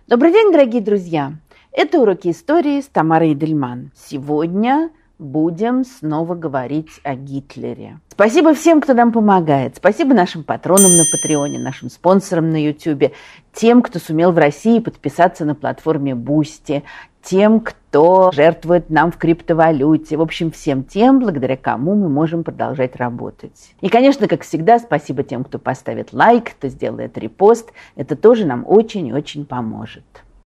Добрый день, дорогие друзья! Это уроки истории с Тамарой Эдельман. Сегодня будем снова говорить о Гитлере. Спасибо всем, кто нам помогает. Спасибо нашим патронам на Патреоне, нашим спонсорам на Ютубе, тем, кто сумел в России подписаться на платформе Boosty, тем, кто жертвует нам в криптовалюте. В общем, всем тем, благодаря кому мы можем продолжать работать. И, конечно, как всегда, спасибо тем, кто поставит лайк, кто сделает репост. Это тоже нам очень и очень поможет.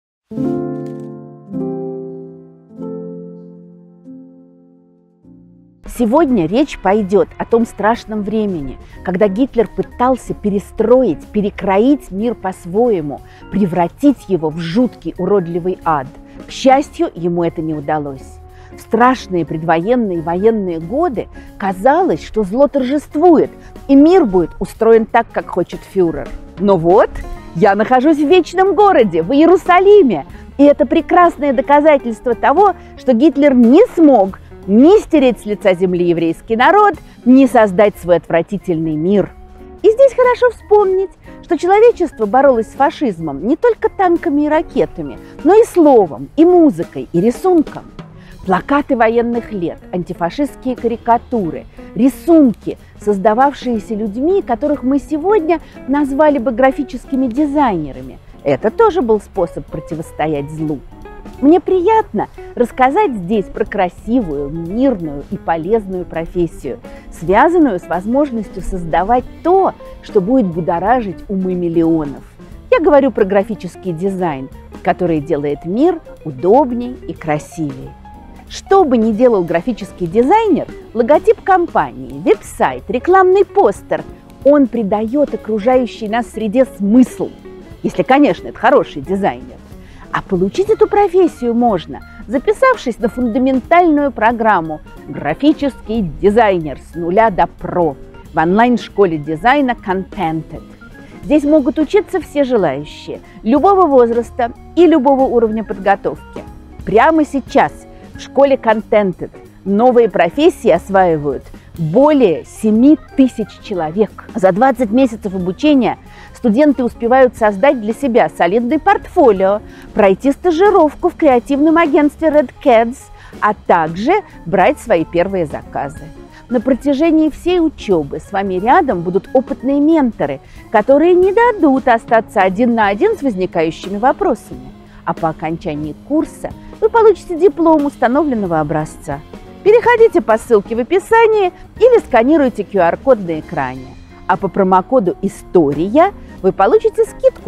Сегодня речь пойдет о том страшном времени, когда Гитлер пытался перестроить, перекроить мир по-своему, превратить его в жуткий, уродливый ад. К счастью, ему это не удалось. В страшные предвоенные и военные годы казалось, что зло торжествует, и мир будет устроен так, как хочет фюрер. Но вот, я нахожусь в Вечном городе, в Иерусалиме, и это прекрасное доказательство того, что Гитлер не смог ни стереть с лица земли еврейский народ, ни создать свой отвратительный мир. И здесь хорошо вспомнить, что человечество боролось с фашизмом не только танками и ракетами, но и словом, и музыкой, и рисунком. Плакаты военных лет, антифашистские карикатуры, рисунки, создававшиеся людьми, которых мы сегодня назвали бы графическими дизайнерами. Это тоже был способ противостоять злу. Мне приятно рассказать здесь про красивую, мирную и полезную профессию, связанную с возможностью создавать то, что будет будоражить умы миллионов. Я говорю про графический дизайн, который делает мир удобней и красивее. Что бы ни делал графический дизайнер, логотип компании, веб-сайт, рекламный постер, он придает окружающей нас среде смысл, если, конечно, это хороший дизайнер. А получить эту профессию можно, записавшись на фундаментальную программу «Графический дизайнер с нуля до про» в онлайн-школе дизайна Contented. Здесь могут учиться все желающие, любого возраста и любого уровня подготовки. Прямо сейчас в школе Contented новые профессии осваивают более 7 тысяч человек. За 20 месяцев обучения студенты успевают создать для себя солидный портфолио, пройти стажировку в креативном агентстве Red Cats, а также брать свои первые заказы. На протяжении всей учебы с вами рядом будут опытные менторы, которые не дадут остаться один на один с возникающими вопросами. А по окончании курса вы получите диплом установленного образца. Переходите по ссылке в описании или сканируйте QR-код на экране. А по промокоду «История» вы получите скидку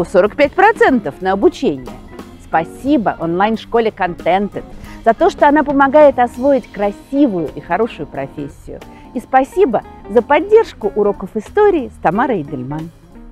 45% на обучение. Спасибо онлайн-школе Contented за то, что она помогает освоить красивую и хорошую профессию. И спасибо за поддержку уроков истории с Тамарой Эдельман.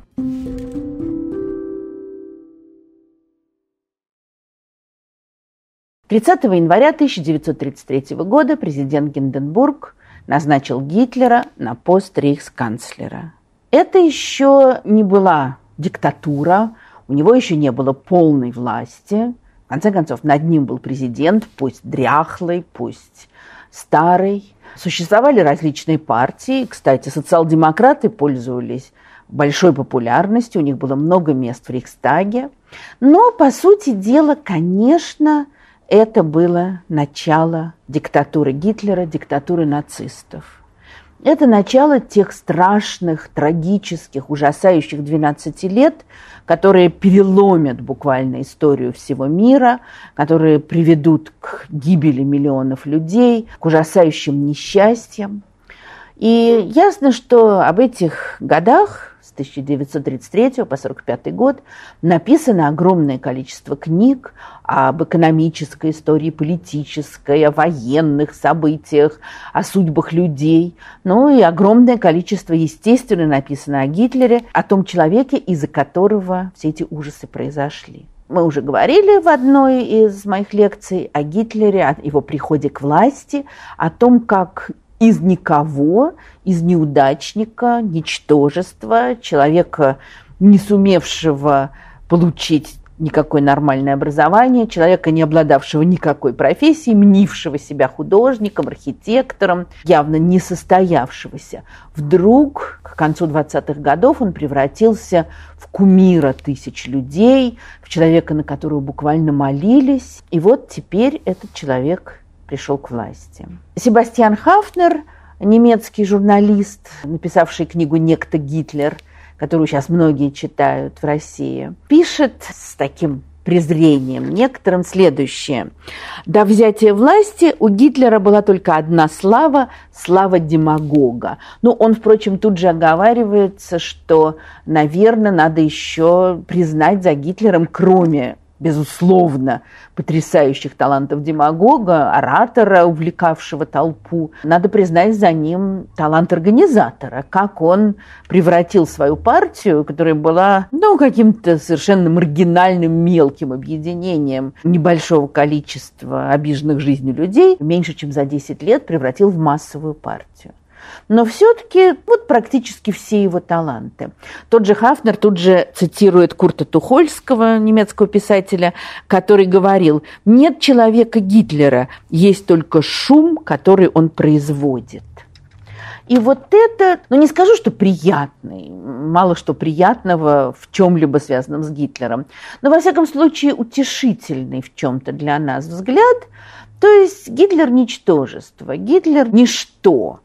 30 января 1933 года президент Гинденбург назначил Гитлера на пост рейхсканцлера. Это еще не была диктатура, у него еще не было полной власти. В конце концов, над ним был президент, пусть дряхлый, пусть старый. Существовали различные партии. Кстати, социал-демократы пользовались большой популярностью, у них было много мест в Рейхстаге. Но, по сути дела, конечно, это было начало диктатуры Гитлера, диктатуры нацистов. Это начало тех страшных, трагических, ужасающих 12 лет, которые переломят буквально историю всего мира, которые приведут к гибели миллионов людей, к ужасающим несчастьям. И ясно, что об этих годах с 1933 по 1945 год написано огромное количество книг об экономической истории, политической, о военных событиях, о судьбах людей. Ну и огромное количество, естественно, написано о Гитлере, о том человеке, из-за которого все эти ужасы произошли. Мы уже говорили в одной из моих лекций о Гитлере, о его приходе к власти, о том, как из никого, из неудачника, ничтожества, человека, не сумевшего получить никакое нормальное образование, человека, не обладавшего никакой профессией, мнившего себя художником, архитектором, явно не состоявшегося. Вдруг к концу 20-х годов он превратился в кумира тысяч людей, в человека, на которого буквально молились. И вот теперь этот человек пришел к власти. Себастьян Хафнер, немецкий журналист, написавший книгу «Некто Гитлер», которую сейчас многие читают в России, пишет с таким презрением некоторым следующее. До взятия власти у Гитлера была только одна слава – слава демагога. Ну, он, впрочем, тут же оговаривается, что, наверное, надо еще признать за Гитлером, кроме, безусловно, потрясающих талантов демагога, оратора, увлекавшего толпу, надо признать за ним талант организатора, как он превратил свою партию, которая была, каким-то совершенно маргинальным, мелким объединением небольшого количества обиженных жизнью людей, меньше чем за 10 лет превратил в массовую партию. Но все-таки практически все его таланты. Тот же Хафнер тут же цитирует Курта Тухольского, немецкого писателя, который говорил: «Нет человека Гитлера, есть только шум, который он производит». И вот это, не скажу, что приятный, мало что приятного в чем-либо связанном с Гитлером, но, во всяком случае, утешительный в чем-то для нас взгляд. То есть Гитлер – ничтожество, Гитлер – ничто.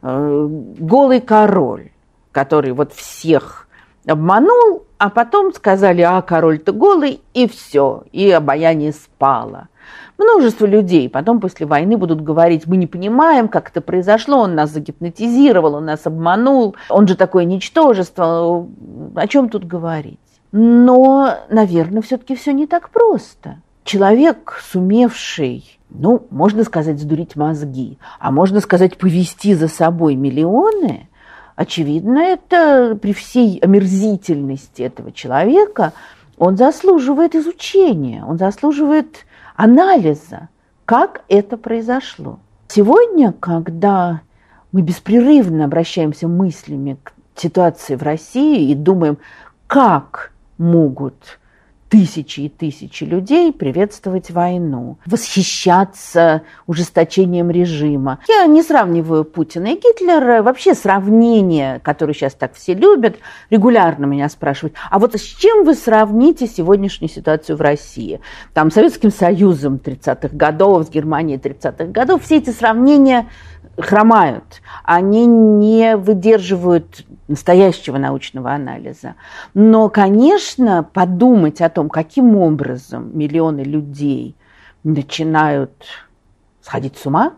Голый король, который всех обманул, а потом сказали: а король-то голый, и все, и обаяние спало. Множество людей потом после войны будут говорить: мы не понимаем, как это произошло, он нас загипнотизировал, он нас обманул, он же такое ничтожество, о чем тут говорить? Но, наверное, все-таки все не так просто. Человек, сумевший, можно сказать, сдурить мозги, а можно сказать, повести за собой миллионы, очевидно, это при всей омерзительности этого человека, он заслуживает изучения, он заслуживает анализа, как это произошло. Сегодня, когда мы беспрерывно обращаемся мыслями к ситуации в России и думаем, как могут тысячи и тысячи людей приветствовать войну, восхищаться ужесточением режима. Я не сравниваю Путина и Гитлера. Вообще сравнение, которое сейчас так все любят, регулярно меня спрашивают: а вот с чем вы сравните сегодняшнюю ситуацию в России? Там, с Советским Союзом 30-х годов, с Германией 30-х годов. Все эти сравнения хромают. Они не выдерживают настоящего научного анализа. Но, конечно, подумать о том, каким образом миллионы людей начинают сходить с ума,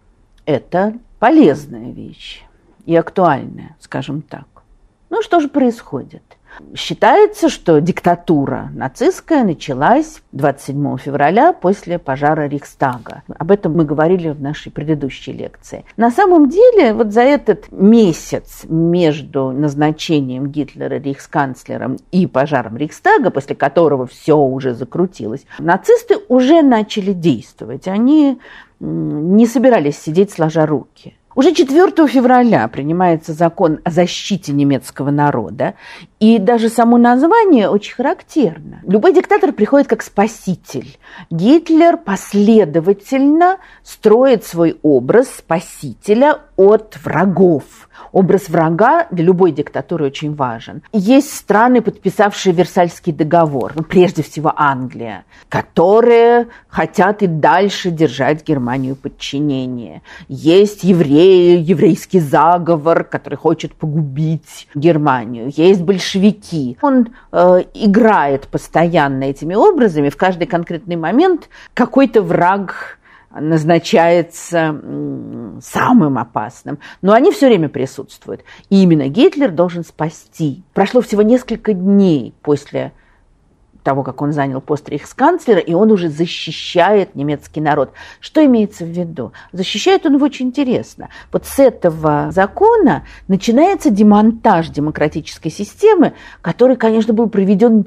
это полезная вещь и актуальная, скажем так. Что же происходит? Считается, что диктатура нацистская началась 27 февраля после пожара Рейхстага. Об этом мы говорили в нашей предыдущей лекции. На самом деле, за этот месяц между назначением Гитлера рейхсканцлером и пожаром Рейхстага, после которого все уже закрутилось, нацисты уже начали действовать. Они не собирались сидеть сложа руки. Уже 4 февраля принимается закон о защите немецкого народа, и даже само название очень характерно. Любой диктатор приходит как спаситель. Гитлер последовательно строит свой образ спасителя от врагов. Образ врага для любой диктатуры очень важен. Есть страны, подписавшие Версальский договор, прежде всего Англия, которые хотят и дальше держать Германию в подчинении. Есть евреи, еврейский заговор, который хочет погубить Германию. Есть большевики. Он играет постоянно этими образами. В каждый конкретный момент какой-то враг назначается самым опасным. Но они все время присутствуют. И именно Гитлер должен спасти. Прошло всего несколько дней после того, как он занял пост рейхсканцлера, и он уже защищает немецкий народ. Что имеется в виду? Защищает он его очень интересно. С этого закона начинается демонтаж демократической системы, который, конечно, был проведен с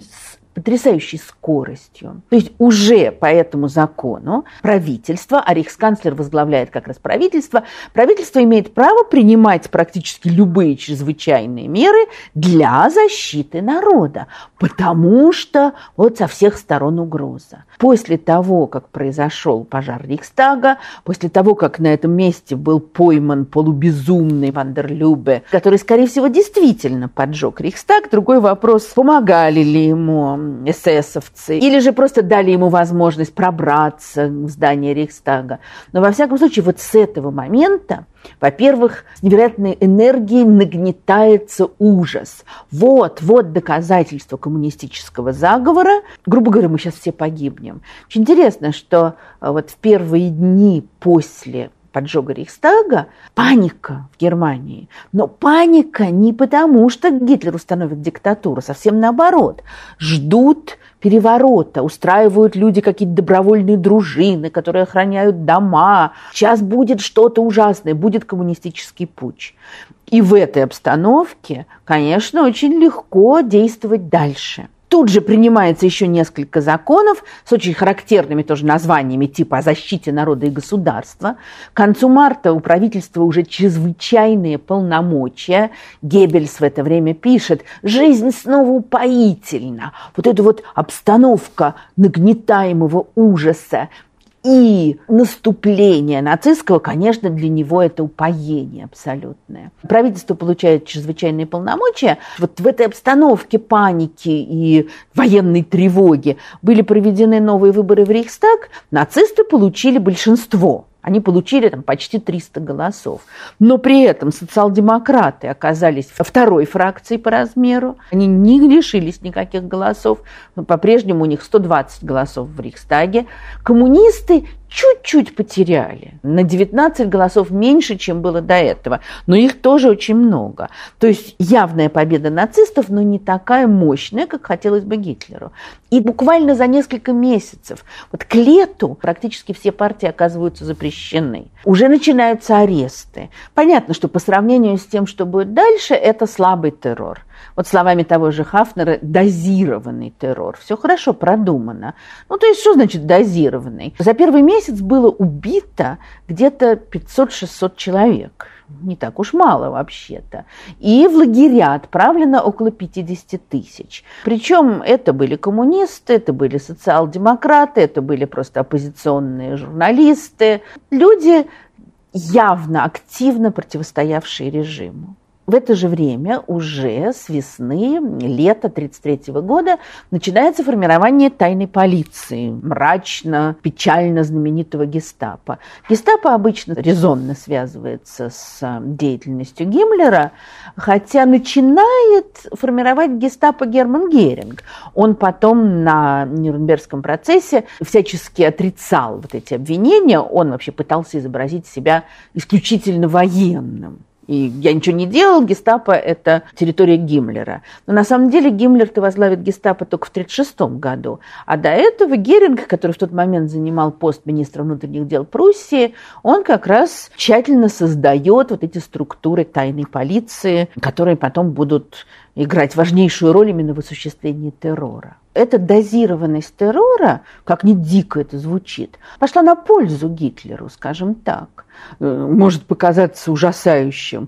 потрясающей скоростью. То есть уже по этому закону правительство, а рейхсканцлер возглавляет как раз правительство имеет право принимать практически любые чрезвычайные меры для защиты народа, потому что вот со всех сторон угроза. После того, как произошел пожар Рейхстага, после того, как на этом месте был пойман полубезумный Ван дер Любе, который, скорее всего, действительно поджег Рейхстаг, другой вопрос, помогали ли ему эсэсовцы, или же просто дали ему возможность пробраться в здание Рейхстага. Но, во всяком случае, вот с этого момента, во-первых, с невероятной энергией нагнетается ужас. Вот доказательство коммунистического заговора. Грубо говоря, мы сейчас все погибнем. Очень интересно, что вот в первые дни после поджога Рейхстага паника в Германии. Но паника не потому, что Гитлер установит диктатуру, совсем наоборот. Ждут переворота, устраивают люди какие-то добровольные дружины, которые охраняют дома. Сейчас будет что-то ужасное, будет коммунистический путч. И в этой обстановке, конечно, очень легко действовать дальше. Тут же принимается еще несколько законов с очень характерными тоже названиями типа о защите народа и государства. К концу марта у правительства уже чрезвычайные полномочия. Геббельс в это время пишет: «Жизнь снова упоительна». Вот эта вот обстановка нагнетаемого ужаса и наступление нацистского, конечно, для него это упоение абсолютное. Правительство получает чрезвычайные полномочия. Вот в этой обстановке паники и военной тревоги были проведены новые выборы в Рейхстаг. Нацисты получили большинство. Они получили там почти 300 голосов. Но при этом социал-демократы оказались второй фракцией по размеру. Они не лишились никаких голосов. Но по-прежнему у них 120 голосов в Рейхстаге. Коммунисты чуть-чуть потеряли. На 19 голосов меньше, чем было до этого. Но их тоже очень много. То есть явная победа нацистов, но не такая мощная, как хотелось бы Гитлеру. И буквально за несколько месяцев, вот к лету, практически все партии оказываются запрещены. Уже начинаются аресты. Понятно, что по сравнению с тем, что будет дальше, это слабый террор. Вот словами того же Хафнера, дозированный террор. Все хорошо продумано. Ну, то есть, что значит дозированный? За первый месяц было убито где-то 500-600 человек. Не так уж мало вообще-то. И в лагеря отправлено около 50 тысяч. Причем это были коммунисты, это были социал-демократы, это были просто оппозиционные журналисты. Люди, явно активно противостоявшие режиму. В это же время уже с весны, лета 1933 года начинается формирование тайной полиции, мрачно, печально знаменитого гестапо. Гестапо обычно резонно связывается с деятельностью Гиммлера, хотя начинает формировать гестапо Герман Геринг. Он потом на Нюрнбергском процессе всячески отрицал вот эти обвинения, он вообще пытался изобразить себя исключительно военным. И я ничего не делал, гестапо – это территория Гиммлера. Но на самом деле Гиммлер-то возглавит гестапо только в 1936 году. А до этого Геринг, который в тот момент занимал пост министра внутренних дел Пруссии, он как раз тщательно создает вот эти структуры тайной полиции, которые потом будут играть важнейшую роль именно в осуществлении террора. Эта дозированность террора, как ни дико это звучит, пошла на пользу Гитлеру, скажем так. Может показаться ужасающим.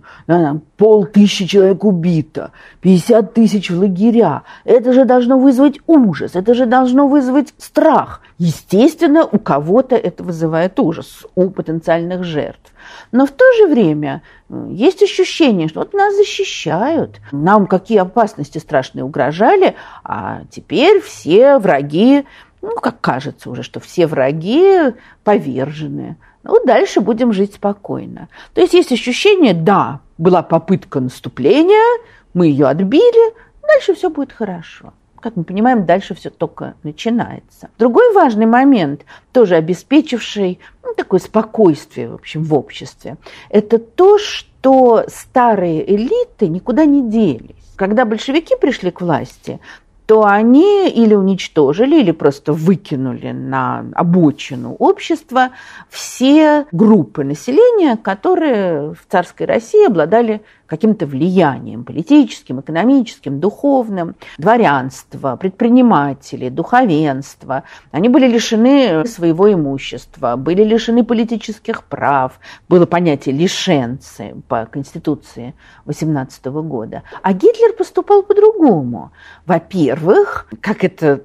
500 человек убито, 50 тысяч в лагеря. Это же должно вызвать ужас, это же должно вызвать страх. Естественно, у кого-то это вызывает ужас, у потенциальных жертв. Но в то же время есть ощущение, что вот нас защищают, нам какие опасности страшные угрожали, а теперь все враги, как кажется уже, что все враги повержены. Ну, дальше будем жить спокойно. То есть есть ощущение, да, была попытка наступления, мы ее отбили, дальше все будет хорошо. Как мы понимаем, дальше все только начинается. Другой важный момент, тоже обеспечивший такое спокойствие, в общем, в обществе, это то, что старые элиты никуда не делись. Когда большевики пришли к власти, то они или уничтожили, или просто выкинули на обочину общества все группы населения, которые в царской России обладали каким-то влиянием политическим, экономическим, духовным. Дворянство, предприниматели, духовенство. Они были лишены своего имущества, были лишены политических прав. Было понятие лишенцы по Конституции 18 года. А Гитлер поступал по-другому. Во-первых, как это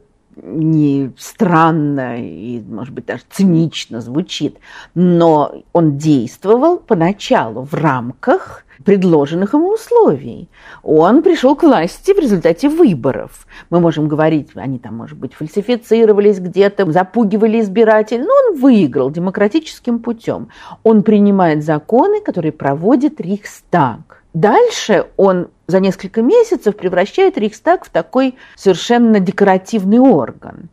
не странно и, может быть, даже цинично звучит, но он действовал поначалу в рамках предложенных ему условий. Он пришел к власти в результате выборов. Мы можем говорить, они там, может быть, фальсифицировались где-то, запугивали избирателей, но он выиграл демократическим путем. Он принимает законы, которые проводит Рейхстаг. Дальше он за несколько месяцев превращает Рейхстаг в такой совершенно декоративный орган.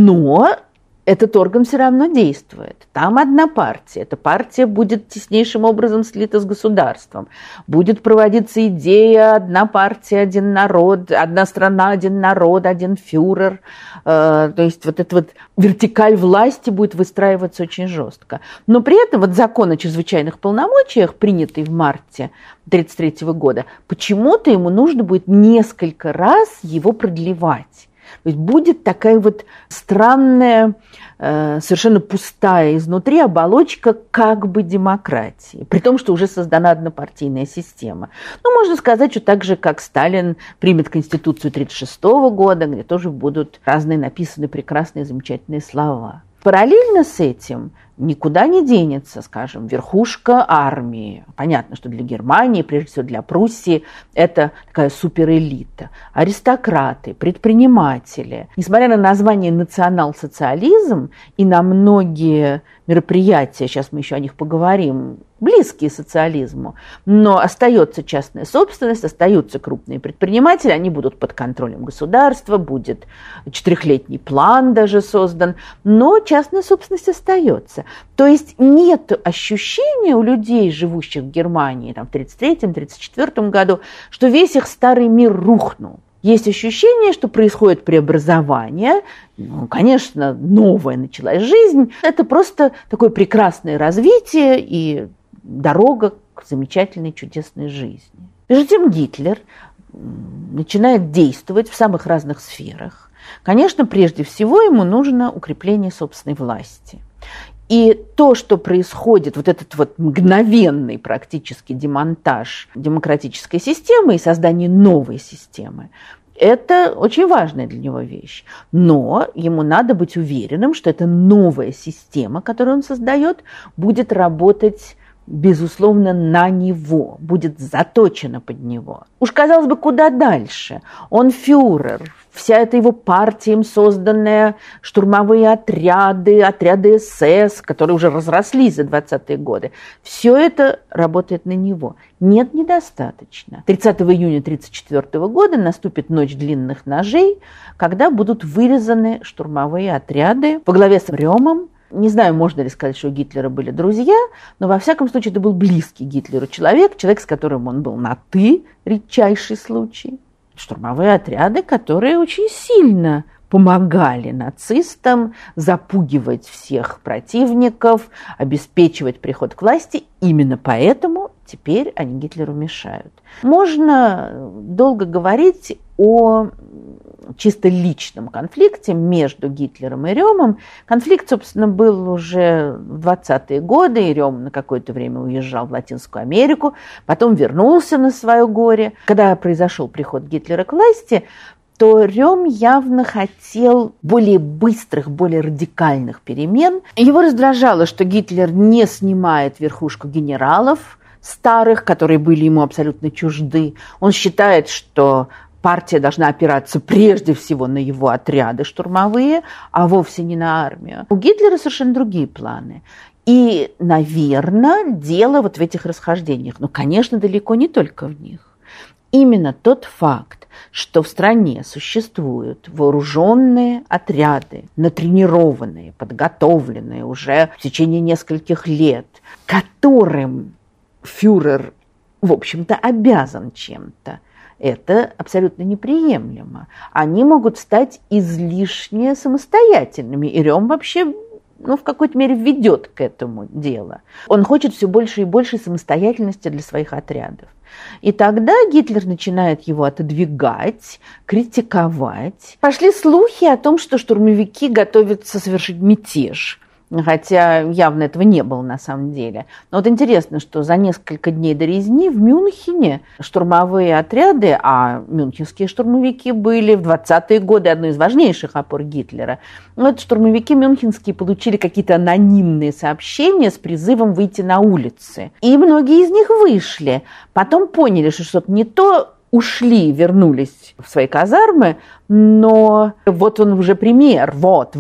Но этот орган все равно действует. Там одна партия. Эта партия будет теснейшим образом слита с государством. Будет проводиться идея «одна партия, один народ», «одна страна, один народ, один фюрер». То есть вот эта вот вертикаль власти будет выстраиваться очень жестко. Но при этом вот закон о чрезвычайных полномочиях, принятый в марте 1933 года, почему-то ему нужно будет несколько раз его продлевать. То есть будет такая вот странная, совершенно пустая изнутри оболочка как бы демократии, при том, что уже создана однопартийная система. Ну, можно сказать, что так же, как Сталин примет Конституцию 1936 года, где тоже будут разные написаны прекрасные, замечательные слова. Параллельно с этим никуда не денется, скажем, верхушка армии. Понятно, что для Германии, прежде всего для Пруссии, это такая суперэлита. Аристократы, предприниматели. Несмотря на название национал-социализм и на многие мероприятия, сейчас мы еще о них поговорим, близкие социализму, но остается частная собственность, остаются крупные предприниматели, они будут под контролем государства, будет 4-летний план даже создан, но частная собственность остается. То есть нет ощущения у людей, живущих в Германии там, в 1933-1934 году, что весь их старый мир рухнул. Есть ощущение, что происходит преобразование, ну, конечно, новая началась жизнь. Это просто такое прекрасное развитие и дорога к замечательной, чудесной жизни. Между тем Гитлер начинает действовать в самых разных сферах. Конечно, прежде всего ему нужно укрепление собственной власти. И то, что происходит, вот этот вот мгновенный практически демонтаж демократической системы и создание новой системы, это очень важная для него вещь. Но ему надо быть уверенным, что эта новая система, которую он создает, будет работать, безусловно, на него, будет заточена под него. Уж, казалось бы, куда дальше? Он фюрер, вся эта его партия, им созданная, штурмовые отряды, отряды СС, которые уже разрослись за 20-е годы, все это работает на него. Нет, недостаточно. 30 июня 1934 года наступит ночь длинных ножей, когда будут вырезаны штурмовые отряды во главе с Рёмом. Не знаю, можно ли сказать, что у Гитлера были друзья, но во всяком случае это был близкий Гитлеру человек, с которым он был на «ты», редчайший случай. Штурмовые отряды, которые очень сильно помогали нацистам запугивать всех противников, обеспечивать приход к власти. Именно поэтому теперь они Гитлеру мешают. Можно долго говорить о чисто личном конфликте между Гитлером и Рёмом. Конфликт, собственно, был уже в 20-е годы, и Рём на какое-то время уезжал в Латинскую Америку, потом вернулся на свое горе. Когда произошел приход Гитлера к власти, то Рём явно хотел более быстрых, более радикальных перемен. Его раздражало, что Гитлер не снимает верхушку генералов старых, которые были ему абсолютно чужды. Он считает, что партия должна опираться прежде всего на его отряды штурмовые, а вовсе не на армию. У Гитлера совершенно другие планы. И, наверное, дело вот в этих расхождениях. Но, конечно, далеко не только в них. Именно тот факт, что в стране существуют вооруженные отряды, натренированные, подготовленные уже в течение нескольких лет, которым фюрер, в общем-то, обязан чем-то, это абсолютно неприемлемо. Они могут стать излишне самостоятельными. И Рём вообще, в какой-то мере ведет к этому дело. Он хочет все больше и больше самостоятельности для своих отрядов. И тогда Гитлер начинает его отодвигать, критиковать. Пошли слухи о том, что штурмовики готовятся совершить мятеж. Хотя явно этого не было на самом деле. Но вот интересно, что за несколько дней до резни в Мюнхене штурмовые отряды, а мюнхенские штурмовики были в 20-е годы одной из важнейших опор Гитлера, вот штурмовики мюнхенские получили какие-то анонимные сообщения с призывом выйти на улицы. И многие из них вышли. Потом поняли, что что-то не то, ушли, вернулись в свои казармы, но вот он уже пример, вот,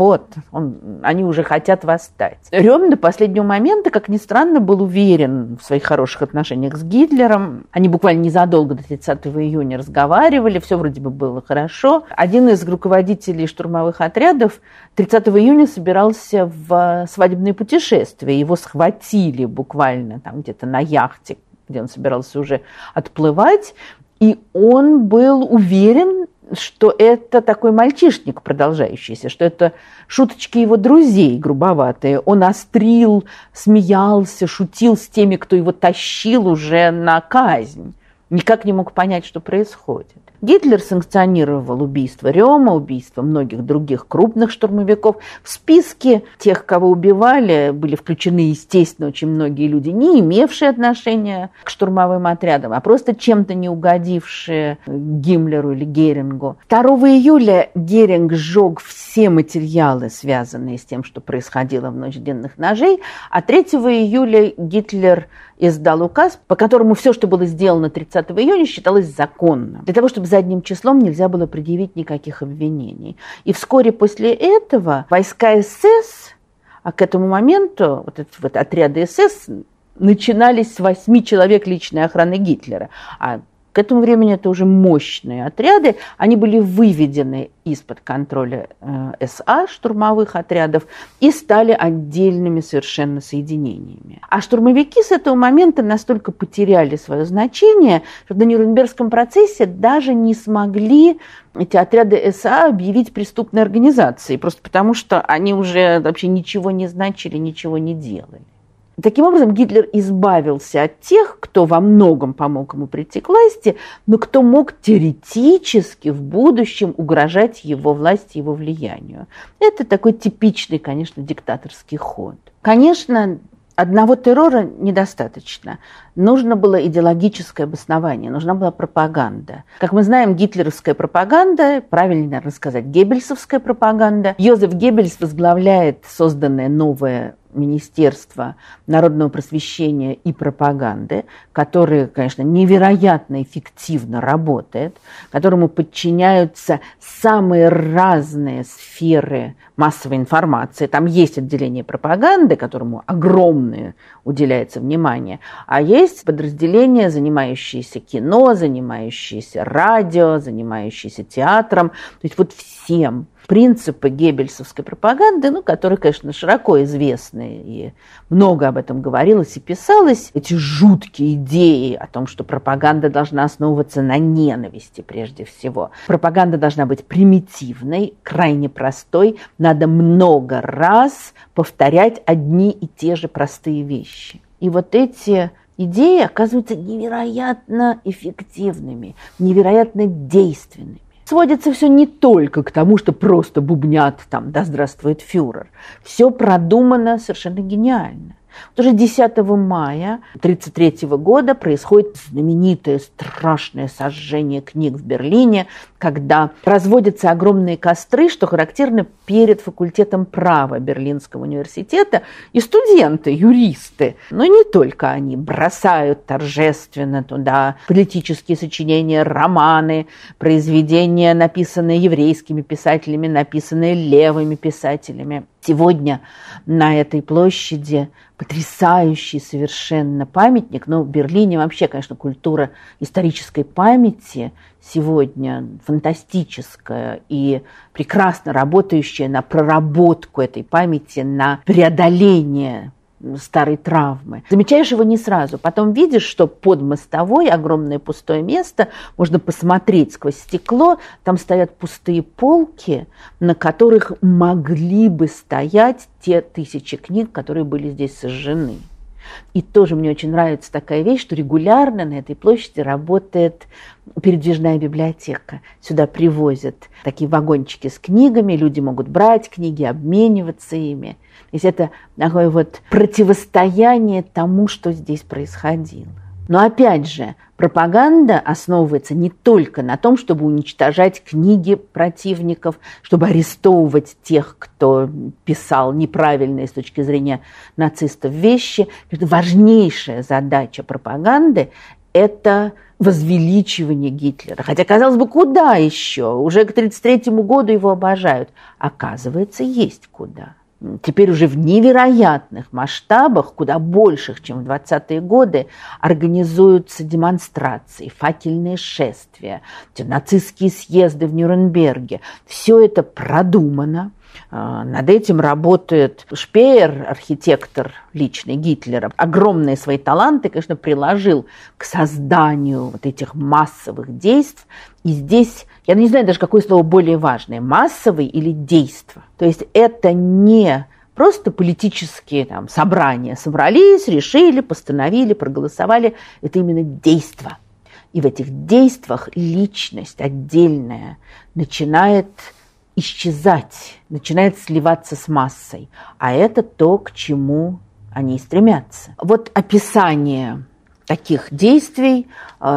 они уже хотят восстать. Рёhm до последнего момента, как ни странно, был уверен в своих хороших отношениях с Гитлером. Они буквально незадолго до 30 июня разговаривали, все вроде бы было хорошо. Один из руководителей штурмовых отрядов 30 июня собирался в свадебное путешествие. Его схватили буквально там где-то на яхте, где он собирался уже отплывать. И он был уверен, что это такой мальчишник продолжающийся, что это шуточки его друзей грубоватые. Он острил, смеялся, шутил с теми, кто его тащил уже на казнь. Никак не мог понять, что происходит. Гитлер санкционировал убийство Рёма, убийство многих других крупных штурмовиков. В списке тех, кого убивали, были включены, естественно, очень многие люди, не имевшие отношения к штурмовым отрядам, а просто чем-то не угодившие Гиммлеру или Герингу. 2 июля Геринг сжег все материалы, связанные с тем, что происходило в ночь длинных ножей, а 3 июля Гитлер издал указ, по которому все, что было сделано 30 июня, считалось законным. Для того, чтобы задним числом нельзя было предъявить никаких обвинений. И вскоре после этого войска СС, а к этому моменту вот отряды СС начинались с 8 человек личной охраны Гитлера, а к этому времени это уже мощные отряды, они были выведены из-под контроля СА, штурмовых отрядов, и стали отдельными совершенно соединениями. А штурмовики с этого момента настолько потеряли свое значение, что на Нюрнбергском процессе даже не смогли эти отряды СА объявить преступной организацией, просто потому что они уже вообще ничего не значили, ничего не делали. Таким образом, Гитлер избавился от тех, кто во многом помог ему прийти к власти, но кто мог теоретически в будущем угрожать его власти, его влиянию. Это такой типичный, конечно, диктаторский ход. Конечно, одного террора недостаточно. Нужно было идеологическое обоснование, нужна была пропаганда. Как мы знаем, гитлеровская пропаганда, правильно, наверное, сказать, геббельсовская пропаганда. Йозеф Геббельс возглавляет созданное новое Министерство народного просвещения и пропаганды, которое, конечно, невероятно эффективно работает, которому подчиняются самые разные сферы массовой информации. Там есть отделение пропаганды, которому огромное уделяется внимание, а есть подразделения, занимающиеся кино, занимающиеся радио, занимающиеся театром, то есть вот всем. Принципы геббельсовской пропаганды, которые, конечно, широко известны, и много об этом говорилось и писалось, эти жуткие идеи о том, что пропаганда должна основываться на ненависти прежде всего. Пропаганда должна быть примитивной, крайне простой, надо много раз повторять одни и те же простые вещи. И вот эти идеи оказываются невероятно эффективными, невероятно действенными. Сводится все не только к тому, что просто бубнят там «Да здравствует фюрер». Все продумано совершенно гениально. Вот уже 10 мая 1933 года происходит знаменитое страшное сожжение книг в Берлине, когда разводятся огромные костры, что характерно, перед факультетом права Берлинского университета, и студенты, юристы, но не только они, бросают торжественно туда политические сочинения, романы, произведения, написанные еврейскими писателями, написанные левыми писателями. Сегодня на этой площади потрясающий совершенно памятник, но в Берлине вообще, конечно, культура исторической памяти сегодня фантастическая и прекрасно работающая на проработку этой памяти, на преодоление старой травмы. Замечаешь его не сразу. Потом видишь, что под мостовой огромное пустое место, можно посмотреть сквозь стекло, там стоят пустые полки, на которых могли бы стоять те 1000 книг, которые были здесь сожжены. И тоже мне очень нравится такая вещь, что регулярно на этой площади работает передвижная библиотека. Сюда привозят такие вагончики с книгами, люди могут брать книги, обмениваться ими. То есть это такое вот противостояние тому, что здесь происходило. Но опять же, пропаганда основывается не только на том, чтобы уничтожать книги противников, чтобы арестовывать тех, кто писал неправильные с точки зрения нацистов вещи. Это важнейшая задача пропаганды – это возвеличивание Гитлера. Хотя, казалось бы, куда еще? Уже к 1933 году его обожают. Оказывается, есть куда. Теперь уже в невероятных масштабах, куда больших, чем в 20-е годы, организуются демонстрации, факельные шествия, нацистские съезды в Нюрнберге. Все это продумано. Над этим работает Шпеер, архитектор личный Гитлера. Огромные свои таланты, конечно, приложил к созданию вот этих массовых действий. И здесь, я не знаю даже, какое слово более важное, массовый или действо. То есть это не просто политические собрания. Собрались, решили, постановили, проголосовали. Это именно действо. И в этих действиях личность отдельная начинает исчезать, начинает сливаться с массой. А это то, к чему они стремятся. Вот описание таких действий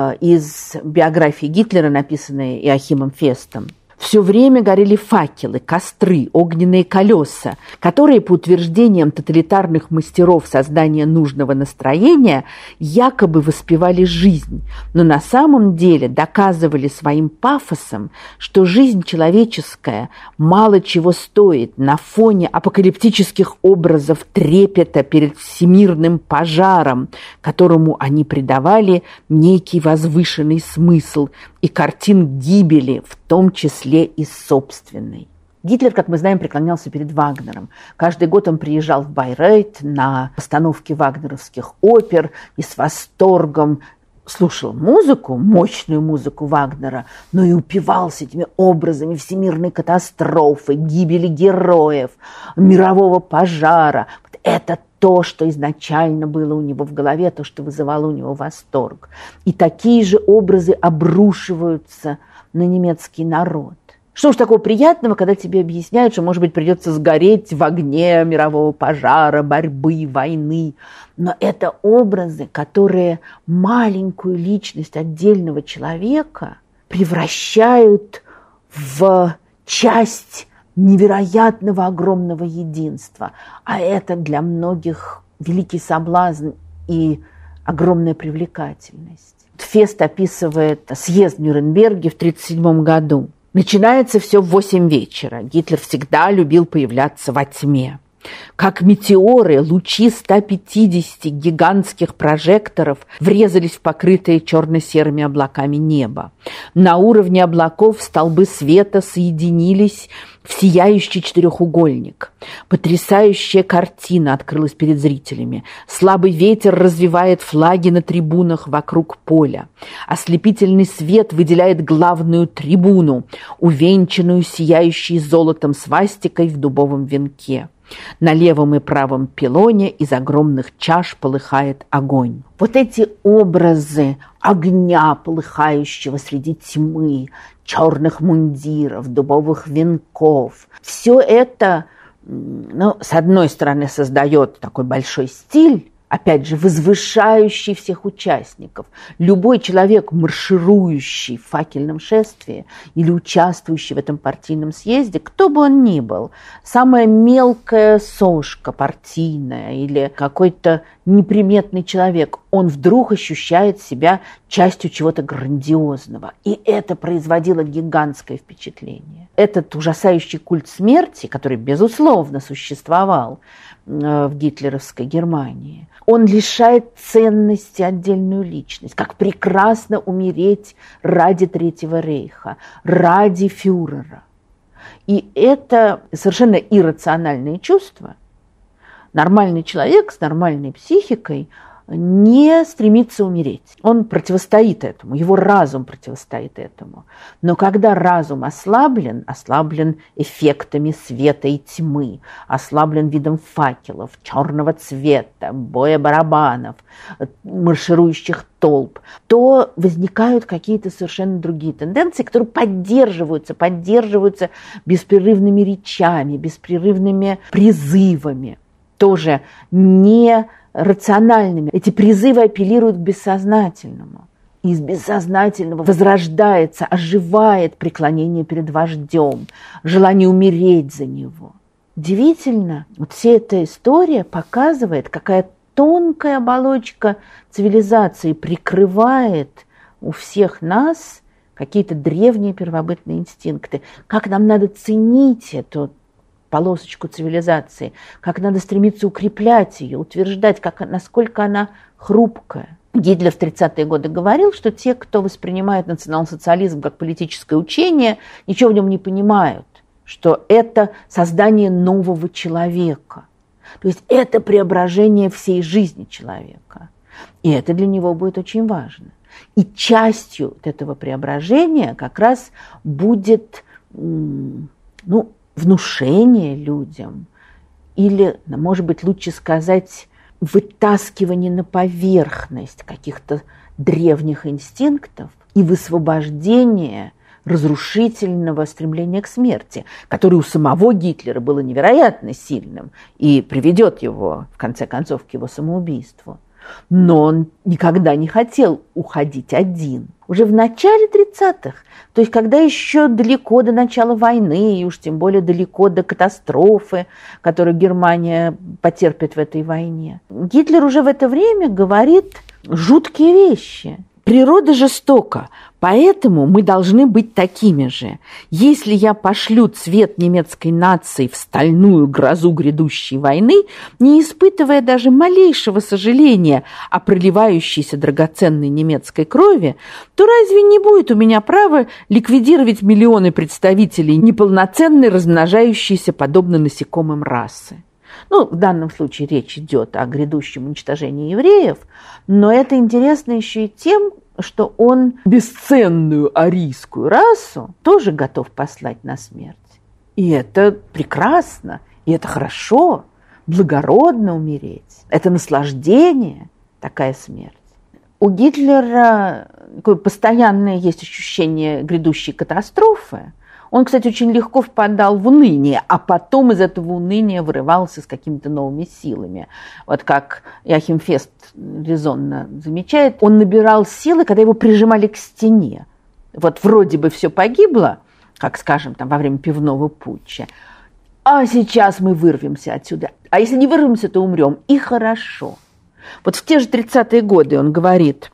из биографии Гитлера, написанной Иоахимом Фестом. Все время горели факелы, костры, огненные колеса, которые, по утверждениям тоталитарных мастеров создания нужного настроения, якобы воспевали жизнь, но на самом деле доказывали своим пафосом, что жизнь человеческая мало чего стоит на фоне апокалиптических образов трепета перед всемирным пожаром, которому они придавали некий возвышенный смысл, и картин гибели, в том числе и собственной. Гитлер, как мы знаем, преклонялся перед Вагнером. Каждый год он приезжал в Байрейт на постановки вагнеровских опер и с восторгом слушал музыку, мощную музыку Вагнера, но и упивался этими образами всемирной катастрофы, гибели героев, мирового пожара. Это то, что изначально было у него в голове, то, что вызывало у него восторг. И такие же образы обрушиваются на немецкий народ. Что ж такого приятного, когда тебе объясняют, что, может быть, придется сгореть в огне мирового пожара, борьбы, войны. Но это образы, которые маленькую личность отдельного человека превращают в часть невероятного огромного единства. А это для многих великий соблазн и огромная привлекательность. Фест описывает съезд в Нюрнберге в 1937 году. Начинается все в 8 вечера. Гитлер всегда любил появляться во тьме. Как метеоры, лучи 150 гигантских прожекторов врезались в покрытые черно-серыми облаками небо. На уровне облаков столбы света соединились в сияющий четырехугольник. Потрясающая картина открылась перед зрителями. Слабый ветер развивает флаги на трибунах вокруг поля. Ослепительный свет выделяет главную трибуну, увенчанную сияющей золотом свастикой в дубовом венке. На левом и правом пилоне из огромных чаш полыхает огонь. Вот эти образы огня, полыхающего среди тьмы, черных мундиров, дубовых венков, все это, с одной стороны, создает такой большой стиль, опять же, возвышающий всех участников. Любой человек, марширующий в факельном шествии или участвующий в этом партийном съезде, кто бы он ни был, самая мелкая сошка партийная или какой-то неприметный человек, он вдруг ощущает себя частью чего-то грандиозного. И это производило гигантское впечатление. Этот ужасающий культ смерти, который, безусловно, существовал в гитлеровской Германии, он лишает ценности отдельную личность. Как прекрасно умереть ради Третьего рейха, ради фюрера. И это совершенно иррациональные чувства. Нормальный человек с нормальной психикой не стремится умереть. Он противостоит этому, его разум противостоит этому. Но когда разум ослаблен эффектами света и тьмы, ослаблен видом факелов, черного цвета, боя барабанов, марширующих толп, то возникают какие-то совершенно другие тенденции, которые поддерживаются беспрерывными речами, беспрерывными призывами, тоже не рациональными. Эти призывы апеллируют к бессознательному. И из бессознательного возрождается, оживает преклонение перед вождем, желание умереть за него. Удивительно, вот вся эта история показывает, какая тонкая оболочка цивилизации прикрывает у всех нас какие-то древние первобытные инстинкты. Как нам надо ценить эту полосочку цивилизации, как надо стремиться укреплять ее, утверждать, насколько она хрупкая. Гитлер в 30-е годы говорил, что те, кто воспринимает национал-социализм как политическое учение, ничего в нем не понимают, что это создание нового человека. То есть это преображение всей жизни человека. И это для него будет очень важно. И частью этого преображения как раз будет, внушение людям, или, может быть, лучше сказать, вытаскивание на поверхность каких-то древних инстинктов и высвобождение разрушительного стремления к смерти, которое у самого Гитлера было невероятно сильным и приведет его, в конце концов, к его самоубийству. Но он никогда не хотел уходить один. Уже в начале 30-х, то есть когда еще далеко до начала войны, и уж тем более далеко до катастрофы, которую Германия потерпит в этой войне, Гитлер уже в это время говорит жуткие вещи. Природа жестока, поэтому мы должны быть такими же. Если я пошлю цвет немецкой нации в стальную грозу грядущей войны, не испытывая даже малейшего сожаления о проливающейся драгоценной немецкой крови, то разве не будет у меня права ликвидировать миллионы представителей неполноценной, размножающейся подобно насекомым расы? В данном случае речь идет о грядущем уничтожении евреев, но это интересно еще и тем, что он бесценную арийскую расу тоже готов послать на смерть. И это прекрасно, и это хорошо, благородно умереть. Это наслаждение, такая смерть. У Гитлера такое постоянное есть ощущение грядущей катастрофы. Он, кстати, очень легко впадал в уныние, а потом из этого уныния вырывался с какими-то новыми силами. Вот как Иоахим Фест резонно замечает, он набирал силы, когда его прижимали к стене. Вот вроде бы все погибло, как, скажем, во время пивного путча, а сейчас мы вырвемся отсюда. А если не вырвемся, то умрем. И хорошо. Вот в те же 30-е годы он говорит: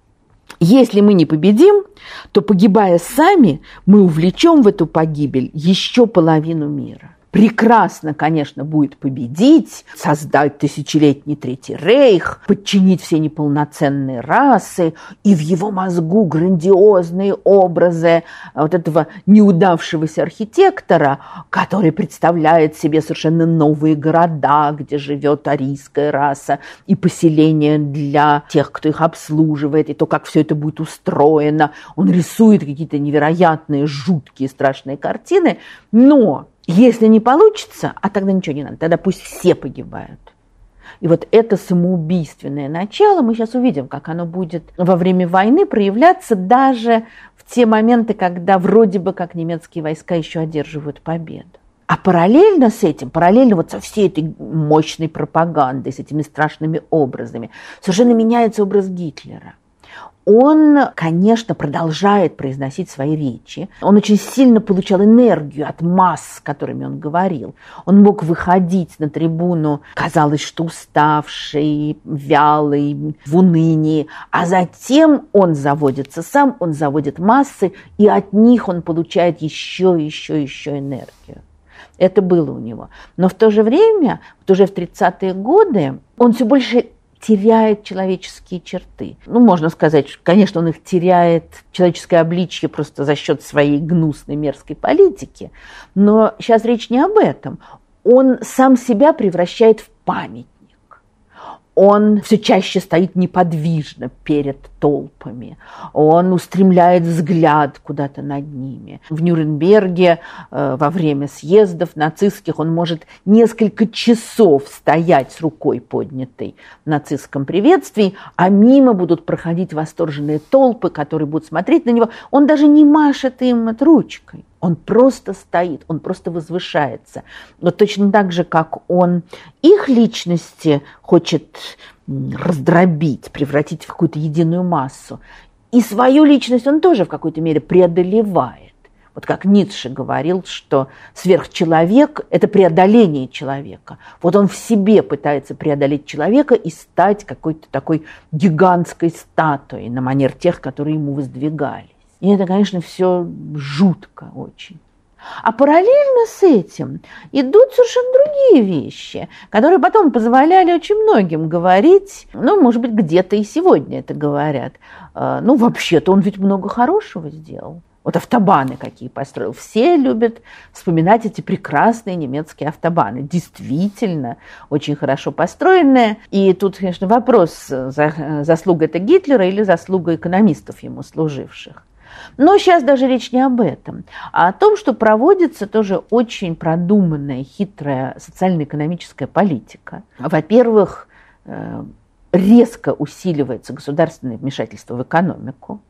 если мы не победим, то, погибая сами, мы увлечем в эту погибель еще половину мира. Прекрасно, конечно, будет победить, создать тысячелетний Третий Рейх, подчинить все неполноценные расы, и в его мозгу грандиозные образы вот этого неудавшегося архитектора, который представляет себе совершенно новые города, где живет арийская раса, и поселения для тех, кто их обслуживает, и то, как все это будет устроено. Он рисует какие-то невероятные, жуткие, страшные картины, но если не получится, а тогда ничего не надо, тогда пусть все погибают. И вот это самоубийственное начало, мы сейчас увидим, как оно будет во время войны проявляться даже в те моменты, когда вроде бы как немецкие войска еще одерживают победу. А параллельно с этим, параллельно вот со всей этой мощной пропагандой, с этими страшными образами, совершенно меняется образ Гитлера. Он, конечно, продолжает произносить свои речи. Он очень сильно получал энергию от масс, с которыми он говорил. Он мог выходить на трибуну, казалось, что уставший, вялый, в унынии. А затем он заводится сам, он заводит массы, и от них он получает еще энергию. Это было у него. Но в то же время, вот уже в 30-е годы, он все больше теряет человеческие черты. Можно сказать, конечно, он их теряет, человеческое обличье, просто за счет своей гнусной, мерзкой политики. Но сейчас речь не об этом. Он сам себя превращает в памятник. Он все чаще стоит неподвижно перед толпами. Он устремляет взгляд куда-то над ними. В Нюрнберге во время съездов нацистских он может несколько часов стоять с рукой поднятой в нацистском приветствии, а мимо будут проходить восторженные толпы, которые будут смотреть на него. Он даже не машет им ручкой. Он просто стоит, он просто возвышается. Вот точно так же, как он их личности хочет раздробить, превратить в какую-то единую массу. И свою личность он тоже в какой-то мере преодолевает. Вот как Ницше говорил, что сверхчеловек – это преодоление человека. Вот он в себе пытается преодолеть человека и стать какой-то такой гигантской статуей на манер тех, которые ему воздвигались. И это, конечно, все жутко очень. А параллельно с этим идут совершенно другие вещи, которые потом позволяли очень многим говорить, может быть, где-то и сегодня это говорят. Вообще-то он ведь много хорошего сделал. Вот автобаны какие построил. Все любят вспоминать эти прекрасные немецкие автобаны. Действительно, очень хорошо построенные. И тут, конечно, вопрос, заслуга это Гитлера или заслуга экономистов ему служивших. Но сейчас даже речь не об этом, а о том, что проводится тоже очень продуманная, хитрая социально-экономическая политика. Во-первых, резко усиливается государственное вмешательство в экономику,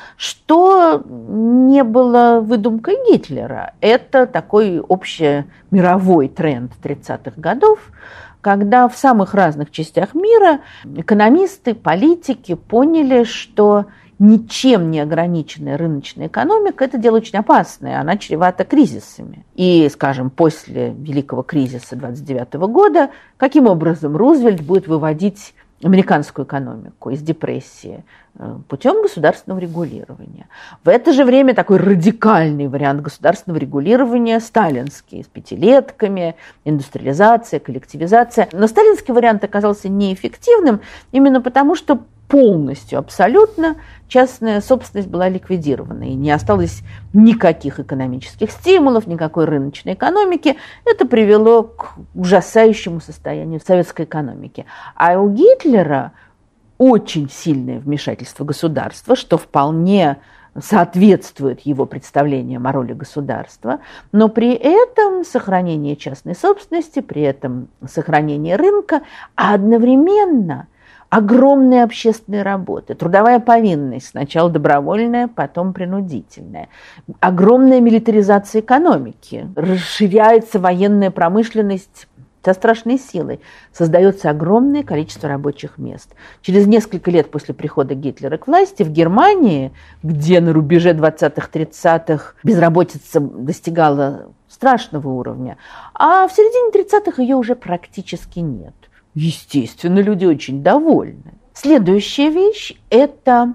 что не было выдумкой Гитлера. Это такой общемировой тренд 30-х годов, когда в самых разных частях мира экономисты, политики поняли, что ничем не ограниченная рыночная экономика – это дело очень опасное, она чревата кризисами. И, скажем, после Великого кризиса 1929 года, каким образом Рузвельт будет выводить американскую экономику из депрессии? Путем государственного регулирования. В это же время такой радикальный вариант государственного регулирования сталинский, с пятилетками, индустриализация, коллективизация. Но сталинский вариант оказался неэффективным именно потому, что полностью, абсолютно частная собственность была ликвидирована, и не осталось никаких экономических стимулов, никакой рыночной экономики. Это привело к ужасающему состоянию советской экономики. А у Гитлера очень сильное вмешательство государства, что вполне соответствует его представлениям о роли государства, но при этом сохранение частной собственности, при этом сохранение рынка, а одновременно огромные общественные работы, трудовая повинность, сначала добровольная, потом принудительная, огромная милитаризация экономики, расширяется военная промышленность со страшной силой, создается огромное количество рабочих мест. Через несколько лет после прихода Гитлера к власти в Германии, где на рубеже 20-30-х безработица достигала страшного уровня, а в середине 30-х ее уже практически нет. Естественно, люди очень довольны. Следующая вещь – это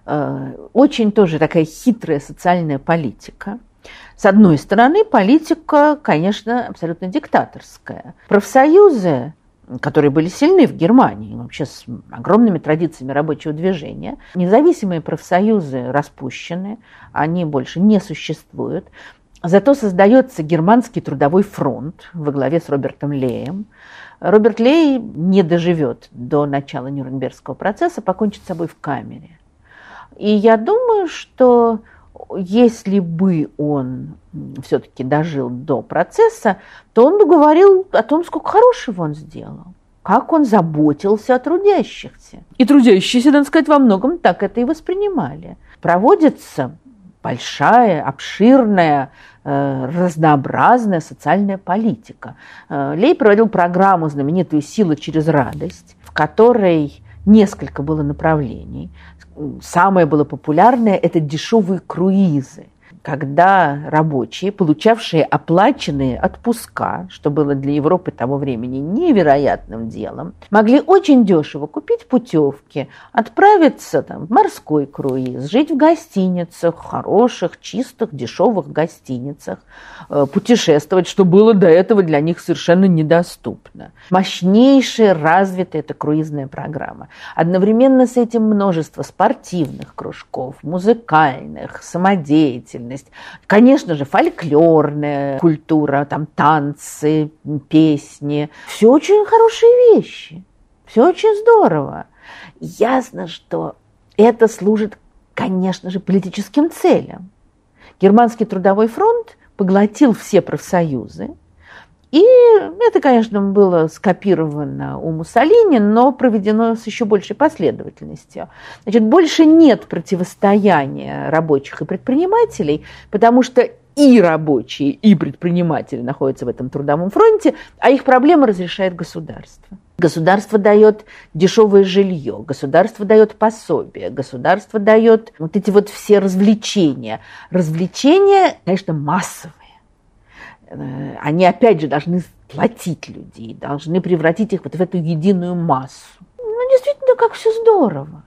очень тоже такая хитрая социальная политика. С одной стороны, политика, конечно, абсолютно диктаторская. Профсоюзы, которые были сильны в Германии, вообще с огромными традициями рабочего движения, независимые профсоюзы распущены, они больше не существуют. Зато создается Германский трудовой фронт во главе с Робертом Леем. Роберт Лей не доживет до начала Нюрнбергского процесса, покончит с собой в камере. И я думаю, что если бы он все-таки дожил до процесса, то он бы говорил о том, сколько хорошего он сделал, как он заботился о трудящихся. И трудящиеся, надо сказать, во многом так это и воспринимали. Проводится большая, обширная, разнообразная социальная политика. Лей проводил программу знаменитую «Сила через радость», в которой несколько было направлений. Самое было популярное – это дешевые круизы, когда рабочие, получавшие оплаченные отпуска, что было для Европы того времени невероятным делом, могли очень дешево купить путевки, отправиться в морской круиз, жить в гостиницах, хороших, чистых, дешевых гостиницах, путешествовать, что было до этого для них совершенно недоступно. Мощнейшая, развитая эта круизная программа. Одновременно с этим множество спортивных кружков, музыкальных, самодеятельных. Конечно же, фольклорная культура, там танцы, песни. Все очень хорошие вещи. Все очень здорово. Ясно, что это служит, конечно же, политическим целям. Германский трудовой фронт поглотил все профсоюзы. И это, конечно, было скопировано у Муссолини, но проведено с еще большей последовательностью. Значит, больше нет противостояния рабочих и предпринимателей, потому что и рабочие, и предприниматели находятся в этом трудовом фронте, а их проблемы разрешает государство. Государство дает дешевое жилье, государство дает пособие, государство дает вот эти вот все развлечения. Развлечения, конечно, массовые. Они, опять же, должны сплотить людей, должны превратить их вот в эту единую массу. Ну, действительно, как все здорово.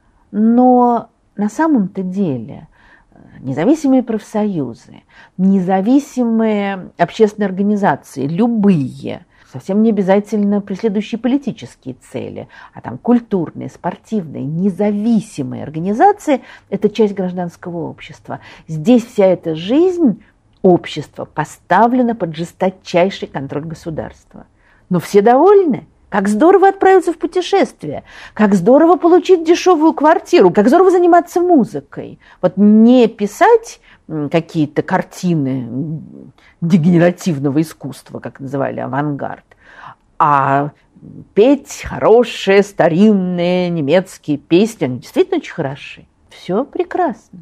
Но на самом-то деле независимые профсоюзы, независимые общественные организации, любые, совсем не обязательно преследующие политические цели, а там культурные, спортивные, независимые организации – это часть гражданского общества. Здесь вся эта жизнь общества поставлена под жесточайший контроль государства. Но все довольны. Как здорово отправиться в путешествие, как здорово получить дешевую квартиру, как здорово заниматься музыкой. Вот не писать какие-то картины дегенеративного искусства, как называли авангард, а петь хорошие старинные немецкие песни, они действительно очень хороши. Все прекрасно.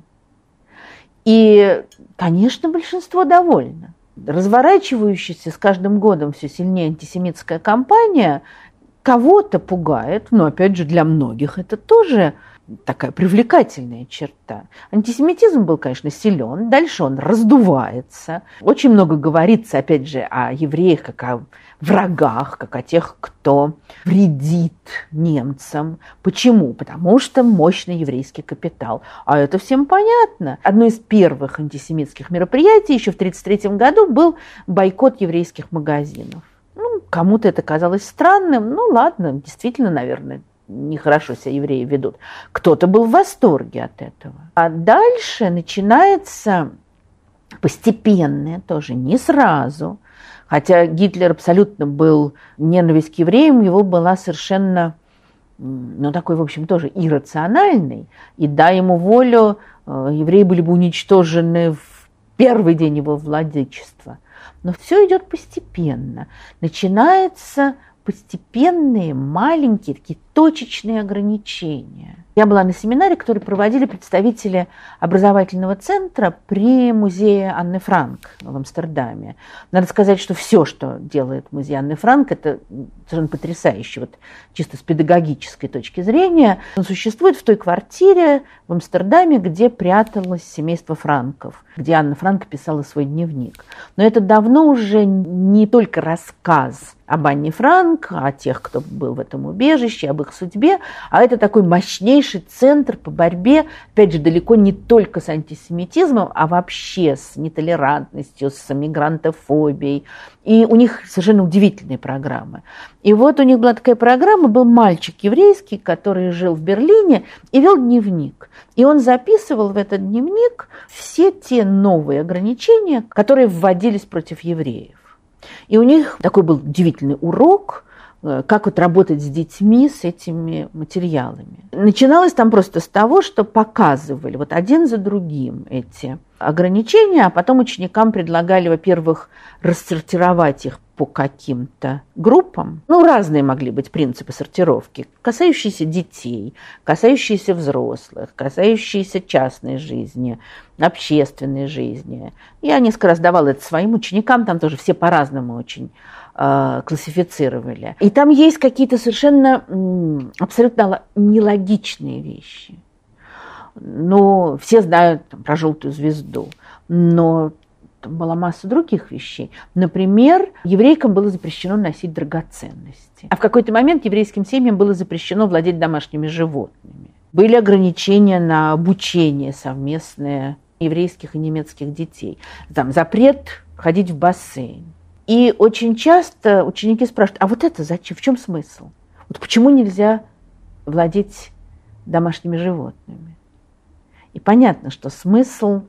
И, конечно, большинство довольно. Разворачивающаяся с каждым годом все сильнее антисемитская кампания кого-то пугает, но, опять же, для многих это тоже такая привлекательная черта. Антисемитизм был, конечно, силен, дальше он раздувается. Очень много говорится, опять же, о евреях как о врагах, как о тех, кто вредит немцам. Почему? Потому что мощный еврейский капитал. А это всем понятно. Одно из первых антисемитских мероприятий еще в 1933 году был бойкот еврейских магазинов. Кому-то это казалось странным. Ну, ладно, действительно, наверное, нехорошо себя евреи ведут. Кто-то был в восторге от этого. А дальше начинается постепенное, тоже не сразу. Хотя Гитлер абсолютно был ненависть к евреям, его была совершенно, такой, в общем, тоже иррациональной. И дай ему волю, евреи были бы уничтожены в первый день его владычества. Но все идет постепенно. Начинаются постепенные, маленькие, такие точечные ограничения. Я была на семинаре, который проводили представители образовательного центра при музее Анны Франк в Амстердаме. Надо сказать, что все, что делает музей Анны Франк, это совершенно потрясающе, вот чисто с педагогической точки зрения. Он существует в той квартире в Амстердаме, где пряталось семейство Франков, где Анна Франк писала свой дневник. Но это давно уже не только рассказ об Анне Франк, о тех, кто был в этом убежище, об их судьбе, а это такой мощнейший центр по борьбе, опять же, далеко не только с антисемитизмом, а вообще с нетолерантностью, с мигрантофобией. И у них совершенно удивительные программы. И вот у них была такая программа, был мальчик еврейский, который жил в Берлине и вел дневник. И он записывал в этот дневник все те новые ограничения, которые вводились против евреев. И у них такой был удивительный урок, как вот работать с детьми, с этими материалами. Начиналось там просто с того, что показывали вот один за другим эти ограничения, а потом ученикам предлагали, во-первых, рассортировать их по каким-то группам. Разные могли быть принципы сортировки, касающиеся детей, касающиеся взрослых, касающиеся частной жизни, общественной жизни. Я несколько раз давала это своим ученикам, там тоже все по-разному очень классифицировали. И там есть какие-то совершенно абсолютно нелогичные вещи. Все знают про желтую звезду, но там была масса других вещей. Например, еврейкам было запрещено носить драгоценности. А в какой-то момент еврейским семьям было запрещено владеть домашними животными. Были ограничения на обучение совместное еврейских и немецких детей. Там запрет ходить в бассейн. И очень часто ученики спрашивают, а вот это зачем, в чем смысл? Вот почему нельзя владеть домашними животными? И понятно, что смысл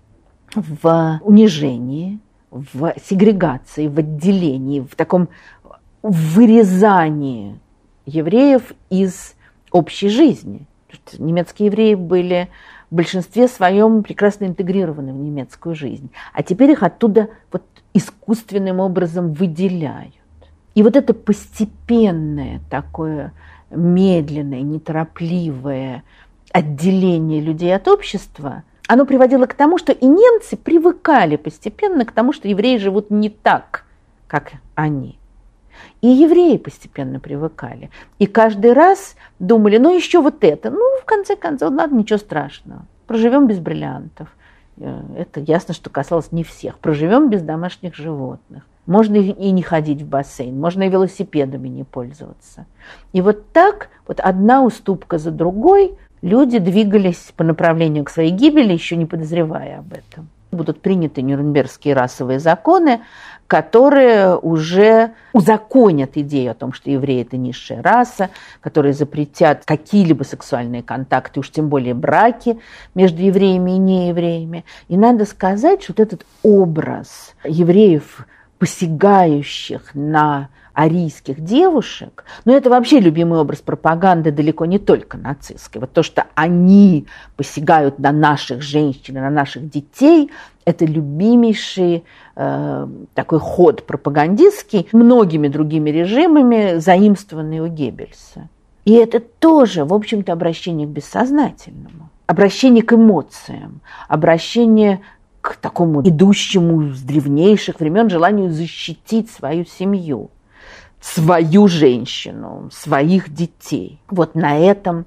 в унижении, в сегрегации, в отделении, в таком вырезании евреев из общей жизни. Немецкие евреи были в большинстве своем прекрасно интегрированы в немецкую жизнь, а теперь их оттуда вот искусственным образом выделяют. И вот это постепенное такое медленное, неторопливое отделение людей от общества, оно приводило к тому, что и немцы привыкали постепенно к тому, что евреи живут не так, как они. И евреи постепенно привыкали. И каждый раз думали, ну еще вот это, ну в конце концов, ладно, ничего страшного, проживем без бриллиантов. Это ясно, что касалось не всех. Проживем без домашних животных. Можно и не ходить в бассейн, можно и велосипедами не пользоваться. И вот так, вот одна уступка за другой, люди двигались по направлению к своей гибели, еще не подозревая об этом. Будут приняты Нюрнбергские расовые законы, которые уже узаконят идею о том, что евреи – это низшая раса, которые запретят какие-либо сексуальные контакты, уж тем более браки между евреями и неевреями. И надо сказать, что вот этот образ евреев, посягающих на арийских девушек, но это вообще любимый образ пропаганды далеко не только нацистской. Вот то, что они посягают на наших женщин, на наших детей, это любимейший такой ход пропагандистский, многими другими режимами, заимствованный у Геббельса. И это тоже, в общем-то, обращение к бессознательному, обращение к эмоциям, обращение к такому идущему с древнейших времен желанию защитить свою семью, свою женщину, своих детей. Вот на этом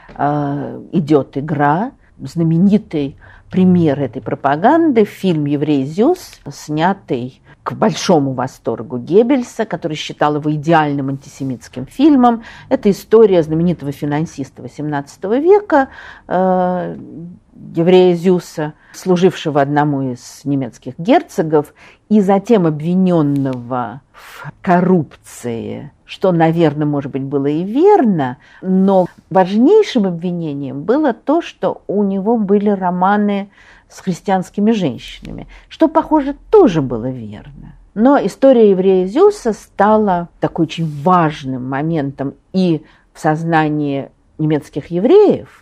идет игра. Знаменитый пример этой пропаганды – фильм «Еврей Зюс», снятый к большому восторгу Геббельса, который считал его идеальным антисемитским фильмом. Это история знаменитого финансиста XVIII века, еврея Зюса, служившего одному из немецких герцогов и затем обвиненного в коррупции, что, наверное, может быть, было и верно, но важнейшим обвинением было то, что у него были романы с христианскими женщинами, что, похоже, тоже было верно. Но история еврея Зюса стала такой очень важным моментом и в сознании немецких евреев,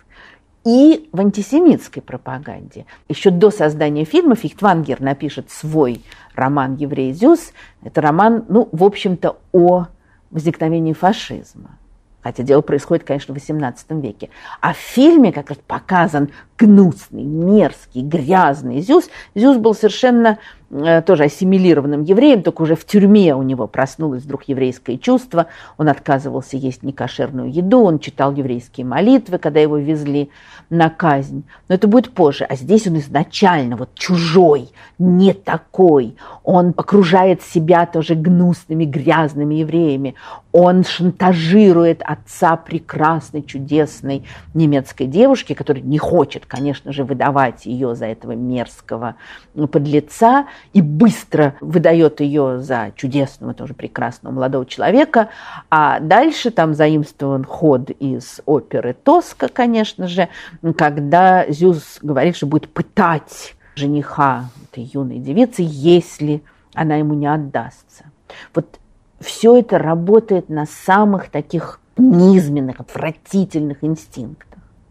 и в антисемитской пропаганде. Еще до создания фильма Фихтвангер напишет свой роман «Еврей Зюс». Это роман, в общем-то, о возникновении фашизма. Хотя дело происходит, конечно, в XVIII веке. А в фильме как раз показан гнусный, мерзкий, грязный Зюс. Зюс был совершенно тоже ассимилированным евреем, только уже в тюрьме у него проснулось вдруг еврейское чувство. Он отказывался есть некошерную еду, он читал еврейские молитвы, когда его везли на казнь. Но это будет позже. А здесь он изначально вот чужой, не такой. Он окружает себя тоже гнусными, грязными евреями. Он шантажирует отца прекрасной, чудесной немецкой девушки, которая не хочет, конечно же, выдавать ее за этого мерзкого подлеца, и быстро выдает ее за чудесного, тоже прекрасного молодого человека. А дальше там заимствован ход из оперы «Тоска», конечно же, когда Зюс говорит, что будет пытать жениха этой юной девицы, если она ему не отдастся. Вот все это работает на самых таких низменных, отвратительных инстинктах.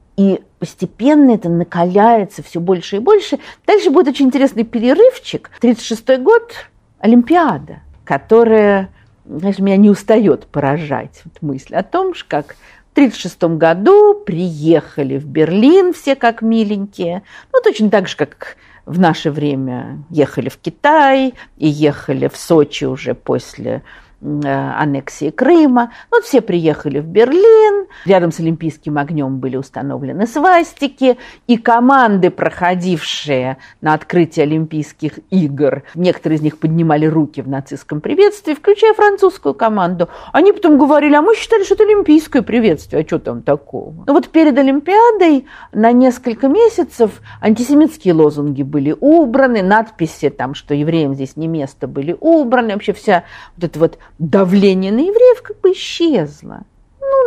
И постепенно это накаляется все больше и больше. Дальше будет очень интересный перерывчик. 1936 год, Олимпиада, которая, конечно, меня не устает поражать. Вот мысль о том, что как в 1936 году приехали в Берлин все как миленькие. Точно так же, как в наше время ехали в Китай и ехали в Сочи уже после аннексии Крыма. Все приехали в Берлин, рядом с Олимпийским огнем были установлены свастики, и команды, проходившие на открытие Олимпийских игр, некоторые из них поднимали руки в нацистском приветствии, включая французскую команду. Они потом говорили, а мы считали, что это олимпийское приветствие, а что там такого? Перед Олимпиадой на несколько месяцев антисемитские лозунги были убраны, надписи, что евреям здесь не место, были убраны, вообще вся вот это вот давление на евреев как бы исчезло.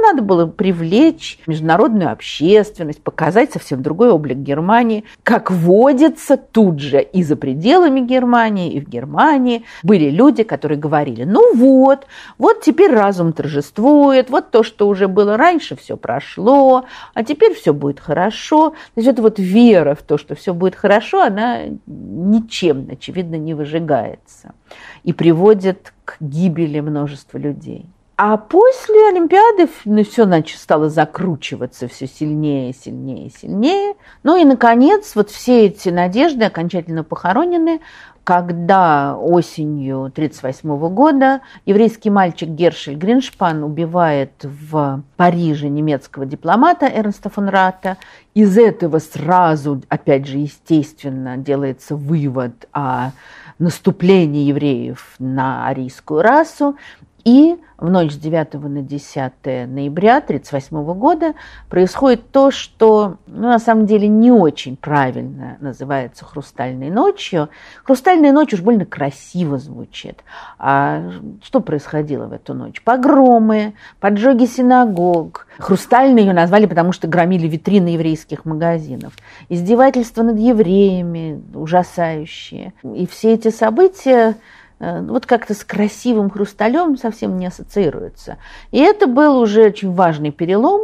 надо было привлечь международную общественность, показать совсем другой облик Германии. Как водится, тут же и за пределами Германии, и в Германии были люди, которые говорили, ну вот теперь разум торжествует, вот то, что уже было раньше, все прошло, а теперь все будет хорошо. То есть эта вот вера в то, что все будет хорошо, она ничем, очевидно, не выжигается и приводит к гибели множества людей. А после Олимпиады все стало закручиваться все сильнее, сильнее, сильнее. Ну и, наконец, вот все эти надежды окончательно похоронены, когда осенью 1938 года еврейский мальчик Гершель Гриншпан убивает в Париже немецкого дипломата Эрнста фон Ратта. Из этого сразу, опять же, естественно, делается вывод о наступлении евреев на арийскую расу. И в ночь с 9 на 10 ноября 1938 года происходит то, что на самом деле не очень правильно называется «Хрустальной ночью». «Хрустальная ночь» уж больно красиво звучит. А что происходило в эту ночь? Погромы, поджоги синагог. «Хрустальной» ее назвали, потому что громили витрины еврейских магазинов. Издевательства над евреями ужасающие. И все эти события вот как-то с красивым хрусталем совсем не ассоциируется. И это был уже очень важный перелом.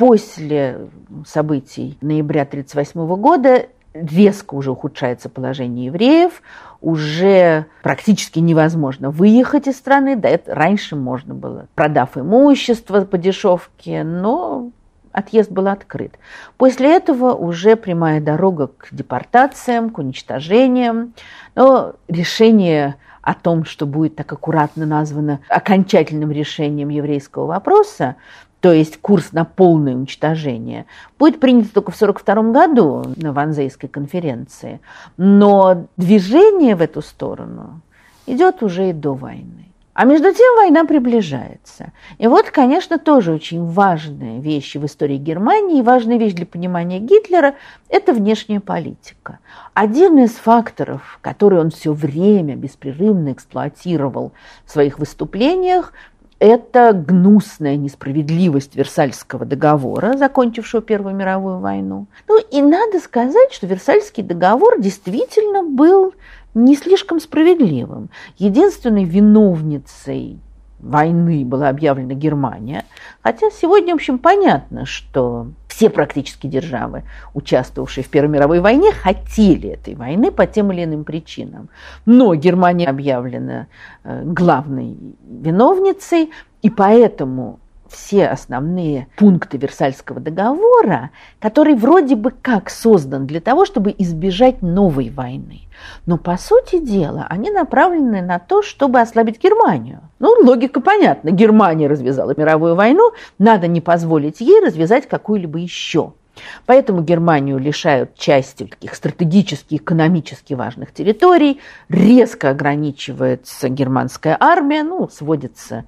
После событий ноября 1938 года резко уже ухудшается положение евреев, уже практически невозможно выехать из страны. Да, это раньше можно было, продав имущество по дешевке, но отъезд был открыт. После этого уже прямая дорога к депортациям, к уничтожениям. Но решение о том, что будет так аккуратно названо окончательным решением еврейского вопроса, то есть курс на полное уничтожение, будет принято только в 1942 году на Ванзейской конференции. Но движение в эту сторону идет уже и до войны. А между тем война приближается. И вот, конечно, тоже очень важная вещь в истории Германии, важная вещь для понимания Гитлера – это внешняя политика. Один из факторов, который он все время беспрерывно эксплуатировал в своих выступлениях, это гнусная несправедливость Версальского договора, закончившего Первую мировую войну. Ну и надо сказать, что Версальский договор действительно был не слишком справедливым. Единственной виновницей войны была объявлена Германия, хотя сегодня, в общем, понятно, что все практически державы, участвовавшие в Первой мировой войне, хотели этой войны по тем или иным причинам. Но Германия объявлена главной виновницей, и поэтому все основные пункты Версальского договора, который вроде бы как создан для того, чтобы избежать новой войны. Но, по сути дела, они направлены на то, чтобы ослабить Германию. Ну, логика понятна. Германия развязала мировую войну, надо не позволить ей развязать какую-либо еще. Поэтому Германию лишают части таких стратегически, экономически важных территорий, резко ограничивается германская армия, сводится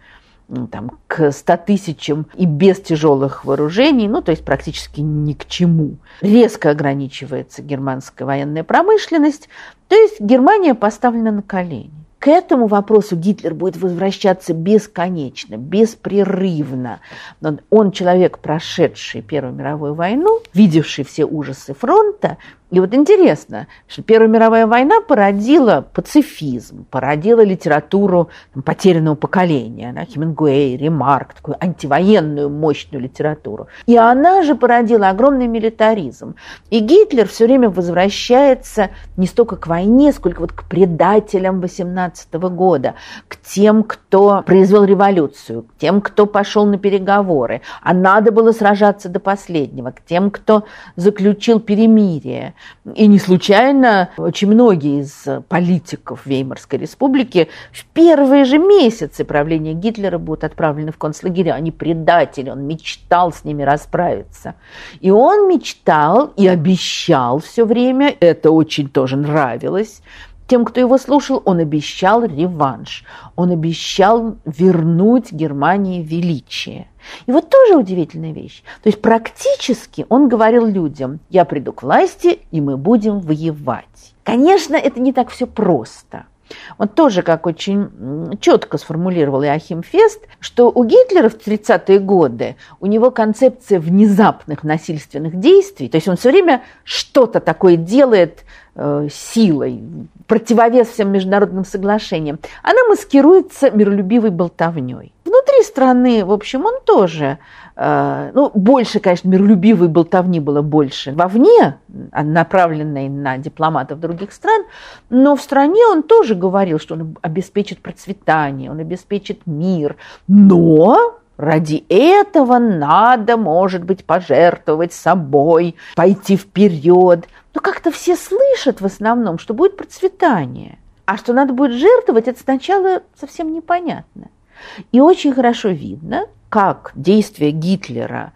к 100 тысячам и без тяжелых вооружений, то есть практически ни к чему. Резко ограничивается германская военная промышленность, то есть Германия поставлена на колени. К этому вопросу Гитлер будет возвращаться бесконечно, беспрерывно. Он человек, прошедший Первую мировую войну, видевший все ужасы фронта. И вот интересно, что Первая мировая война породила пацифизм, породила литературу потерянного поколения, Хемингуэй, Ремарк, такую антивоенную мощную литературу. И она же породила огромный милитаризм. И Гитлер все время возвращается не столько к войне, сколько к предателям 18 года, к тем, кто произвел революцию, к тем, кто пошел на переговоры, а надо было сражаться до последнего, к тем, кто заключил перемирие. И не случайно очень многие из политиков Веймарской республики в первые же месяцы правления Гитлера будут отправлены в концлагеря. Они предатели, он мечтал с ними расправиться. И он мечтал и обещал все время, это очень тоже нравилось тем, кто его слушал, он обещал реванш, он обещал вернуть Германии величие. И вот тоже удивительная вещь. То есть практически он говорил людям: я приду к власти, и мы будем воевать. Конечно, это не так все просто. Он тоже как очень четко сформулировал Иоахим Фест, что у Гитлера в 30-е годы у него концепция внезапных насильственных действий, то есть он все время что-то такое делает силой, противовес всем международным соглашениям, она маскируется миролюбивой болтовней. Внутри страны, в общем, он тоже, больше, конечно, миролюбивой болтовни было больше вовне, направленной на дипломатов других стран, но в стране он тоже говорил, что он обеспечит процветание, он обеспечит мир, но ради этого надо, может быть, пожертвовать собой, пойти вперед. Но как-то все слышат в основном, что будет процветание. А что надо будет жертвовать, это сначала совсем непонятно. И очень хорошо видно, как действия Гитлера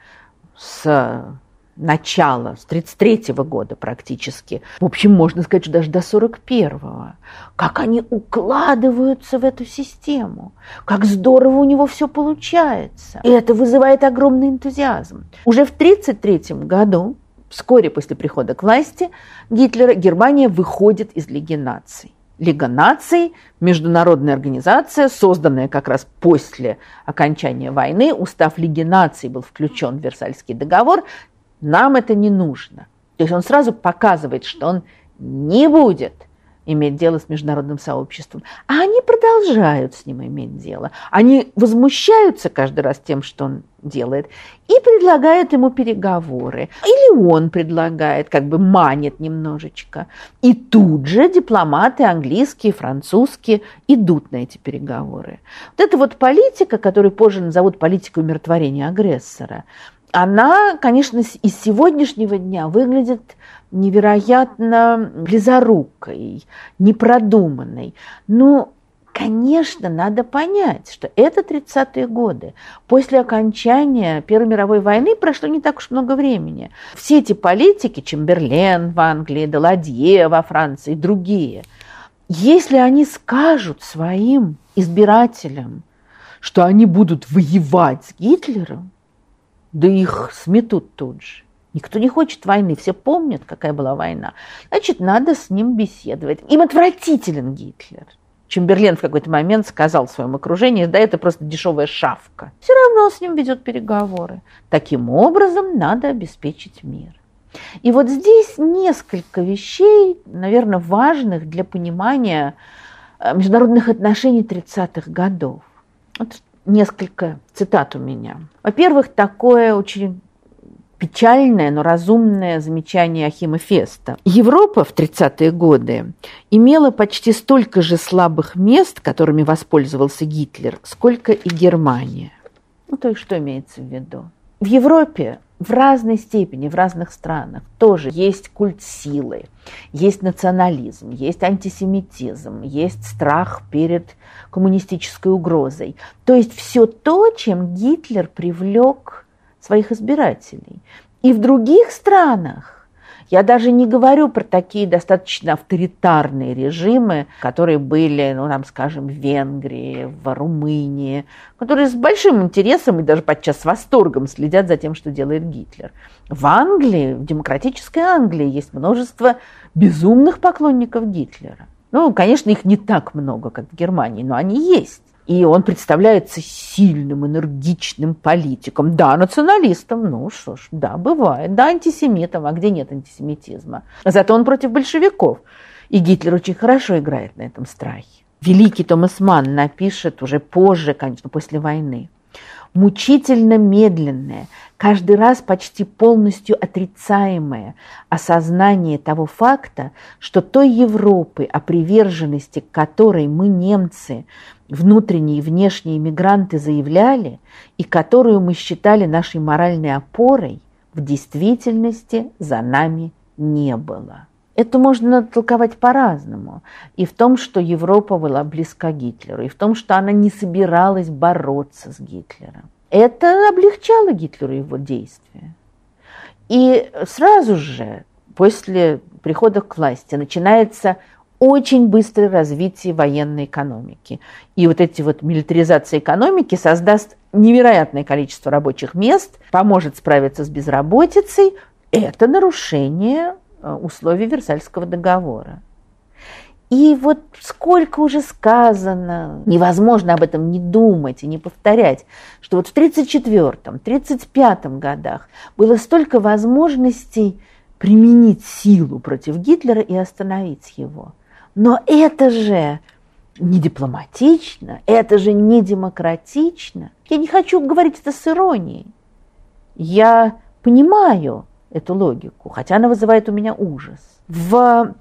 с начала, с 1933 года практически, в общем, можно сказать, что даже до 1941-го, как они укладываются в эту систему, как здорово у него все получается. И это вызывает огромный энтузиазм. Уже в 1933 году, вскоре после прихода к власти Гитлера, Германия выходит из Лиги наций. Лига наций – международная организация, созданная как раз после окончания войны. Устав Лиги наций был включен в Версальский договор. Нам это не нужно. То есть он сразу показывает, что он не будет иметь дело с международным сообществом. А они продолжают с ним иметь дело. Они возмущаются каждый раз тем, что он делает, и предлагают ему переговоры. Или он предлагает, как бы манит немножечко. И тут же дипломаты английские, французские идут на эти переговоры. Вот эта вот политика, которую позже назовут политикой умиротворения агрессора, она, конечно, из сегодняшнего дня выглядит невероятно близорукой, непродуманной. Но, конечно, надо понять, что это 30-е годы. После окончания Первой мировой войны прошло не так уж много времени. Все эти политики, Чемберлен в Англии, Даладье во Франции и другие, если они скажут своим избирателям, что они будут воевать с Гитлером, да их сметут тут же. Никто не хочет войны, все помнят, какая была война. Значит, надо с ним беседовать. Им отвратителен Гитлер. Чемберлен в какой-то момент сказал в своем окружении, да это просто дешевая шавка. Все равно с ним ведет переговоры. Таким образом, надо обеспечить мир. И вот здесь несколько вещей, наверное, важных для понимания международных отношений 30-х годов. Вот несколько цитат у меня. Во-первых, такое очень печальное, но разумное замечание Иоахима Феста. Европа в 30-е годы имела почти столько же слабых мест, которыми воспользовался Гитлер, сколько и Германия. То есть что имеется в виду? В Европе в разной степени, в разных странах тоже есть культ силы, есть национализм, есть антисемитизм, есть страх перед коммунистической угрозой. То есть все то, чем Гитлер привлек своих избирателей. И в других странах, я даже не говорю про такие достаточно авторитарные режимы, которые были, скажем, в Венгрии, в Румынии, которые с большим интересом и даже подчас с восторгом следят за тем, что делает Гитлер. В Англии, в демократической Англии есть множество безумных поклонников Гитлера. Конечно, их не так много, как в Германии, но они есть. И он представляется сильным, энергичным политиком. Да, националистом, что ж, да, бывает. Да, антисемитом, а где нет антисемитизма? Зато он против большевиков. И Гитлер очень хорошо играет на этом страхе. Великий Томас Манн напишет уже позже, конечно, после войны. Мучительно медленное, каждый раз почти полностью отрицаемое осознание того факта, что той Европы, о приверженности к которой мы, немцы, внутренние и внешние мигранты, заявляли, и которую мы считали нашей моральной опорой, в действительности за нами не было. Это можно толковать по-разному. И в том, что Европа была близка к Гитлеру, и в том, что она не собиралась бороться с Гитлером. Это облегчало Гитлеру его действия. И сразу же после прихода к власти начинается очень быстрое развитие военной экономики. И вот эти милитаризация экономики создаст невероятное количество рабочих мест, поможет справиться с безработицей. Это нарушение условий Версальского договора. И вот сколько уже сказано, невозможно об этом не думать и не повторять, что вот в 1934-м, 1935 годах было столько возможностей применить силу против Гитлера и остановить его. Но это же не дипломатично, это же не демократично. Я не хочу говорить это с иронией. Я понимаю эту логику, хотя она вызывает у меня ужас. В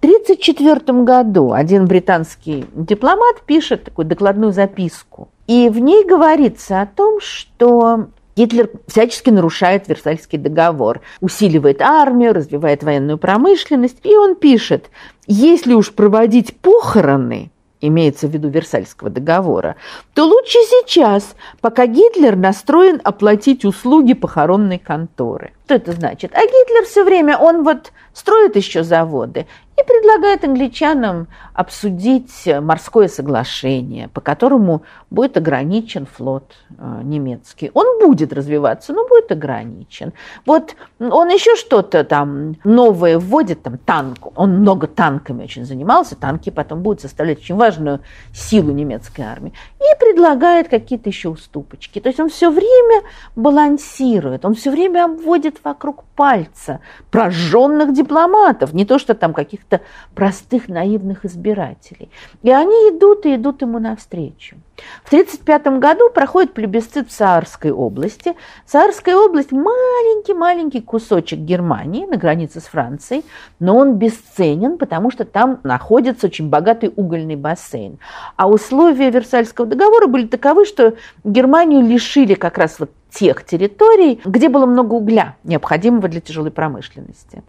1934 году один британский дипломат пишет такую докладную записку, и в ней говорится о том, что Гитлер всячески нарушает Версальский договор, усиливает армию, развивает военную промышленность, и он пишет: если уж проводить похороны, имеется в виду Версальского договора, то лучше сейчас, пока Гитлер настроен оплатить услуги похоронной конторы. Что это значит? А Гитлер все время, он вот строит еще заводы и предлагает англичанам обсудить морское соглашение, по которому будет ограничен флот немецкий. Он будет развиваться, но будет ограничен. Вот он еще что-то там новое вводит, там танк. Он много танками очень занимался, танки потом будут составлять очень важную силу немецкой армии. И предлагает какие-то еще уступочки. То есть он все время балансирует, он все время обводит вокруг пальца прожженных дипломатов, не то что там каких-то простых наивных избирателей. И они идут и идут ему навстречу. В 1935 году проходит плебисцит в Саарской области. Саарская область – маленький-маленький кусочек Германии на границе с Францией, но он бесценен, потому что там находится очень богатый угольный бассейн. А условия Версальского договора были таковы, что Германию лишили как раз вот тех территорий, где было много угля, необходимого для тяжелой промышленности.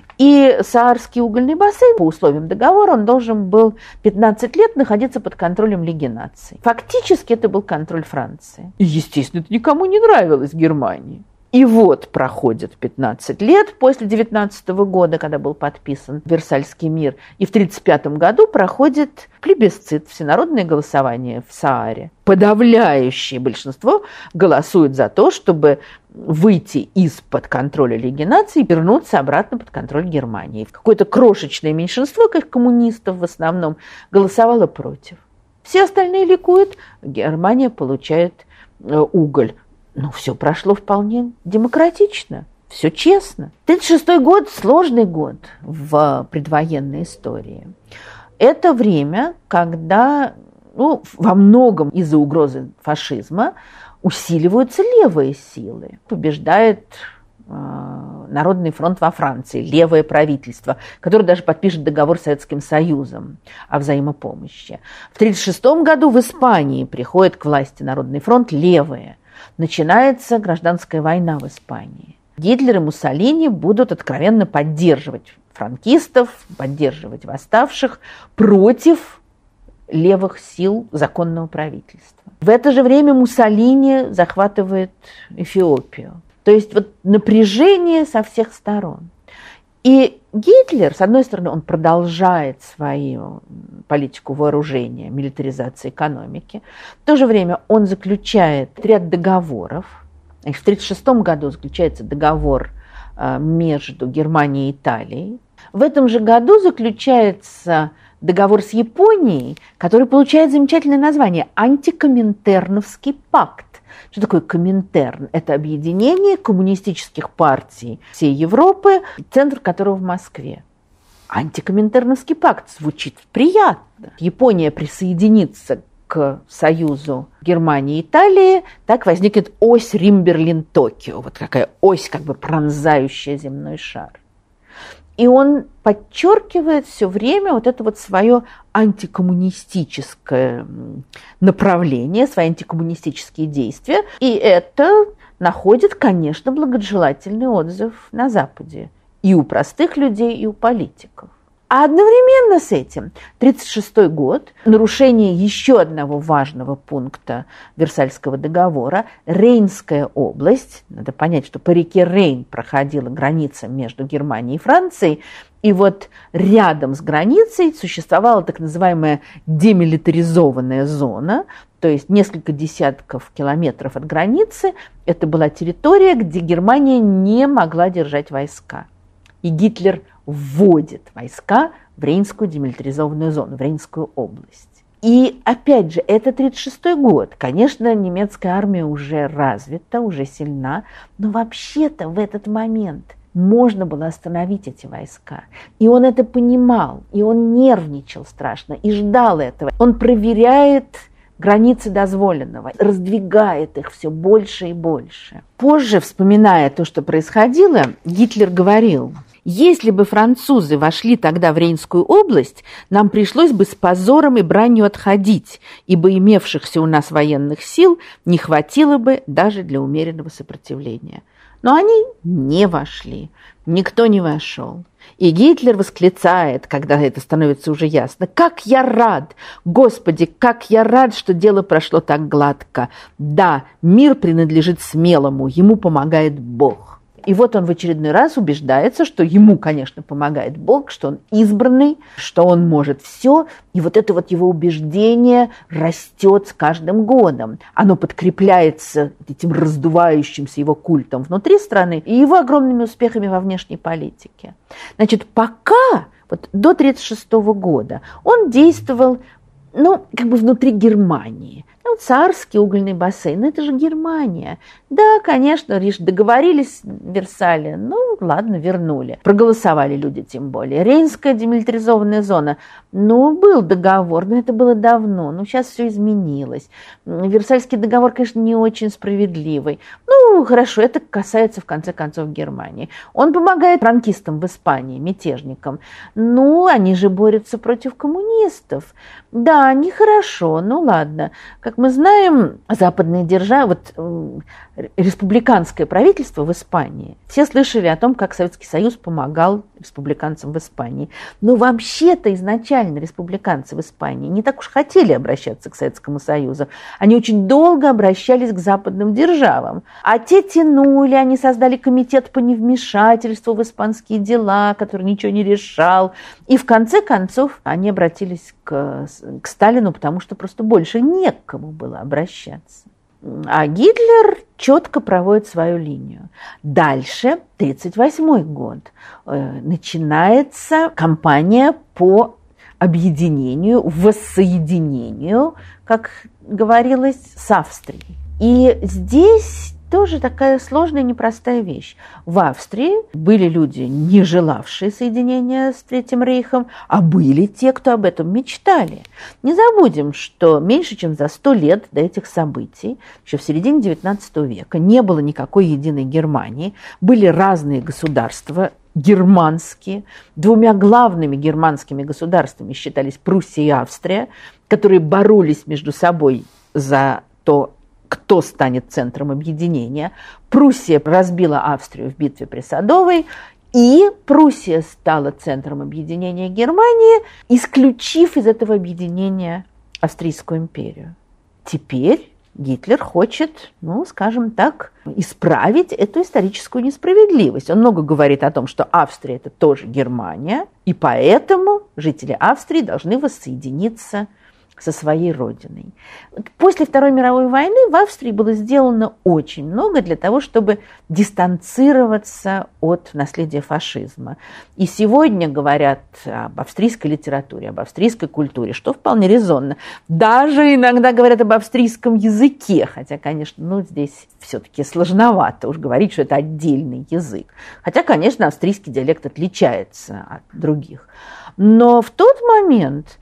И Саарский угольный бассейн, по условиям договора, он должен был 15 лет находиться под контролем Лиги наций. Фактически это был контроль Франции. И, естественно, это никому не нравилось Германии. И вот проходит 15 лет после 19 года, когда был подписан Версальский мир, и в 1935 году проходит плебисцит, всенародное голосование в Сааре. Подавляющее большинство голосует за то, чтобы выйти из-под контроля Лиги наций и вернуться обратно под контроль Германии. Какое-то крошечное меньшинство, как коммунистов в основном, голосовало против. Все остальные ликуют, Германия получает уголь. Ну, все прошло вполне демократично, все честно. 1936 год – сложный год в предвоенной истории. Это время, когда во многом из-за угрозы фашизма усиливаются левые силы. Побеждает Народный фронт во Франции, левое правительство, которое даже подпишет договор с Советским Союзом о взаимопомощи. В 1936 году в Испании приходит к власти Народный фронт, левые. Начинается гражданская война в Испании. Гитлер и Муссолини будут откровенно поддерживать франкистов, поддерживать восставших против левых сил законного правительства. В это же время Муссолини захватывает Эфиопию. То есть вот напряжение со всех сторон. И Гитлер, с одной стороны, он продолжает свою политику вооружения, милитаризации экономики. В то же время он заключает ряд договоров. В 1936 году заключается договор между Германией и Италией. В этом же году заключается договор с Японией, который получает замечательное название – Антикоминтерновский пакт. Что такое Коминтерн? Это объединение коммунистических партий всей Европы, центр которого в Москве. Антикоминтерновский пакт звучит приятно. Япония присоединится к союзу Германии и Италии, так возникнет ось Рим-Берлин-Токио. Вот такая ось, как бы пронзающая земной шар. И он подчеркивает все время вот это вот свое антикоммунистическое направление, свои антикоммунистические действия. И это находит, конечно, благожелательный отзыв на Западе. И у простых людей, и у политиков. А одновременно с этим 1936 год, нарушение еще одного важного пункта Версальского договора, Рейнская область, надо понять, что по реке Рейн проходила граница между Германией и Францией, и вот рядом с границей существовала так называемая демилитаризованная зона, то есть несколько десятков километров от границы, это была территория, где Германия не могла держать войска. И Гитлер вводит войска в Рейнскую демилитаризованную зону, в Рейнскую область. И опять же, это 1936 год. Конечно, немецкая армия уже развита, уже сильна, но вообще-то в этот момент можно было остановить эти войска. И он это понимал, и он нервничал страшно, и ждал этого. Он проверяет границы дозволенного, раздвигает их все больше и больше. Позже, вспоминая то, что происходило, Гитлер говорил: «Если бы французы вошли тогда в Рейнскую область, нам пришлось бы с позором и бранью отходить, ибо имевшихся у нас военных сил не хватило бы даже для умеренного сопротивления». Но они не вошли, никто не вошел. И Гитлер восклицает, когда это становится уже ясно: «Как я рад! Господи, как я рад, что дело прошло так гладко! Да, мир принадлежит смелому, ему помогает Бог». И вот он в очередной раз убеждается, что ему, конечно, помогает Бог, что он избранный, что он может все. И вот это вот его убеждение растет с каждым годом. Оно подкрепляется этим раздувающимся его культом внутри страны и его огромными успехами во внешней политике. Значит, пока, вот до 1936 года, он действовал, внутри Германии. Царский угольный бассейн, это же Германия. Да, конечно, договорились в Версале, ладно, вернули. Проголосовали люди тем более. Рейнская демилитаризованная зона, был договор, но это было давно, сейчас все изменилось. Версальский договор, конечно, не очень справедливый. Хорошо, это касается, в конце концов, Германии. Он помогает франкистам в Испании, мятежникам. Они же борются против коммунистов. Да, нехорошо, ладно. Как мы знаем, западные державы, республиканское правительство в Испании, все слышали о том, как Советский Союз помогал республиканцам в Испании. Но вообще-то изначально республиканцы в Испании не так уж хотели обращаться к Советскому Союзу. Они очень долго обращались к западным державам. А те тянули, они создали комитет по невмешательству в испанские дела, который ничего не решал. И в конце концов они обратились к Сталину, потому что просто больше не к кому было обращаться. А Гитлер четко проводит свою линию. Дальше, 1938 год, начинается кампания по объединению, воссоединению, как говорилось, с Австрией. И здесь тоже такая сложная, непростая вещь. В Австрии были люди, не желавшие соединения с Третьим Рейхом, а были те, кто об этом мечтали. Не забудем, что меньше чем за 100 лет до этих событий, еще в середине XIX века, не было никакой единой Германии, были разные государства, германские. Двумя главными германскими государствами считались Пруссия и Австрия, которые боролись между собой за то, кто станет центром объединения. Пруссия разбила Австрию в битве при Садовой, и Пруссия стала центром объединения Германии, исключив из этого объединения Австрийскую империю. Теперь Гитлер хочет, скажем так, исправить эту историческую несправедливость. Он много говорит о том, что Австрия – это тоже Германия, и поэтому жители Австрии должны воссоединиться со своей родиной. После Второй мировой войны в Австрии было сделано очень много для того, чтобы дистанцироваться от наследия фашизма. И сегодня говорят об австрийской литературе, об австрийской культуре, что вполне резонно. Даже иногда говорят об австрийском языке, хотя, конечно, здесь все-таки сложновато уж говорить, что это отдельный язык. Хотя, конечно, австрийский диалект отличается от других. Но в тот момент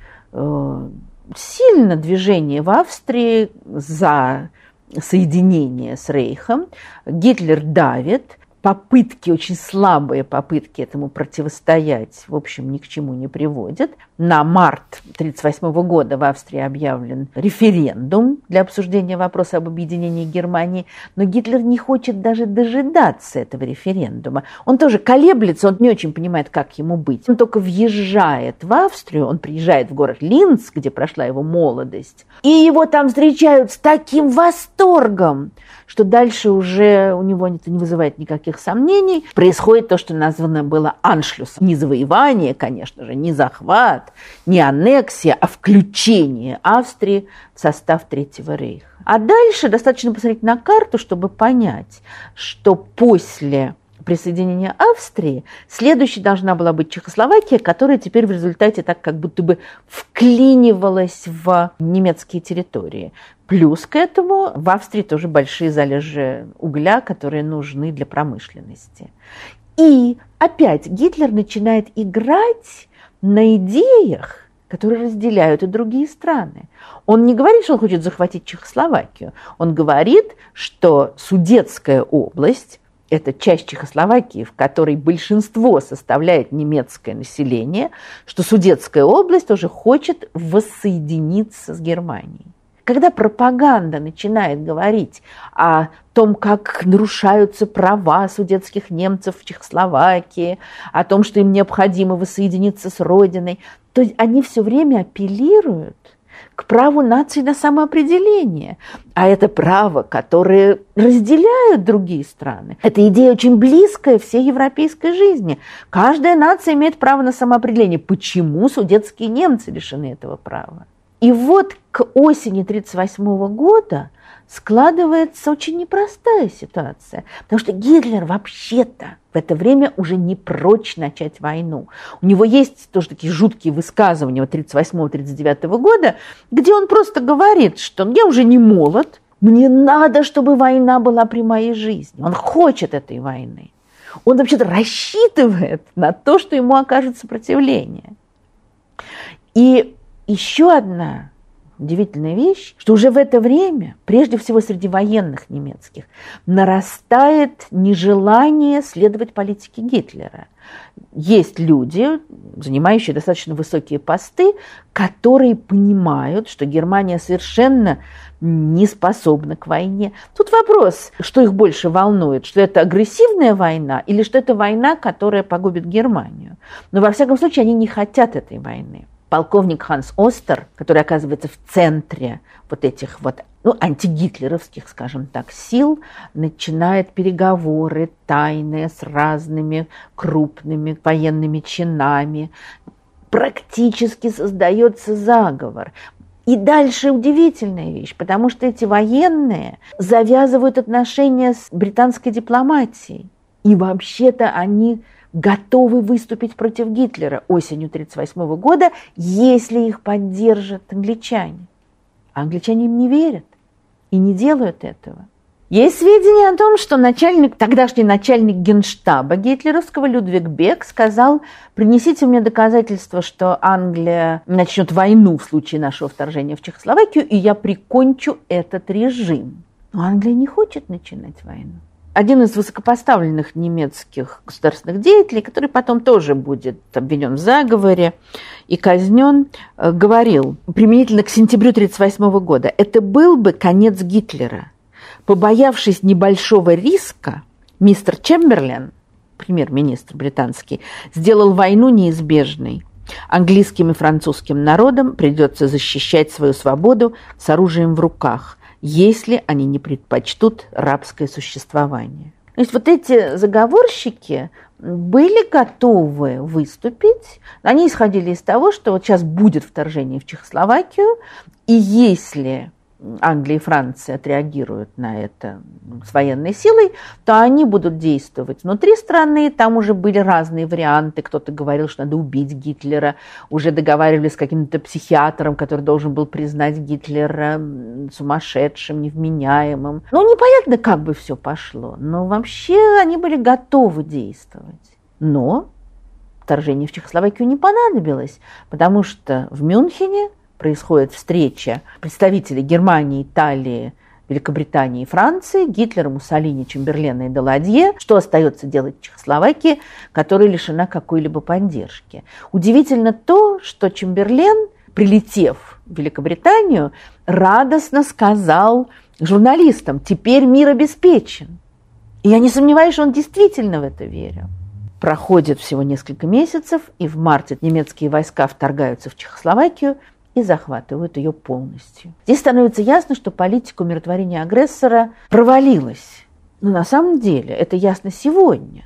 сильно движение в Австрии за соединение с Рейхом. Гитлер давит. Попытки, очень слабые попытки этому противостоять, в общем, ни к чему не приводят. На март 1938 года в Австрии объявлен референдум для обсуждения вопроса об объединении Германии, но Гитлер не хочет даже дожидаться этого референдума. Он тоже колеблется, он не очень понимает, как ему быть. Он только въезжает в Австрию, он приезжает в город Линц, где прошла его молодость, и его там встречают с таким восторгом, что дальше уже у него это не вызывает никаких сомнений. Происходит то, что названо было аншлюсом. Не завоевание, конечно же, не захват, не аннексия, а включение Австрии в состав Третьего Рейха. А дальше достаточно посмотреть на карту, чтобы понять, что после присоединения Австрии, следующей должна была быть Чехословакия, которая теперь в результате так как будто бы вклинивалась в немецкие территории. Плюс к этому в Австрии тоже большие залежи угля, которые нужны для промышленности. И опять Гитлер начинает играть на идеях, которые разделяют и другие страны. Он не говорит, что он хочет захватить Чехословакию. Он говорит, что Судетская область – это часть Чехословакии, в которой большинство составляет немецкое население, что Судетская область тоже хочет воссоединиться с Германией. Когда пропаганда начинает говорить о том, как нарушаются права судетских немцев в Чехословакии, о том, что им необходимо воссоединиться с Родиной, то они все время апеллируют к праву наций на самоопределение. А это право, которое разделяют другие страны. Это идея очень близкая всей европейской жизни. Каждая нация имеет право на самоопределение. Почему судетские немцы лишены этого права? И вот к осени 1938 года складывается очень непростая ситуация, потому что Гитлер вообще-то в это время уже не прочь начать войну. У него есть тоже такие жуткие высказывания 1938-1939 года, где он просто говорит, что я уже не молод, мне надо, чтобы война была при моей жизни. Он хочет этой войны. Он вообще-то рассчитывает на то, что ему окажет сопротивление. И еще одна удивительная вещь, что уже в это время, прежде всего среди военных немецких, нарастает нежелание следовать политике Гитлера. Есть люди, занимающие достаточно высокие посты, которые понимают, что Германия совершенно не способна к войне. Тут вопрос, что их больше волнует, что это агрессивная война или что это война, которая погубит Германию. Но во всяком случае они не хотят этой войны. Полковник Ханс Остер, который оказывается в центре вот этих вот антигитлеровских, скажем так, сил, начинает переговоры тайные с разными крупными военными чинами. Практически создается заговор. И дальше удивительная вещь, потому что эти военные завязывают отношения с британской дипломатией. И вообще-то они готовы выступить против Гитлера осенью 1938 года, если их поддержат англичане. А англичане им не верят и не делают этого. Есть сведения о том, что тогдашний начальник генштаба гитлеровского Людвиг Бек сказал: принесите мне доказательства, что Англия начнет войну в случае нашего вторжения в Чехословакию, и я прикончу этот режим. Но Англия не хочет начинать войну. Один из высокопоставленных немецких государственных деятелей, который потом тоже будет обвинен в заговоре и казнен, говорил применительно к сентябрю 1938 года: это был бы конец Гитлера. Побоявшись небольшого риска, мистер Чемберлен, премьер-министр британский, сделал войну неизбежной. Английским и французским народам придется защищать свою свободу с оружием в руках, если они не предпочтут рабское существование. То есть вот эти заговорщики были готовы выступить. Они исходили из того, что вот сейчас будет вторжение в Чехословакию, и если Англия и Франция отреагируют на это с военной силой, то они будут действовать внутри страны. Там уже были разные варианты. Кто-то говорил, что надо убить Гитлера. Уже договаривались с каким-то психиатром, который должен был признать Гитлера сумасшедшим, невменяемым. Непонятно, как бы все пошло. Но вообще они были готовы действовать. Но вторжение в Чехословакию не понадобилось, потому что в Мюнхене происходит встреча представителей Германии, Италии, Великобритании и Франции, Гитлера, Муссолини, Чемберлена и Даладье. Что остается делать Чехословакии, которая лишена какой-либо поддержки? Удивительно то, что Чемберлен, прилетев в Великобританию, радостно сказал журналистам: теперь мир обеспечен. И я не сомневаюсь, что он действительно в это верил. Проходит всего несколько месяцев, и в марте немецкие войска вторгаются в Чехословакию и захватывают ее полностью. Здесь становится ясно, что политика умиротворения агрессора провалилась. Но на самом деле это ясно сегодня,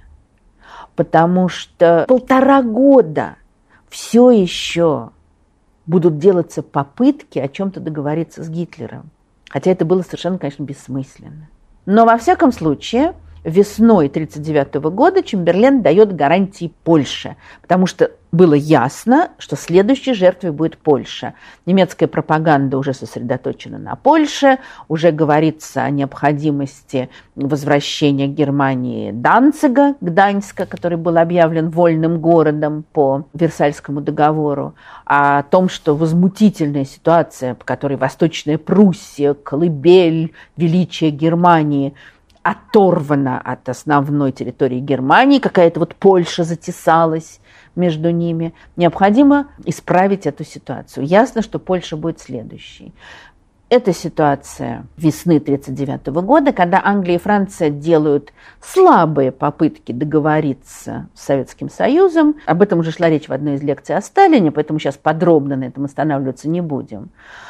потому что 1,5 года все еще будут делаться попытки о чем-то договориться с Гитлером. Хотя это было совершенно, конечно, бессмысленно. Но во всяком случае весной 1939 года Чемберлен дает гарантии Польше, потому что было ясно, что следующей жертвой будет Польша. Немецкая пропаганда уже сосредоточена на Польше, уже говорится о необходимости возвращения Германии Данцига, Гданьска, который был объявлен вольным городом по Версальскому договору, о том, что возмутительная ситуация, по которой Восточная Пруссия, колыбель величия Германии, оторвана от основной территории Германии, какая-то вот Польша затесалась между ними. Необходимо исправить эту ситуацию. Ясно, что Польша будет следующей. Это ситуация весны 1939 года, когда Англия и Франция делают слабые попытки договориться с Советским Союзом. Об этом уже шла речь в одной из лекций о Сталине, поэтому сейчас подробно на этом останавливаться не будем.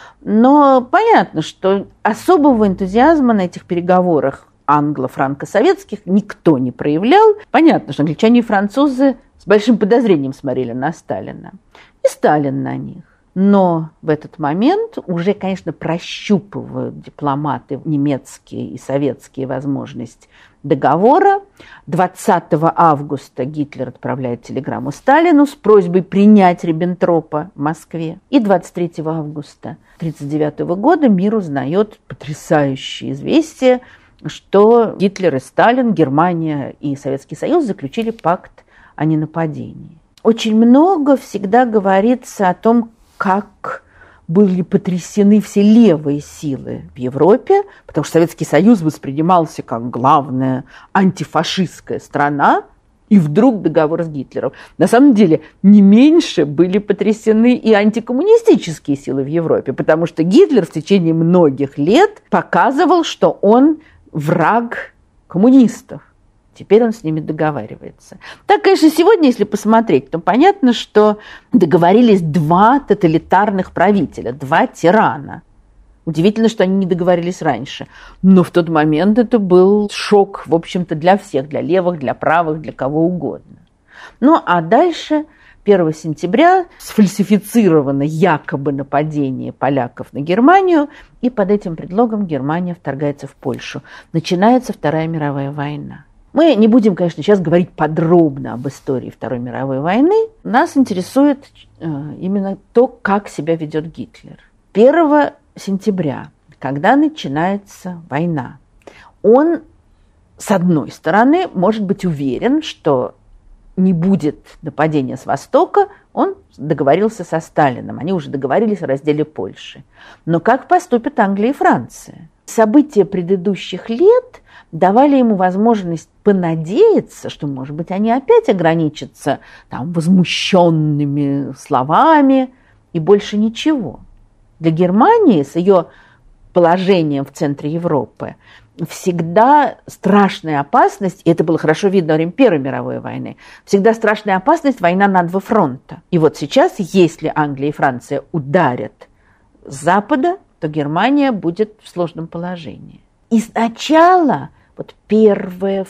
Но понятно, что особого энтузиазма на этих переговорах англо-франко-советских никто не проявлял. Понятно, что англичане и французы с большим подозрением смотрели на Сталина. И Сталин на них. Но в этот момент уже, конечно, прощупывают дипломаты немецкие и советские возможности договора. 20 августа Гитлер отправляет телеграмму Сталину с просьбой принять Риббентропа в Москве. И 23 августа 1939 года мир узнает потрясающее известие, что Гитлер и Сталин, Германия и Советский Союз заключили пакт о ненападении. Очень много всегда говорится о том, как были потрясены все левые силы в Европе, потому что Советский Союз воспринимался как главная антифашистская страна, и вдруг договор с Гитлером. На самом деле не меньше были потрясены и антикоммунистические силы в Европе, потому что Гитлер в течение многих лет показывал, что он враг коммунистов. Теперь он с ними договаривается. Так, конечно, сегодня, если посмотреть, то понятно, что договорились два тоталитарных правителя, два тирана. Удивительно, что они не договорились раньше. Но в тот момент это был шок, в общем-то, для всех, для левых, для правых, для кого угодно. Ну, а дальше 1 сентября сфальсифицировано якобы нападение поляков на Германию, и под этим предлогом Германия вторгается в Польшу. Начинается Вторая мировая война. Мы не будем, конечно, сейчас говорить подробно об истории Второй мировой войны. Нас интересует именно то, как себя ведет Гитлер. 1 сентября, когда начинается война, он, с одной стороны, может быть уверен, что не будет нападения с Востока, он договорился со Сталином, они уже договорились о разделе Польши. Но как поступят Англия и Франция? События предыдущих лет давали ему возможность понадеяться, что, может быть, они опять ограничатся там возмущенными словами и больше ничего. Для Германии с ее положением в центре Европы всегда страшная опасность, и это было хорошо видно во время Первой мировой войны, всегда страшная опасность — война на два фронта. И вот сейчас, если Англия и Франция ударят с запада, то Германия будет в сложном положении. И сначала, вот 1-2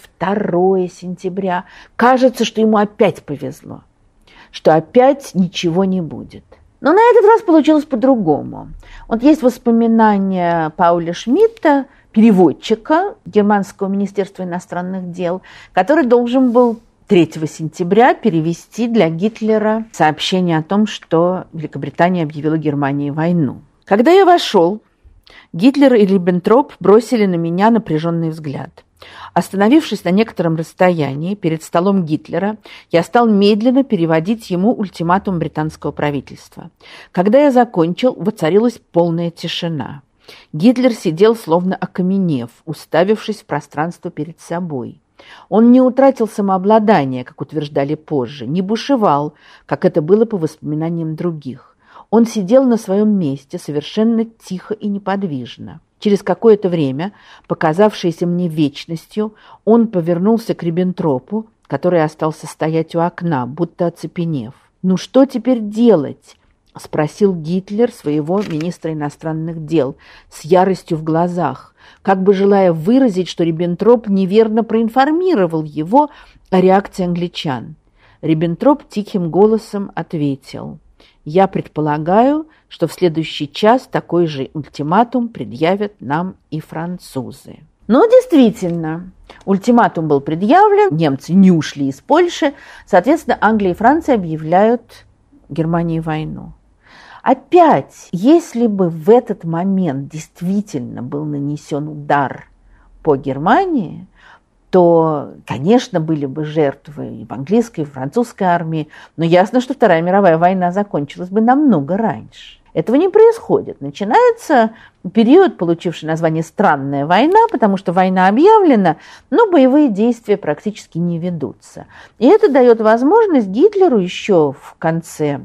сентября, кажется, что ему опять повезло, что опять ничего не будет. Но на этот раз получилось по-другому. Вот есть воспоминания Пауля Шмидта, переводчика Германского министерства иностранных дел, который должен был 3 сентября перевести для Гитлера сообщение о том, что Великобритания объявила Германии войну. Когда я вошел, Гитлер и Риббентроп бросили на меня напряженный взгляд. Остановившись на некотором расстоянии перед столом Гитлера, я стал медленно переводить ему ультиматум британского правительства. Когда я закончил, воцарилась полная тишина. Гитлер сидел, словно окаменев, уставившись в пространство перед собой. Он не утратил самообладание, как утверждали позже, не бушевал, как это было по воспоминаниям других. Он сидел на своем месте совершенно тихо и неподвижно. Через какое-то время, показавшееся мне вечностью, он повернулся к Риббентропу, который остался стоять у окна, будто оцепенев. «Ну что теперь делать?» – спросил Гитлер своего министра иностранных дел с яростью в глазах, как бы желая выразить, что Риббентроп неверно проинформировал его о реакции англичан. Риббентроп тихим голосом ответил: «Я предполагаю, что в следующий час такой же ультиматум предъявят нам и французы». Но действительно, Ультиматум был предъявлен, немцы не ушли из Польши, соответственно, Англия и Франция объявляют Германии войну. Опять, если бы в этот момент действительно был нанесен удар по Германии, то, конечно, были бы жертвы и в английской, и в французской армии, но ясно, что Вторая мировая война закончилась бы намного раньше. Этого не происходит. Начинается период, получивший название «Странная война», потому что война объявлена, но боевые действия практически не ведутся. И это дает возможность Гитлеру еще в конце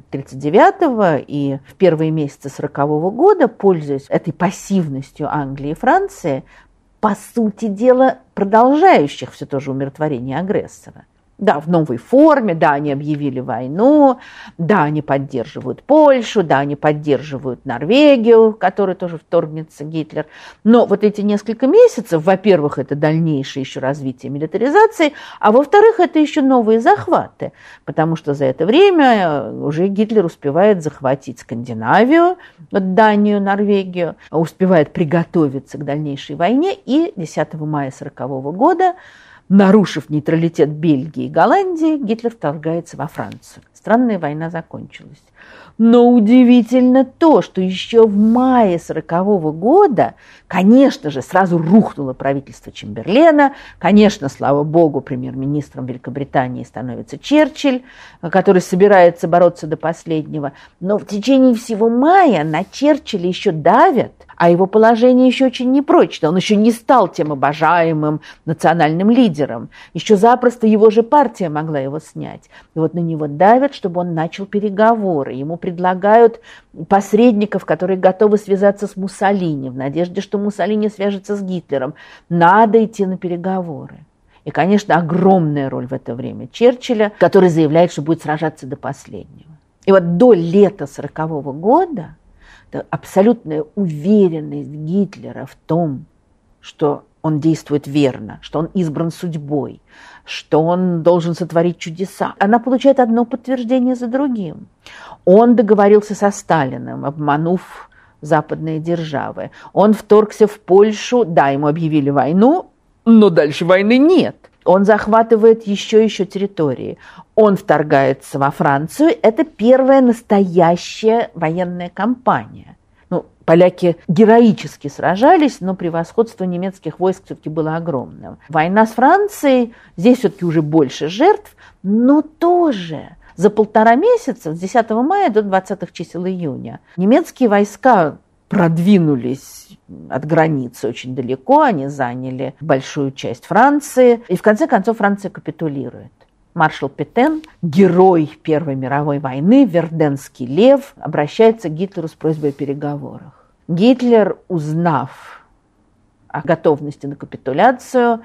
1939 и в первые месяцы 1940 года, пользуясь этой пассивностью Англии и Франции, по сути дела, продолжающих все то же умиротворение агрессора. Да, в новой форме, да, они объявили войну, да, они поддерживают Польшу, да, они поддерживают Норвегию, в которой тоже вторгнется Гитлер. Но вот эти несколько месяцев, во-первых, это дальнейшее еще развитие милитаризации, а во-вторых, это еще новые захваты, потому что за это время уже Гитлер успевает захватить Скандинавию, Данию, Норвегию, успевает приготовиться к дальнейшей войне, и 10 мая 1940 года, нарушив нейтралитет Бельгии и Голландии, Гитлер вторгается во Францию. Странная война закончилась. Но удивительно то, что еще в мае 1940 года, конечно же, сразу рухнуло правительство Чемберлена. Конечно, слава богу, премьер-министром Великобритании становится Черчилль, который собирается бороться до последнего. Но в течение всего мая на Черчилля еще давят, а его положение еще очень непрочно. Он еще не стал тем обожаемым национальным лидером. Еще запросто его же партия могла его снять. И вот на него давят, чтобы он начал переговоры. Ему предлагают посредников, которые готовы связаться с Муссолини, в надежде, что Муссолини свяжется с Гитлером. Надо идти на переговоры. И, конечно, огромная роль в это время Черчилля, который заявляет, что будет сражаться до последнего. И вот до лета 1940 года абсолютная уверенность Гитлера в том, что он действует верно, что он избран судьбой, что он должен сотворить чудеса. Она получает одно подтверждение за другим. Он договорился со Сталиным, обманув западные державы. Он вторгся в Польшу, да, ему объявили войну, но дальше войны нет. Он захватывает еще территории. Он вторгается во Францию. Это первая настоящая военная кампания. Поляки героически сражались, но превосходство немецких войск все-таки было огромным. Война с Францией, здесь все-таки уже больше жертв, но тоже за 1,5 месяца, с 10 мая до 20 чисел июня, немецкие войска продвинулись от границы очень далеко, они заняли большую часть Франции, и в конце концов Франция капитулирует. Маршал Петен, герой Первой мировой войны, Верденский лев, обращается к Гитлеру с просьбой о переговорах. Гитлер, узнав о готовности на капитуляцию,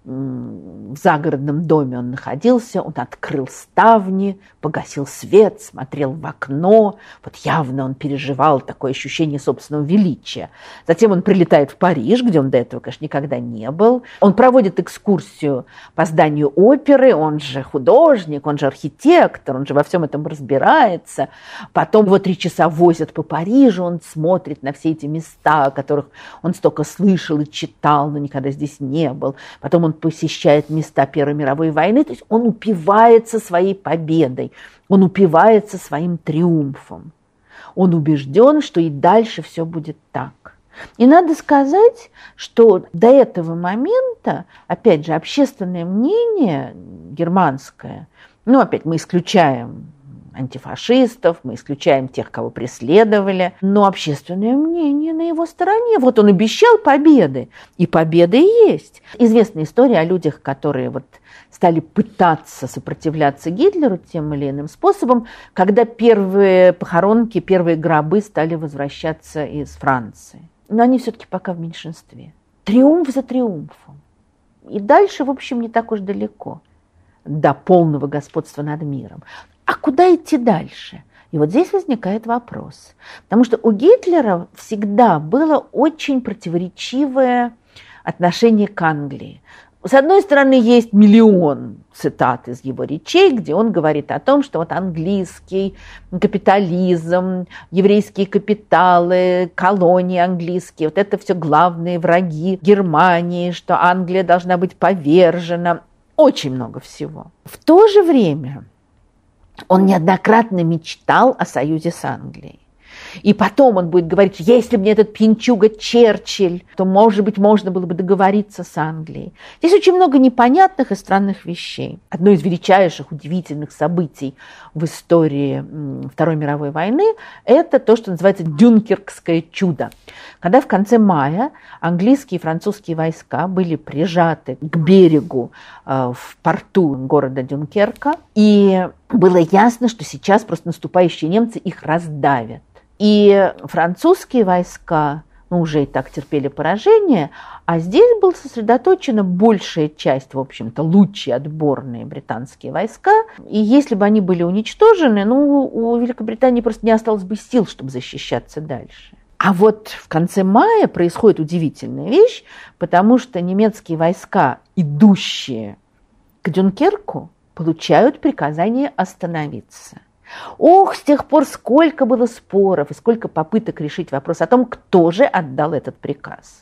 в загородном доме он находился, он открыл ставни, погасил свет, смотрел в окно. Вот явно он переживал такое ощущение собственного величия. Затем он прилетает в Париж, где он до этого, конечно, никогда не был. Он проводит экскурсию по зданию оперы, он же художник, он же архитектор, он же во всем этом разбирается. Потом его 3 часа возят по Парижу, он смотрит на все эти места, о которых он столько слышал и читал, но никогда здесь не был. Потом он посещает места Первой мировой войны, то есть он упивается своей победой, он упивается своим триумфом. Он убежден, что и дальше все будет так. И надо сказать, что до этого момента, опять же, общественное мнение германское, опять мы исключаем антифашистов, мы исключаем тех, кого преследовали, но общественное мнение на его стороне. Вот он обещал победы, и победы есть. Известная история о людях, которые стали пытаться сопротивляться Гитлеру тем или иным способом, когда первые похоронки, первые гробы стали возвращаться из Франции. Но они все-таки пока в меньшинстве. Триумф за триумфом. И дальше, в общем, не так уж далеко до полного господства над миром. А куда идти дальше? И вот здесь возникает вопрос. Потому что у Гитлера всегда было очень противоречивое отношение к Англии. С одной стороны, есть миллион цитат из его речей, где он говорит о том, что вот английский капитализм, еврейские капиталы, колонии английские, вот это все главные враги Германии, что Англия должна быть повержена. Очень много всего. В то же время он неоднократно мечтал о союзе с Англией. И потом он будет говорить, если бы не этот пьянчуга Черчилль, то, может быть, можно было бы договориться с Англией. Здесь очень много непонятных и странных вещей. Одно из величайших, удивительных событий в истории Второй мировой войны – это то, что называется Дюнкеркское чудо. Когда в конце мая английские и французские войска были прижаты к берегу в порту города Дюнкерка, и было ясно, что сейчас просто наступающие немцы их раздавят. И французские войска уже и так терпели поражение, а здесь была сосредоточена большая часть, в общем-то, лучшие отборные британские войска. И если бы они были уничтожены, у Великобритании просто не осталось бы сил, чтобы защищаться дальше. А вот в конце мая происходит удивительная вещь, потому что немецкие войска, идущие к Дюнкерку, получают приказание остановиться. Ох, с тех пор сколько было споров и сколько попыток решить вопрос о том, кто же отдал этот приказ.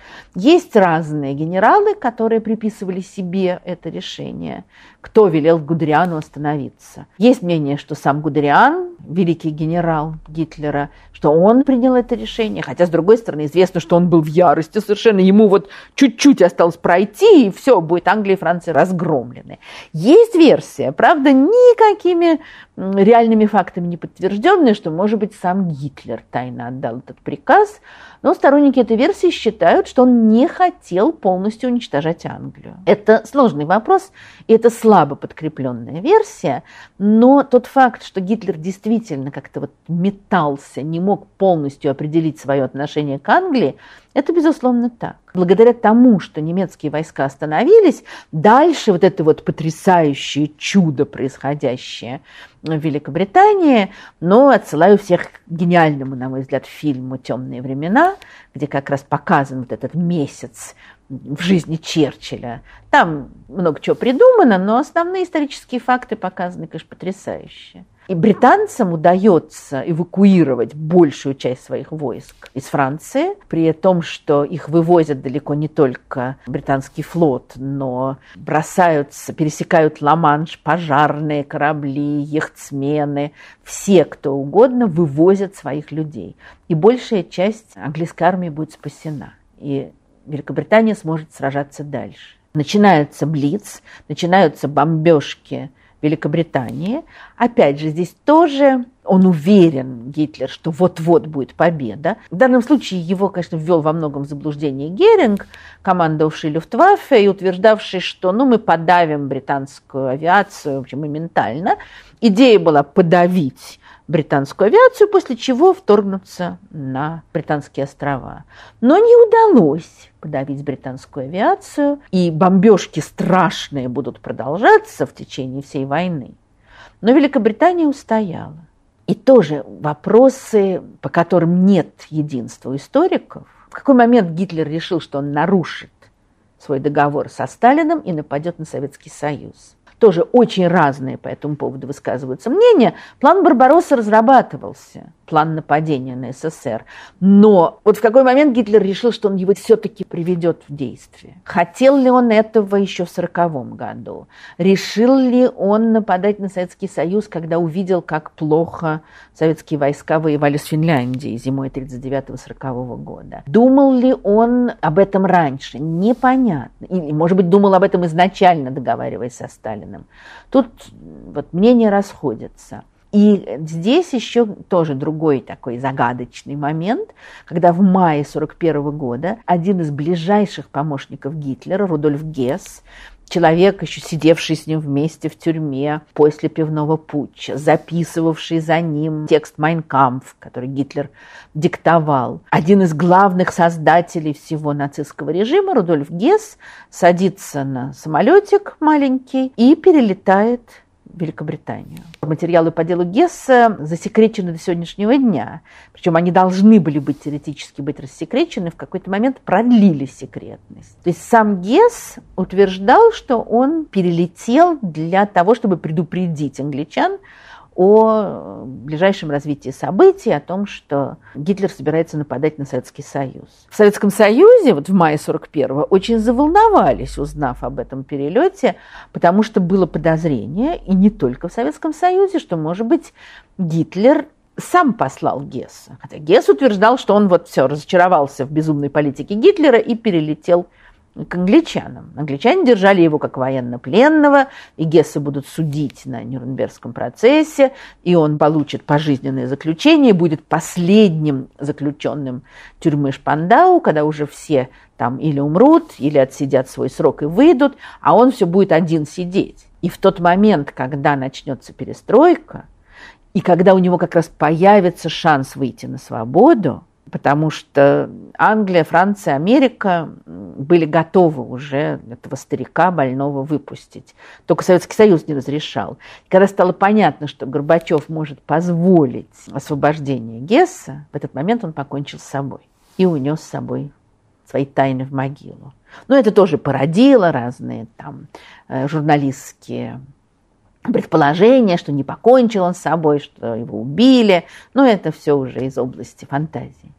Есть разные генералы, которые приписывали себе это решение, кто велел Гудериану остановиться. Есть мнение, что сам Гудериан, великий генерал Гитлера, что он принял это решение, хотя, с другой стороны, известно, что он был в ярости совершенно, ему вот чуть-чуть осталось пройти, и все, будет Англия и Франция разгромлены. Есть версия, правда, никакими реальными фактами не подтвержденная, что, может быть, сам Гитлер тайно отдал этот приказ, но сторонники этой версии считают, что он не хотел полностью уничтожать Англию. Это сложный вопрос, и это слабо подкрепленная версия, но тот факт, что Гитлер действительно как-то вот метался, не мог полностью определить свое отношение к Англии, это, безусловно, так. Благодаря тому, что немецкие войска остановились, дальше вот это вот потрясающее чудо, происходящее в Великобритании, но отсылаю всех к гениальному, на мой взгляд, фильму «Темные времена», где как раз показан вот этот месяц в жизни Черчилля. Там много чего придумано, но основные исторические факты показаны, конечно, потрясающе. И британцам удается эвакуировать большую часть своих войск из Франции, при том, что их вывозят далеко не только британский флот, но пересекают Ла-Манш пожарные корабли, яхтсмены, все, кто угодно, вывозят своих людей. И большая часть английской армии будет спасена. И Великобритания сможет сражаться дальше. Начинается блиц, начинаются бомбежки Великобритании. Опять же, здесь тоже он уверен, Гитлер, что вот-вот будет победа. В данном случае его, конечно, ввел во многом в заблуждение Геринг, командовавший Люфтваффе и утверждавший, что мы подавим британскую авиацию, в общем, моментально. Идея была подавить британскую авиацию, после чего вторгнуться на британские острова. Но не удалось подавить британскую авиацию, и бомбежки страшные будут продолжаться в течение всей войны. Но Великобритания устояла. И тоже вопросы, по которым нет единства у историков. В какой момент Гитлер решил, что он нарушит свой договор со Сталиным и нападет на Советский Союз? Тоже очень разные по этому поводу высказываются мнения. План Барбаросса разрабатывался, план нападения на СССР. Но вот в какой момент Гитлер решил, что он его все-таки приведет в действие? Хотел ли он этого еще в 1940 году? Решил ли он нападать на Советский Союз, когда увидел, как плохо советские войска воевали с Финляндией зимой 1939-1940 года? Думал ли он об этом раньше? Непонятно. Или, может быть, думал об этом изначально, договариваясь со Сталиным. Тут вот мнения расходятся. И здесь еще тоже другой такой загадочный момент, когда в мае 1941 года один из ближайших помощников Гитлера, Рудольф Гесс, человек, еще сидевший с ним вместе в тюрьме после пивного путча, записывавший за ним текст «Майн кампф», который Гитлер диктовал. Один из главных создателей всего нацистского режима, Рудольф Гесс, садится на самолетик маленький и перелетает Великобританию. Материалы по делу Гесса засекречены до сегодняшнего дня. Причем они должны были теоретически быть рассекречены, в какой-то момент продлили секретность. То есть сам Гесс утверждал, что он перелетел для того, чтобы предупредить англичан о ближайшем развитии событий, о том, что Гитлер собирается нападать на Советский Союз. В Советском Союзе в мае 1941-го очень заволновались, узнав об этом перелете, потому что было подозрение, и не только в Советском Союзе, что, может быть, Гитлер сам послал Гесса. Хотя Гесс утверждал, что он разочаровался в безумной политике Гитлера и перелетел к англичанам. Англичане держали его как военнопленного, и Гесса будут судить на Нюрнбергском процессе, и он получит пожизненное заключение, будет последним заключенным тюрьмы Шпандау, когда уже все там или умрут, или отсидят свой срок и выйдут, а он все будет один сидеть. И в тот момент, когда начнется перестройка, и когда у него как раз появится шанс выйти на свободу, потому что Англия, Франция, Америка были готовы уже этого старика больного выпустить. Только Советский Союз не разрешал. И когда стало понятно, что Горбачев может позволить освобождение Гесса, в этот момент он покончил с собой и унес с собой свои тайны в могилу. Но это тоже породило разные там журналистские предположения, что не покончил он с собой, что его убили. Но это все уже из области фантазии.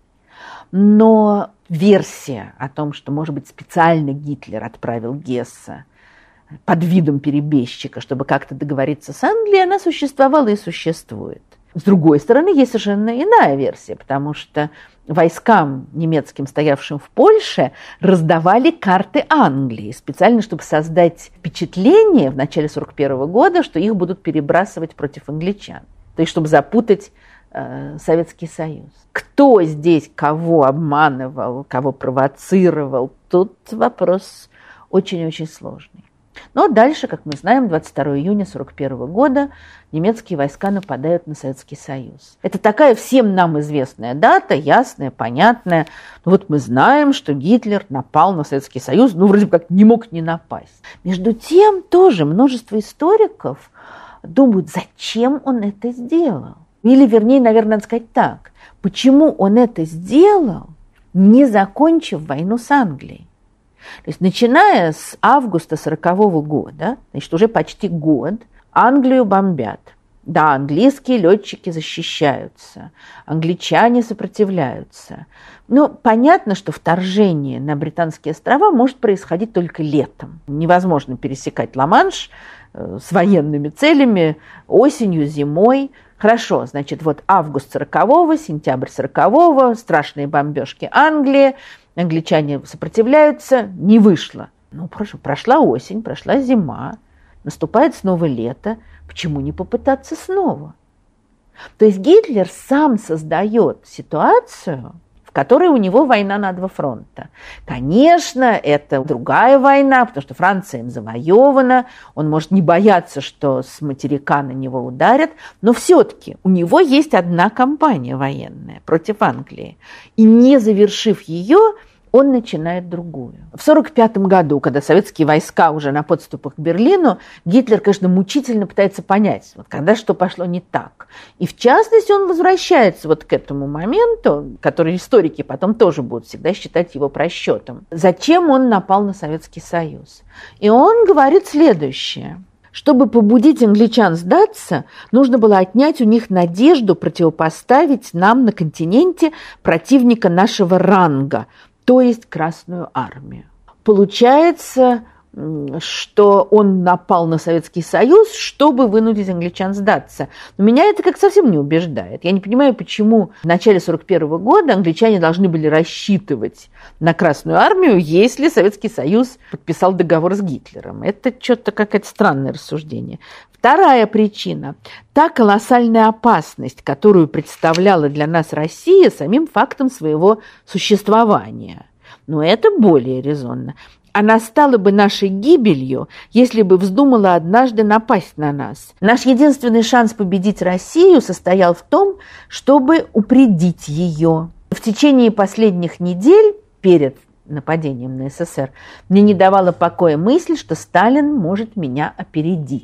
Но версия о том, что, может быть, специально Гитлер отправил Гесса под видом перебежчика, чтобы как-то договориться с Англией, она существовала и существует. С другой стороны, есть совершенно иная версия, потому что войскам немецким, стоявшим в Польше, раздавали карты Англии, специально, чтобы создать впечатление в начале 1941 года, что их будут перебрасывать против англичан, то есть чтобы запутать Советский Союз. Кто здесь кого обманывал, кого провоцировал, тут вопрос очень-очень сложный. Но дальше, как мы знаем, 22 июня 1941 года немецкие войска нападают на Советский Союз. Это такая всем нам известная дата, ясная, понятная. Мы знаем, что Гитлер напал на Советский Союз, вроде как не мог не напасть. Между тем, тоже множество историков думают, зачем он это сделал. Или, вернее, наверное, надо сказать так. Почему он это сделал, не закончив войну с Англией? То есть, начиная с августа 1940 года, значит, уже почти год, Англию бомбят. Да, английские летчики защищаются, англичане сопротивляются. Но понятно, что вторжение на Британские острова может происходить только летом. Невозможно пересекать Ла-Манш с военными целями осенью, зимой. Хорошо, значит, август 40-го, сентябрь 40-го, страшные бомбежки Англии, англичане сопротивляются, не вышло. Прошла осень, прошла зима, наступает снова лето, почему не попытаться снова? То есть Гитлер сам создает ситуацию, в которой у него война на два фронта. Конечно, это другая война, потому что Франция им завоевана, он может не бояться, что с материка на него ударят, но все-таки у него есть одна кампания военная против Англии, и не завершив ее, он начинает другую. В 1945 году, когда советские войска уже на подступах к Берлину, Гитлер, конечно, мучительно пытается понять, когда что пошло не так. И в частности, он возвращается к этому моменту, который историки потом тоже будут всегда считать его просчетом. Зачем он напал на Советский Союз? И он говорит следующее. Чтобы побудить англичан сдаться, нужно было отнять у них надежду противопоставить нам на континенте противника нашего ранга, то есть Красную армию. Получается, что он напал на Советский Союз, чтобы вынудить англичан сдаться. Но меня это как совсем не убеждает. Я не понимаю, почему в начале 1941 года англичане должны были рассчитывать на Красную армию, если Советский Союз подписал договор с Гитлером. Это что-то какое-то странное рассуждение. Вторая причина – та колоссальная опасность, которую представляла для нас Россия самим фактом своего существования. Но это более резонно. Она стала бы нашей гибелью, если бы вздумала однажды напасть на нас. Наш единственный шанс победить Россию состоял в том, чтобы упредить ее. В течение последних недель перед нападением на СССР мне не давала покоя мысль, что Сталин может меня опередить.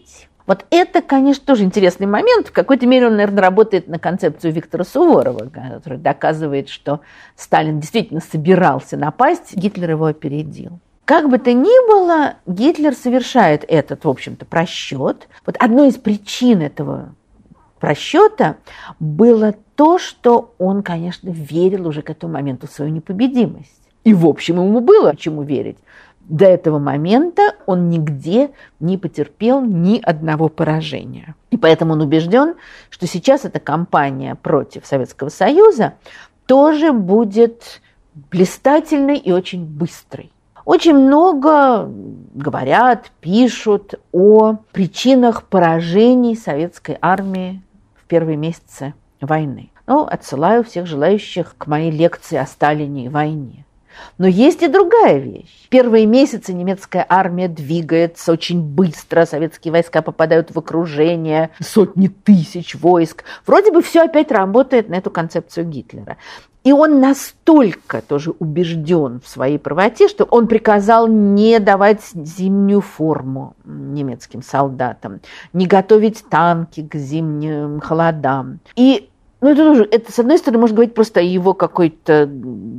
Вот это, конечно, тоже интересный момент. В какой-то мере он, наверное, работает на концепцию Виктора Суворова, который доказывает, что Сталин действительно собирался напасть, Гитлер его опередил. Как бы то ни было, Гитлер совершает этот, в общем-то, просчет. Вот одной из причин этого просчета было то, что он, конечно, верил уже к этому моменту в свою непобедимость. И, в общем, ему было чему верить. До этого момента он нигде не потерпел ни одного поражения. И поэтому он убежден, что сейчас эта кампания против Советского Союза тоже будет блистательной и очень быстрой. Очень много говорят, пишут о причинах поражений советской армии в первые месяцы войны. Отсылаю всех желающих к моей лекции о Сталине и войне. Но есть и другая вещь. Первые месяцы немецкая армия двигается очень быстро, советские войска попадают в окружение, сотни тысяч войск. Вроде бы все опять работает на эту концепцию Гитлера. И он настолько тоже убежден в своей правоте, что он приказал не давать зимнюю форму немецким солдатам, не готовить танки к зимним холодам. И это, с одной стороны, можно говорить просто о его какой-то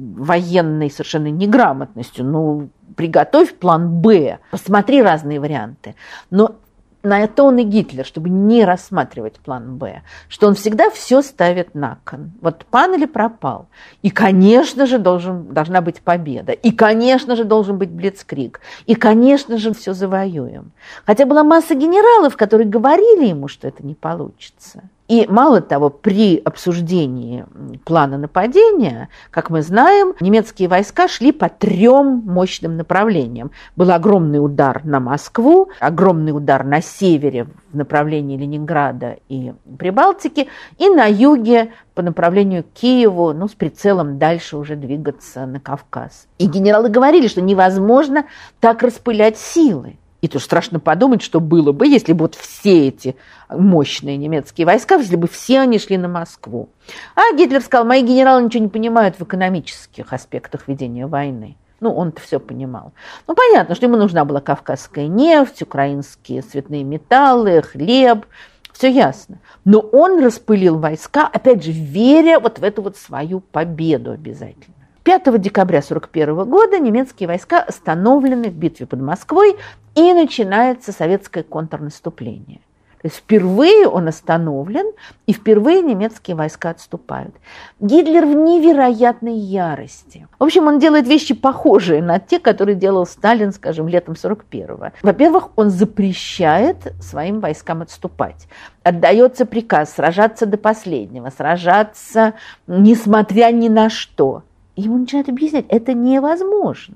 военной совершенно неграмотностью. Приготовь план «Б», посмотри разные варианты. Но на это он и Гитлер, чтобы не рассматривать план «Б», что он всегда все ставит на кон. Вот пан или пропал. И, конечно же, должна быть победа. И, конечно же, должен быть блицкриг. И, конечно же, все завоюем. Хотя была масса генералов, которые говорили ему, что это не получится. И мало того, при обсуждении плана нападения, как мы знаем, немецкие войска шли по 3 мощным направлениям. Был огромный удар на Москву, огромный удар на севере в направлении Ленинграда и Прибалтики, и на юге по направлению к Киеву, с прицелом дальше уже двигаться на Кавказ. И генералы говорили, что невозможно так распылять силы. И тут страшно подумать, что было бы, если бы вот все эти мощные немецкие войска, если бы все они шли на Москву. А Гитлер сказал, мои генералы ничего не понимают в экономических аспектах ведения войны. Он-то все понимал. Понятно, что ему нужна была кавказская нефть, украинские цветные металлы, хлеб. Все ясно. Но он распылил войска, опять же, веря вот в эту вот свою победу обязательно. 5 декабря 1941 года немецкие войска остановлены в битве под Москвой, и начинается советское контрнаступление. То есть впервые он остановлен, и впервые немецкие войска отступают. Гитлер в невероятной ярости. В общем, он делает вещи похожие на те, которые делал Сталин, скажем, летом 1941-го. Во-первых, он запрещает своим войскам отступать. Отдается приказ сражаться до последнего, сражаться несмотря ни на что. Ему начинают объяснять, это невозможно.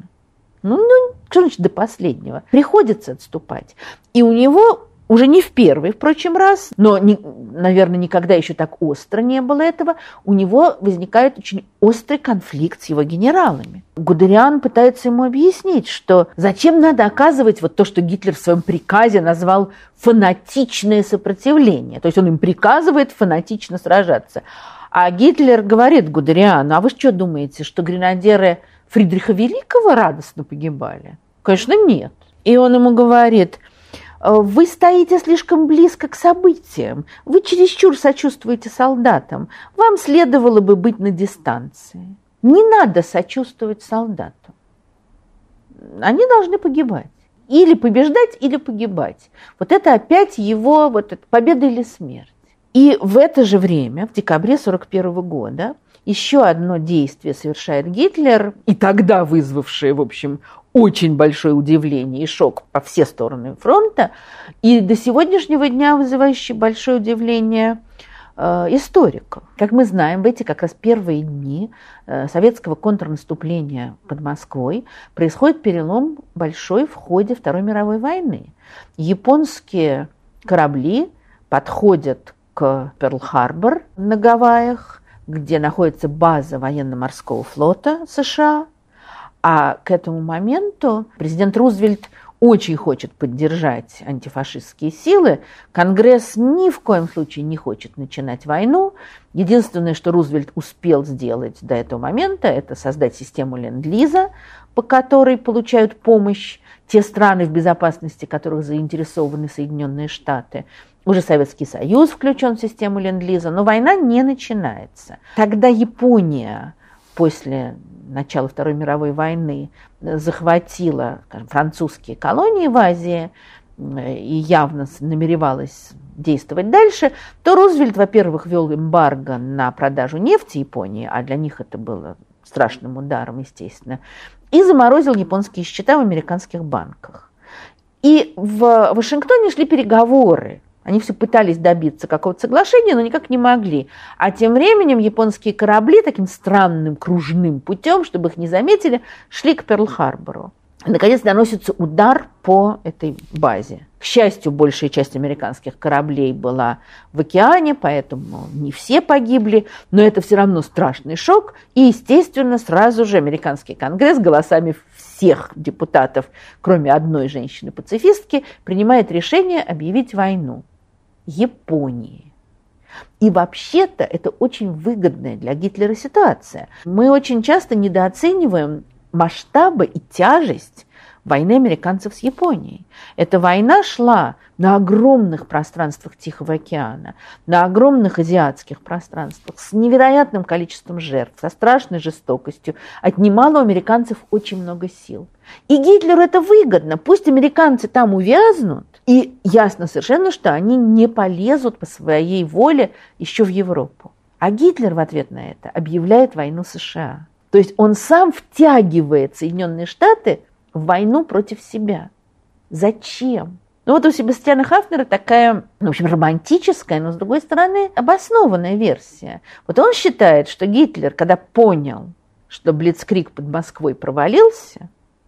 Что значит до последнего? Приходится отступать. И у него уже не в первый, впрочем, раз, но, наверное, никогда еще так остро не было этого, у него возникает очень острый конфликт с его генералами. Гудериан пытается ему объяснить, что зачем надо оказывать вот то, что Гитлер в своем приказе назвал фанатичное сопротивление. То есть он им приказывает фанатично сражаться. А Гитлер говорит Гудериану, а вы что думаете, что гренадеры Фридриха Великого радостно погибали? Конечно, нет. И он ему говорит, вы стоите слишком близко к событиям, вы чересчур сочувствуете солдатам, вам следовало бы быть на дистанции. Не надо сочувствовать солдатам. Они должны погибать. Или побеждать, или погибать. Вот это опять его победа или смерть. И в это же время, в декабре 1941 года, еще одно действие совершает Гитлер, и тогда вызвавшее, в общем, очень большое удивление и шок по все стороны фронта, и до сегодняшнего дня вызывающее большое удивление историков. Как мы знаем, в эти как раз первые дни советского контрнаступления под Москвой происходит перелом большой в ходе Второй мировой войны. Японские корабли подходят к Перл-Харбор на Гавайях, где находится база военно-морского флота США. А к этому моменту президент Рузвельт очень хочет поддержать антифашистские силы. Конгресс ни в коем случае не хочет начинать войну. Единственное, что Рузвельт успел сделать до этого момента, это создать систему ленд-лиза, по которой получают помощь те страны, в безопасности которых заинтересованы Соединенные Штаты. Уже Советский Союз включен в систему ленд-лиза, но война не начинается. Тогда Япония после начала Второй мировой войны захватила, скажем, французские колонии в Азии и явно намеревалась действовать дальше, то Рузвельт, во-первых, ввел эмбарго на продажу нефти Японии, а для них это было страшным ударом, естественно, и заморозил японские счета в американских банках. И в Вашингтоне шли переговоры. Они все пытались добиться какого-то соглашения, но никак не могли. А тем временем японские корабли таким странным кружным путем, чтобы их не заметили, шли к Перл-Харбору. И, наконец, наносится удар по этой базе. К счастью, большая часть американских кораблей была в океане, поэтому не все погибли, но это все равно страшный шок. И, естественно, сразу же американский конгресс голосами всех депутатов, кроме одной женщины-пацифистки, принимает решение объявить войну Японии. И вообще-то это очень выгодная для Гитлера ситуация. Мы очень часто недооцениваем масштабы и тяжесть войны американцев с Японией. Эта война шла на огромных пространствах Тихого океана, на огромных азиатских пространствах, с невероятным количеством жертв, со страшной жестокостью, отнимала у американцев очень много сил. И Гитлеру это выгодно, пусть американцы там увязнут, и ясно совершенно, что они не полезут по своей воле еще в Европу. А Гитлер в ответ на это объявляет войну США. То есть он сам втягивает Соединенные Штаты в войну против себя. Зачем? Ну вот у Себастьяна Хафнера такая, в общем, романтическая, но, с другой стороны, обоснованная версия. Вот он считает, что Гитлер, когда понял, что Блицкриг под Москвой провалился,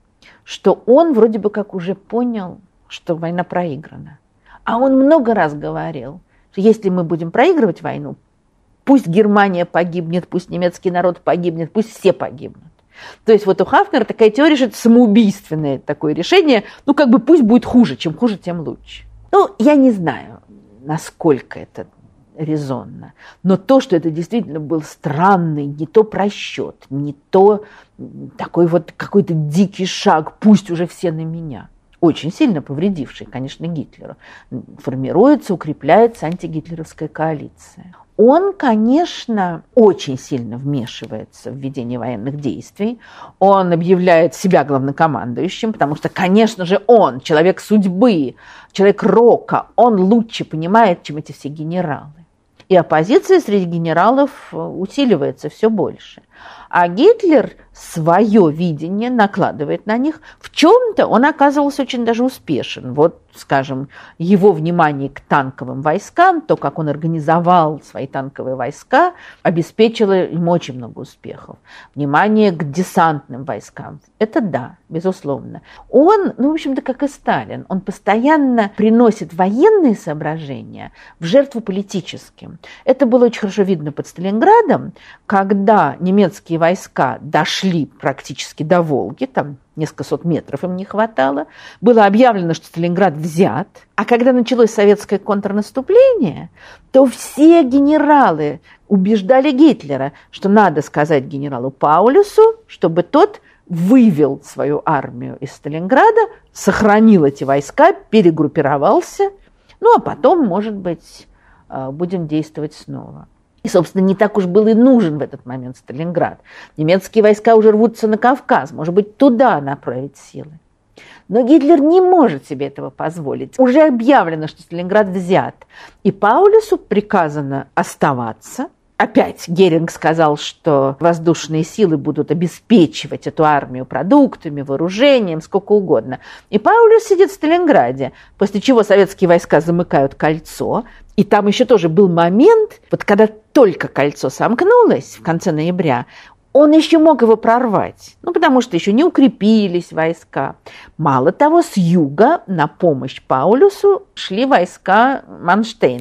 что он вроде бы как уже понял, что война проиграна. А он много раз говорил, что если мы будем проигрывать войну, пусть Германия погибнет, пусть немецкий народ погибнет, пусть все погибнут. То есть вот у Хафнера такая теория, что это самоубийственное такое решение, ну как бы пусть будет хуже, чем хуже, тем лучше. Ну, я не знаю, насколько это резонно, но то, что это действительно был странный, не то просчет, не то такой вот какой-то дикий шаг, пусть уже все на меня, очень сильно повредивший, конечно, Гитлеру, формируется, укрепляется антигитлеровская коалиция. Он, конечно, очень сильно вмешивается в ведение военных действий. Он объявляет себя главнокомандующим, потому что, конечно же, он, человек судьбы, человек рока, он лучше понимает, чем эти все генералы. И оппозиция среди генералов усиливается все больше. А Гитлер свое видение накладывает на них. В чем-то он оказывался очень даже успешен. Вот, скажем, его внимание к танковым войскам, то, как он организовал свои танковые войска, обеспечило ему очень много успехов. Внимание к десантным войскам. Это да, безусловно. Он, в общем-то, как и Сталин, он постоянно приносит военные соображения в жертву политическим. Это было очень хорошо видно под Сталинградом, когда немецкие войска дошли практически до Волги, там несколько сот метров им не хватало, было объявлено, что Сталинград взят, а когда началось советское контрнаступление, то все генералы убеждали Гитлера, что надо сказать генералу Паулюсу, чтобы тот вывел свою армию из Сталинграда, сохранил эти войска, перегруппировался, ну а потом, может быть, будем действовать снова. И, собственно, не так уж был и нужен в этот момент Сталинград. Немецкие войска уже рвутся на Кавказ, может быть, туда направить силы. Но Гитлер не может себе этого позволить. Уже объявлено, что Сталинград взят. И Паулюсу приказано оставаться. Опять Геринг сказал, что воздушные силы будут обеспечивать эту армию продуктами, вооружением, сколько угодно. И Паулюс сидит в Сталинграде, после чего советские войска замыкают кольцо. И там еще тоже был момент, вот когда только кольцо сомкнулось в конце ноября, он еще мог его прорвать, потому что еще не укрепились войска. Мало того, с юга на помощь Паулюсу шли войска Манштейна.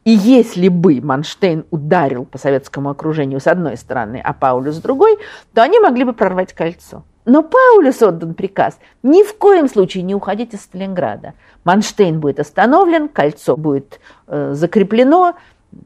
И если бы Манштейн ударил по советскому окружению с одной стороны, а Паулюс с другой, то они могли бы прорвать кольцо. Но Паулюсу отдан приказ ни в коем случае не уходить из Сталинграда. Манштейн будет остановлен, кольцо будет закреплено,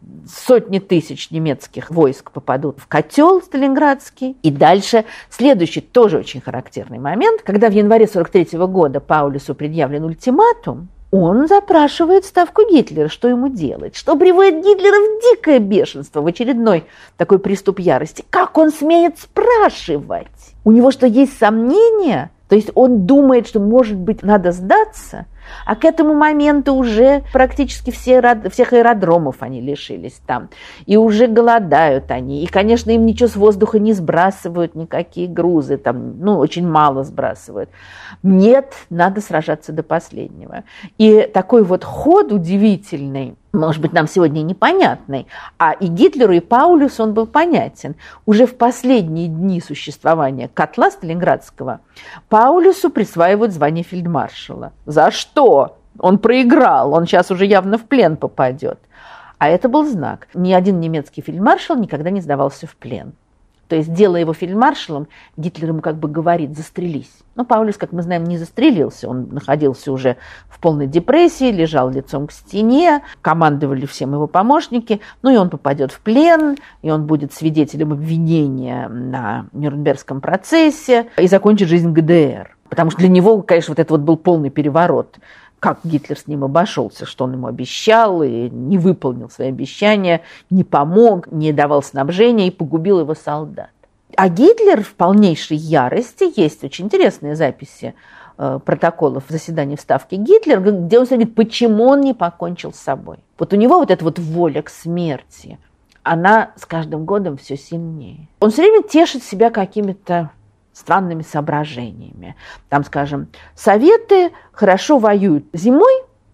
сотни тысяч немецких войск попадут в котел сталинградский. И дальше следующий тоже очень характерный момент, когда в январе 1943 года Паулюсу предъявлен ультиматум, он запрашивает ставку Гитлера, что ему делать, что приводит Гитлера в дикое бешенство, в очередной такой приступ ярости. Как он смеет спрашивать? У него что, есть сомнения? То есть он думает, что, может быть, надо сдаться? А к этому моменту уже практически всех аэродромов они лишились там. И уже голодают они. И, конечно, им ничего с воздуха не сбрасывают, никакие грузы. Там, очень мало сбрасывают. Нет, надо сражаться до последнего. И такой вот ход удивительный, может быть, нам сегодня непонятный, а и Гитлеру, и Паулюсу он был понятен. Уже в последние дни существования котла Сталинградского Паулюсу присваивают звание фельдмаршала. За что? Он проиграл, он сейчас уже явно в плен попадет. А это был знак. Ни один немецкий фельдмаршал никогда не сдавался в плен. То есть, делая его фельдмаршалом, Гитлер ему как бы говорит: застрелись. Но Паулюс, как мы знаем, не застрелился. Он находился уже в полной депрессии, лежал лицом к стене, командовали всем его помощники. И он попадет в плен, и он будет свидетелем обвинения на Нюрнбергском процессе и закончит жизнь ГДР. Потому что для него, конечно, вот это вот был полный переворот. Как Гитлер с ним обошелся, что он ему обещал и не выполнил свои обещания, не помог, не давал снабжения и погубил его солдат. А Гитлер в полнейшей ярости, есть очень интересные записи протоколов заседаний в Ставке Гитлера, где он говорит, почему он не покончил с собой. Вот у него вот эта вот воля к смерти, она с каждым годом все сильнее. Он все время тешит себя какими-то странными соображениями. Там, скажем, Советы хорошо воюют зимой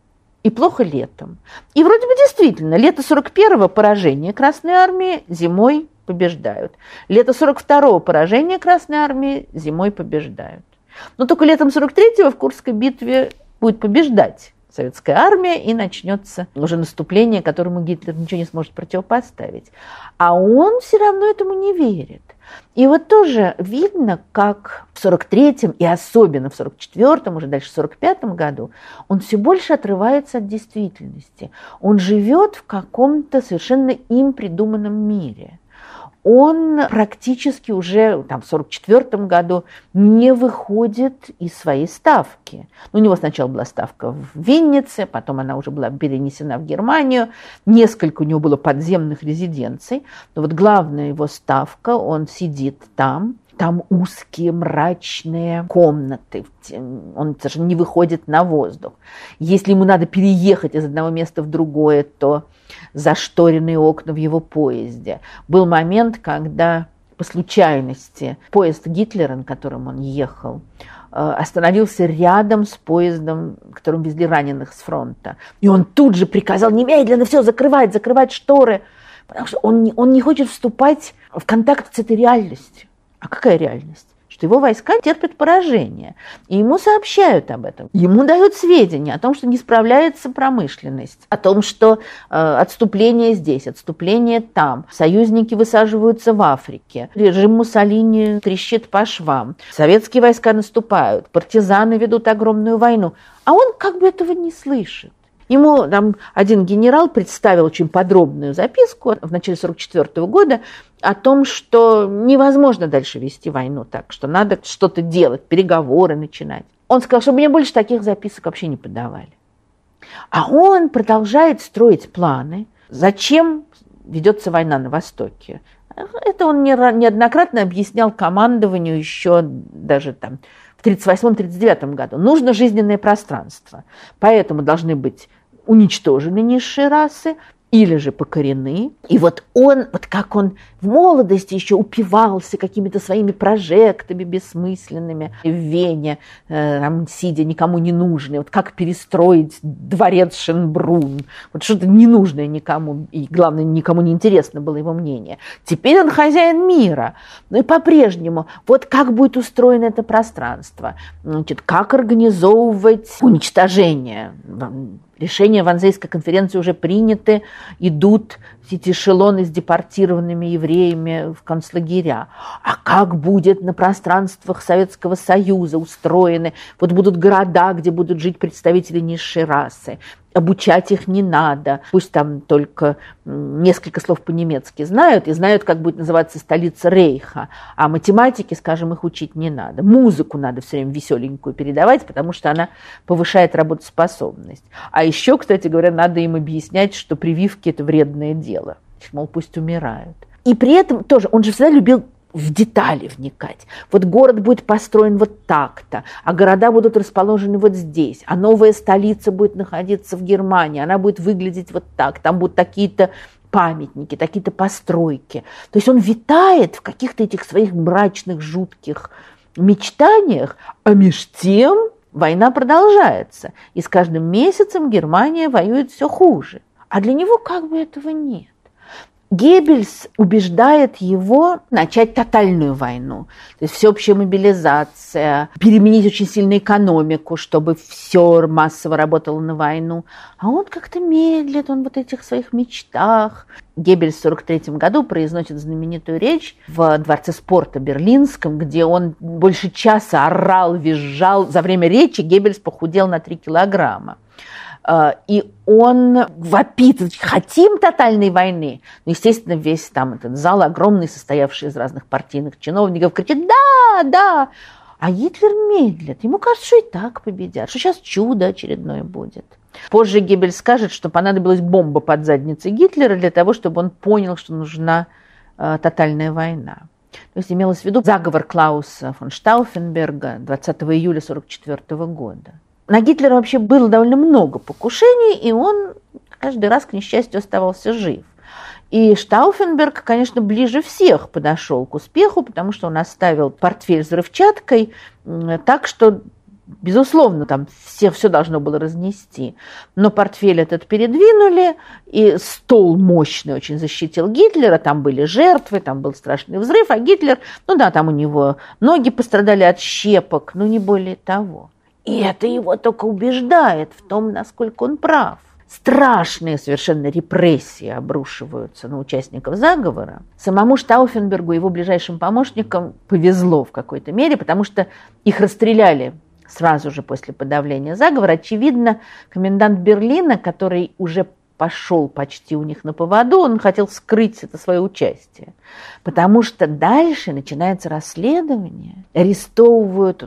и плохо летом. И вроде бы действительно, лето 41-го поражение Красной Армии, зимой побеждают. Лето 42-го поражение Красной Армии, зимой побеждают. Но только летом 43-го в Курской битве будет побеждать Советская армия, и начнется уже наступление, которому Гитлер ничего не сможет противопоставить. А он все равно этому не верит. И вот тоже видно, как в 43-м и особенно в 44-м, уже дальше в 45-м году, он все больше отрывается от действительности. Он живет в каком-то совершенно им придуманном мире. Он практически уже там, в 1944 году не выходит из своей ставки. У него сначала была ставка в Виннице, потом она уже была перенесена в Германию. Несколько у него было подземных резиденций. Но вот главная его ставка, он сидит там. Там узкие мрачные комнаты, он совершенно не выходит на воздух. Если ему надо переехать из одного места в другое, то зашторенные окна в его поезде. Был момент, когда по случайности поезд Гитлера, на котором он ехал, остановился рядом с поездом, которым везли раненых с фронта. И он тут же приказал немедленно все закрывать шторы, потому что он не хочет вступать в контакт с этой реальностью. А какая реальность? Что его войска терпят поражение. И ему сообщают об этом. Ему дают сведения о том, что не справляется промышленность, о том, что отступление здесь, отступление там. Союзники высаживаются в Африке. Режим Муссолини трещит по швам. Советские войска наступают. Партизаны ведут огромную войну. А он как бы этого не слышит. Ему там один генерал представил очень подробную записку в начале 1944 года о том, что невозможно дальше вести войну так, что надо что-то делать, переговоры начинать. Он сказал, что мне больше таких записок вообще не подавали. А он продолжает строить планы, зачем ведется война на Востоке. Это он неоднократно объяснял командованию еще даже там в 1938-1939 году. Нужно жизненное пространство, поэтому должны быть уничтожены низшие расы или же покорены. И вот он, вот как он в молодости еще упивался какими-то своими прожектами бессмысленными в Вене, там, сидя никому не нужный, вот как перестроить дворец Шенбрунн, вот что-то ненужное никому, и главное, никому не интересно было его мнение. Теперь он хозяин мира, но и по-прежнему, вот как будет устроено это пространство, значит, как организовывать уничтожение Решения Ванзейской конференции уже приняты, идут все эти эшелоны с депортированными евреями в концлагеря. А как будет на пространствах Советского Союза устроены? Вот будут города, где будут жить представители низшей расы. Обучать их не надо. Пусть там только несколько слов по-немецки знают, и знают, как будет называться столица Рейха. А математике, скажем, их учить не надо. Музыку надо все время веселенькую передавать, потому что она повышает работоспособность. А еще, кстати говоря, надо им объяснять, что прививки – это вредное дело. Мол, пусть умирают. И при этом тоже, он же всегда любил в детали вникать. Вот город будет построен вот так-то, а города будут расположены вот здесь, а новая столица будет находиться в Германии, она будет выглядеть вот так, там будут такие-то памятники, такие-то постройки. То есть он витает в каких-то этих своих мрачных, жутких мечтаниях, а меж тем война продолжается, и с каждым месяцем Германия воюет все хуже. А для него как бы этого нет. Геббельс убеждает его начать тотальную войну, то есть всеобщая мобилизация, переменить очень сильно экономику, чтобы все массово работало на войну. А он как-то медлит, он вот в этих своих мечтах. Геббельс в 1943 году произносит знаменитую речь в Дворце спорта Берлинском, где он больше часа орал, визжал. За время речи Геббельс похудел на 3 килограмма. И он вопит: хотим тотальной войны. Ну, естественно, весь там этот зал огромный, состоявший из разных партийных чиновников, кричит: да, да. А Гитлер медлит. Ему кажется, что и так победят, что сейчас чудо очередное будет. Позже Геббельс скажет, что понадобилась бомба под задницей Гитлера для того, чтобы он понял, что нужна тотальная война. То есть имелось в виду заговор Клауса фон Штауфенберга 20 июля 1944 года. На Гитлера вообще было довольно много покушений, и он каждый раз, к несчастью, оставался жив. И Штауфенберг, конечно, ближе всех подошел к успеху, потому что он оставил портфель с взрывчаткой, так что, безусловно, там все должно было разнести. Но портфель этот передвинули, и стол мощный очень защитил Гитлера, там были жертвы, там был страшный взрыв, а Гитлер, ну да, там у него ноги пострадали от щепок, но не более того. И это его только убеждает в том, насколько он прав. Страшные совершенно репрессии обрушиваются на участников заговора. Самому Штауфенбергу и его ближайшим помощникам повезло в какой-то мере, потому что их расстреляли сразу же после подавления заговора. Очевидно, комендант Берлина, который уже пошел почти у них на поводу, он хотел скрыть это свое участие. Потому что дальше начинается расследование, арестовывают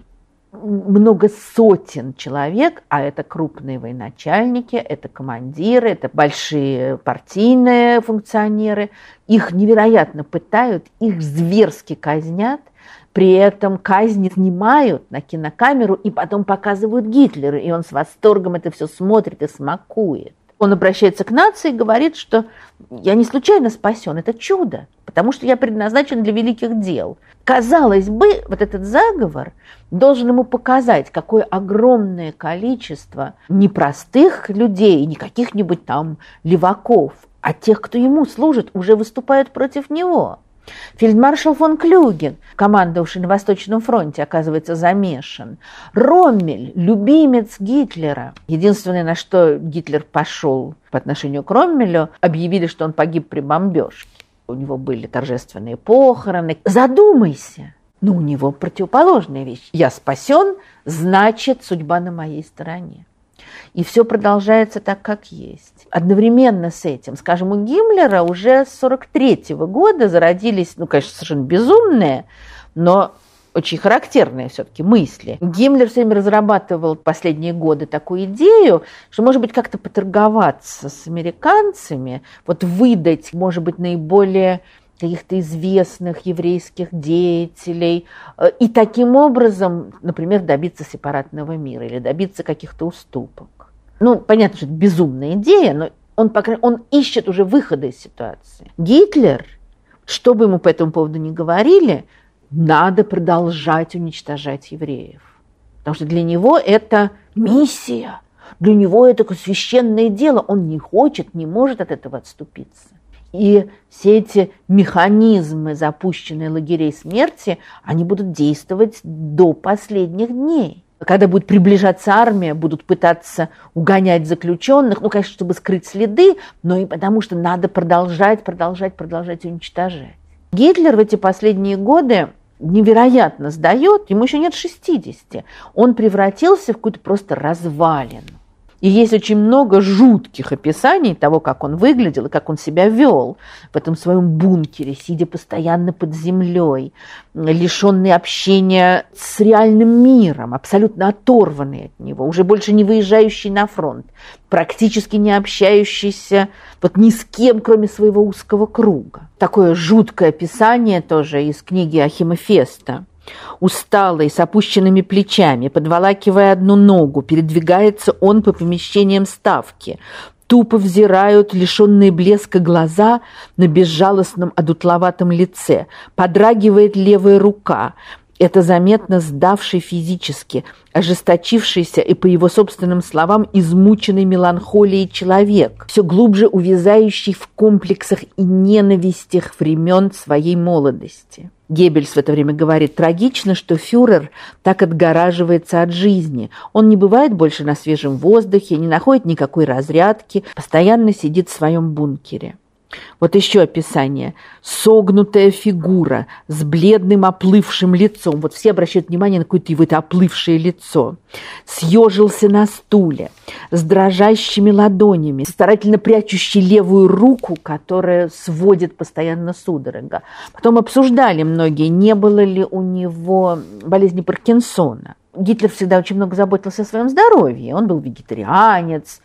много сотен человек, а это крупные военачальники, это командиры, это большие партийные функционеры. Их невероятно пытают, их зверски казнят, при этом казни снимают на кинокамеру и потом показывают Гитлеру, и он с восторгом это все смотрит и смакует. Он обращается к нации и говорит, что я не случайно спасен, это чудо, потому что я предназначен для великих дел. Казалось бы, вот этот заговор должен ему показать, какое огромное количество непростых людей, не каких-нибудь там леваков, а тех, кто ему служит, уже выступают против него. Фельдмаршал фон Клюген, командовавший на Восточном фронте, оказывается замешан. Роммель, любимец Гитлера. Единственное, на что Гитлер пошел по отношению к Роммелю, объявили, что он погиб при бомбежке. У него были торжественные похороны. Задумайся. Но у него противоположная вещь. Я спасен, значит, судьба на моей стороне. И все продолжается так, как есть. Одновременно с этим, скажем, у Гиммлера уже с 1943 года зародились, ну, конечно, совершенно безумные, но очень характерные все-таки мысли. Гиммлер все время разрабатывал последние годы такую идею, что, может быть, как-то поторговаться с американцами, вот выдать, может быть, наиболее каких-то известных еврейских деятелей, и таким образом, например, добиться сепаратного мира или добиться каких-то уступок. Ну, понятно, что это безумная идея, но он ищет уже выхода из ситуации. Гитлер, что бы ему по этому поводу ни говорили, надо продолжать уничтожать евреев. Потому что для него это миссия, для него это священное дело, он не хочет, не может от этого отступиться. И все эти механизмы, запущенные лагерей смерти, они будут действовать до последних дней. Когда будет приближаться армия, будут пытаться угонять заключенных, ну, конечно, чтобы скрыть следы, но и потому что надо продолжать уничтожать. Гитлер в эти последние годы невероятно сдает, ему еще нет 60, он превратился в какую-то просто развалину. И есть очень много жутких описаний того, как он выглядел и как он себя вел в этом своем бункере, сидя постоянно под землей, лишенный общения с реальным миром, абсолютно оторванный от него, уже больше не выезжающий на фронт, практически не общающийся вот ни с кем, кроме своего узкого круга. Такое жуткое описание тоже из книги Ахима Феста. Усталый, с опущенными плечами, подволакивая одну ногу, передвигается он по помещениям ставки. Тупо взирают лишенные блеска глаза на безжалостном одутловатом лице. Подрагивает левая рука. Это заметно сдавший физически, ожесточившийся и, по его собственным словам, измученный меланхолией человек, все глубже увязающий в комплексах и ненавистях времен своей молодости. Геббельс в это время говорит: трагично, что фюрер так отгораживается от жизни. Он не бывает больше на свежем воздухе, не находит никакой разрядки, постоянно сидит в своем бункере. Вот еще описание. Согнутая фигура с бледным оплывшим лицом. Вот все обращают внимание на какое-то его это оплывшее лицо. Съежился на стуле с дрожащими ладонями, старательно прячущий левую руку, которая сводит постоянно судорога. Потом обсуждали многие, не было ли у него болезни Паркинсона. Гитлер всегда очень много заботился о своем здоровье. Он был вегетарианец,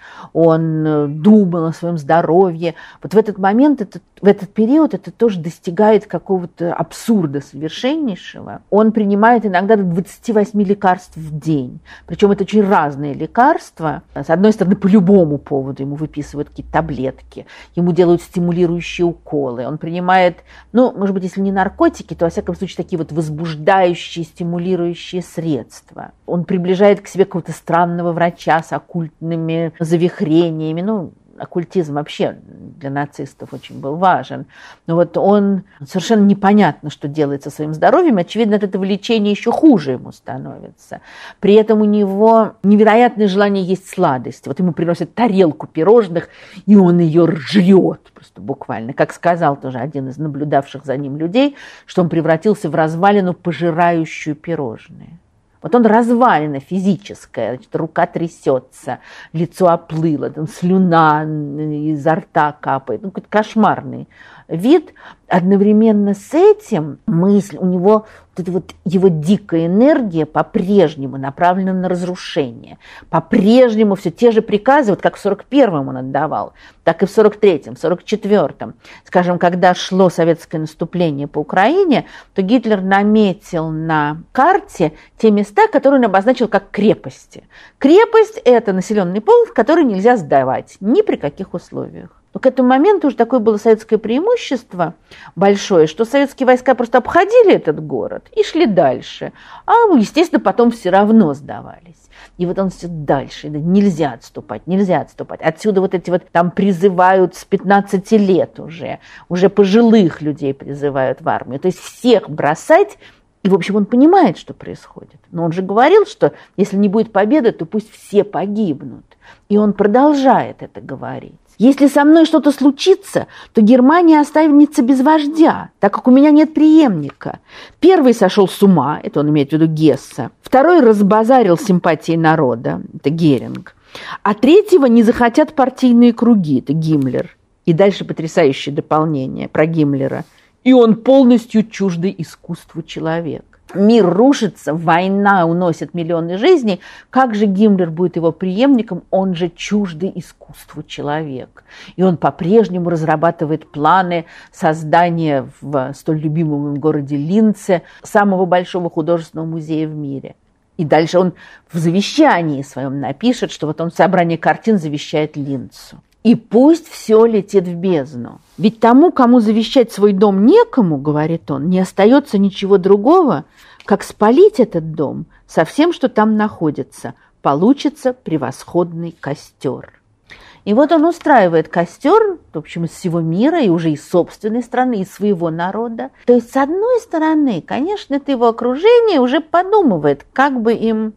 он думал о своем здоровье. Вот в этот момент, в этот период это тоже достигает какого-то абсурда совершеннейшего. Он принимает иногда до 28 лекарств в день. Причем это очень разные лекарства. С одной стороны, по любому поводу ему выписывают какие-то таблетки, ему делают стимулирующие уколы. Он принимает, ну, может быть, если не наркотики, то, во всяком случае, такие вот возбуждающие, стимулирующие средства. Он приближает к себе какого-то странного врача с оккультными завихрениями. Ну, оккультизм вообще для нацистов очень был важен. Но вот он совершенно непонятно, что делает со своим здоровьем. Очевидно, от этого лечения еще хуже ему становится. При этом у него невероятное желание есть сладости. Вот ему приносят тарелку пирожных, и он ее жрет просто буквально. Как сказал тоже один из наблюдавших за ним людей, что он превратился в развалину, пожирающую пирожные. Вот он развалина физическая, значит, рука трясется, лицо оплыло, там слюна изо рта капает. Ну, какой-то кошмарный вид. Одновременно с этим мысль, у него вот эта вот его дикая энергия по-прежнему направлена на разрушение. По-прежнему все те же приказы, вот как в 41-м он отдавал, так и в 43-м, 44-м. Скажем, когда шло советское наступление по Украине, то Гитлер наметил на карте те места, которые он обозначил как крепости. Крепость – это населенный пункт, который нельзя сдавать ни при каких условиях. Но к этому моменту уже такое было советское преимущество большое, что советские войска просто обходили этот город и шли дальше. А, естественно, потом все равно сдавались. И вот он все дальше. Нельзя отступать, нельзя отступать. Отсюда вот эти вот там призывают с 15 лет уже пожилых людей призывают в армию. То есть всех бросать. И, в общем, он понимает, что происходит. Но он же говорил, что если не будет победы, то пусть все погибнут. И он продолжает это говорить. Если со мной что-то случится, то Германия останется без вождя, так как у меня нет преемника. Первый сошел с ума, это он имеет в виду Гесса. Второй разбазарил симпатии народа, это Геринг. А третьего не захотят партийные круги, это Гиммлер. И дальше потрясающее дополнение про Гиммлера. И он полностью чуждый искусству человек. Мир рушится, война уносит миллионы жизней. Как же Гиммлер будет его преемником? Он же чуждый искусству человек. И он по-прежнему разрабатывает планы создания в столь любимом им городе Линце самого большого художественного музея в мире. И дальше он в завещании своем напишет, что вот он собрание картин завещает Линцу. И пусть все летит в бездну. Ведь тому, кому завещать свой дом некому, говорит он, не остается ничего другого, как спалить этот дом со всем, что там находится. Получится превосходный костер. И вот он устраивает костер, в общем, из всего мира, и уже из собственной страны, из своего народа. То есть, с одной стороны, конечно, это его окружение уже подумывает, как бы им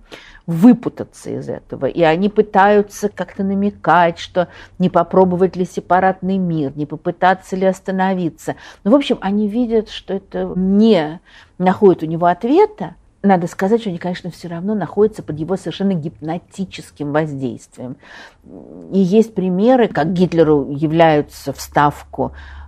выпутаться из этого. И они пытаются как-то намекать, что не попробовать ли сепаратный мир, не попытаться ли остановиться. Ну, в общем, они видят, что это не находит у него ответа. Надо сказать, что они, конечно, все равно находятся под его совершенно гипнотическим воздействием. И есть примеры, как Гитлеру являются в Ставку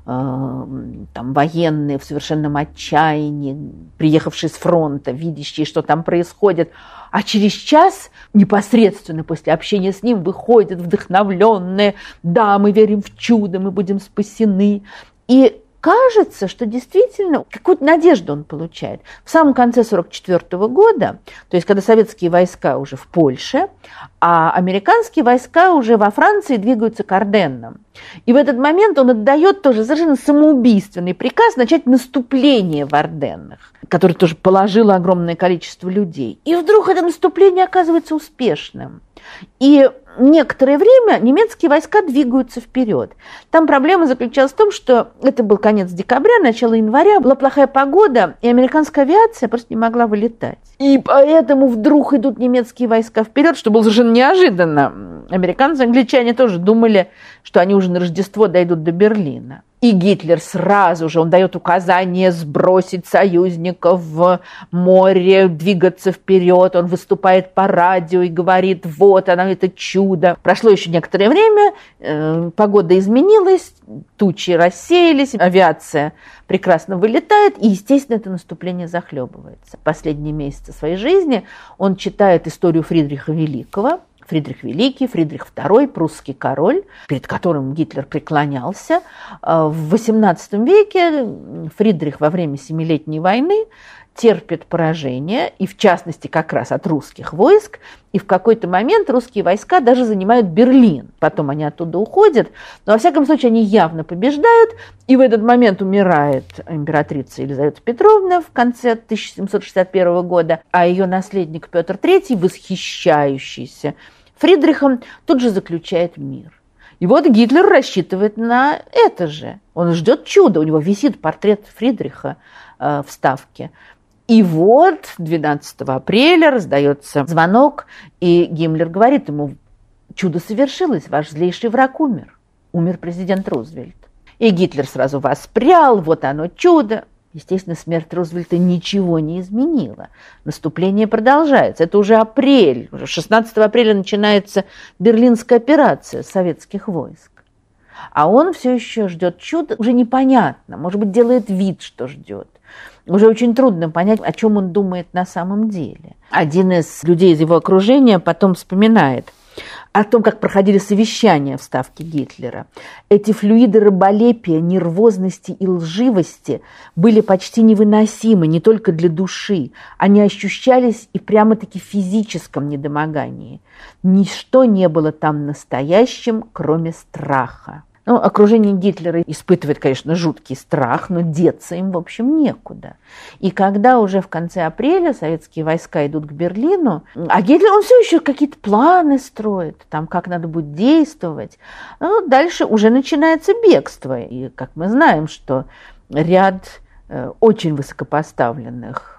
там, военные в совершенном отчаянии, приехавшие с фронта, видящие, что там происходит. А через час, непосредственно после общения с ним, выходят вдохновленные: «Да, мы верим в чудо, мы будем спасены». И кажется, что действительно какую-то надежду он получает. В самом конце 1944 года, то есть когда советские войска уже в Польше, а американские войска уже во Франции двигаются к Арденнам. И в этот момент он отдает тоже совершенно самоубийственный приказ начать наступление в Арденнах, которое тоже положило огромное количество людей. И вдруг это наступление оказывается успешным. И некоторое время немецкие войска двигаются вперед. Там проблема заключалась в том, что это был конец декабря, начало января, была плохая погода, и американская авиация просто не могла вылетать. И поэтому вдруг идут немецкие войска вперед, что было совершенно неожиданно. Американцы, англичане тоже думали, что они уже на Рождество дойдут до Берлина. И Гитлер сразу же, он дает указание сбросить союзников в море, двигаться вперед. Он выступает по радио и говорит: вот оно, это чудо. Прошло еще некоторое время, погода изменилась, тучи рассеялись, авиация прекрасно вылетает, и, естественно, это наступление захлебывается. Последние месяцы своей жизни он читает историю Фридриха Великого. Фридрих Великий, Фридрих II, прусский король, перед которым Гитлер преклонялся. В XVIII веке Фридрих во время Семилетней войны терпит поражение, и в частности как раз от русских войск, и в какой-то момент русские войска даже занимают Берлин. Потом они оттуда уходят, но во всяком случае они явно побеждают, и в этот момент умирает императрица Елизавета Петровна в конце 1761 года, а ее наследник Петр III, восхищающийся Фридрихом, тут же заключает мир. И вот Гитлер рассчитывает на это же. Он ждет чуда, у него висит портрет Фридриха в Ставке. И вот 12 апреля раздается звонок, и Гиммлер говорит ему: чудо совершилось, ваш злейший враг умер. Умер президент Рузвельт. И Гитлер сразу воспрял, вот оно чудо. Естественно, смерть Рузвельта ничего не изменила. Наступление продолжается. Это уже апрель. Уже 16 апреля начинается Берлинская операция советских войск. А он все еще ждет чуда. Уже непонятно. Может быть, делает вид, что ждет. Уже очень трудно понять, о чем он думает на самом деле. Один из людей из его окружения потом вспоминает о том, как проходили совещания в Ставке Гитлера. Эти флюиды раболепия, нервозности и лживости были почти невыносимы не только для души. Они ощущались и прямо-таки в физическом недомогании. Ничто не было там настоящим, кроме страха. Ну, окружение Гитлера испытывает, конечно, жуткий страх, но деться им, в общем, некуда. И когда уже в конце апреля советские войска идут к Берлину, а Гитлер, он все еще какие-то планы строит, там, как надо будет действовать. Ну, дальше уже начинается бегство. И, как мы знаем, что ряд очень высокопоставленных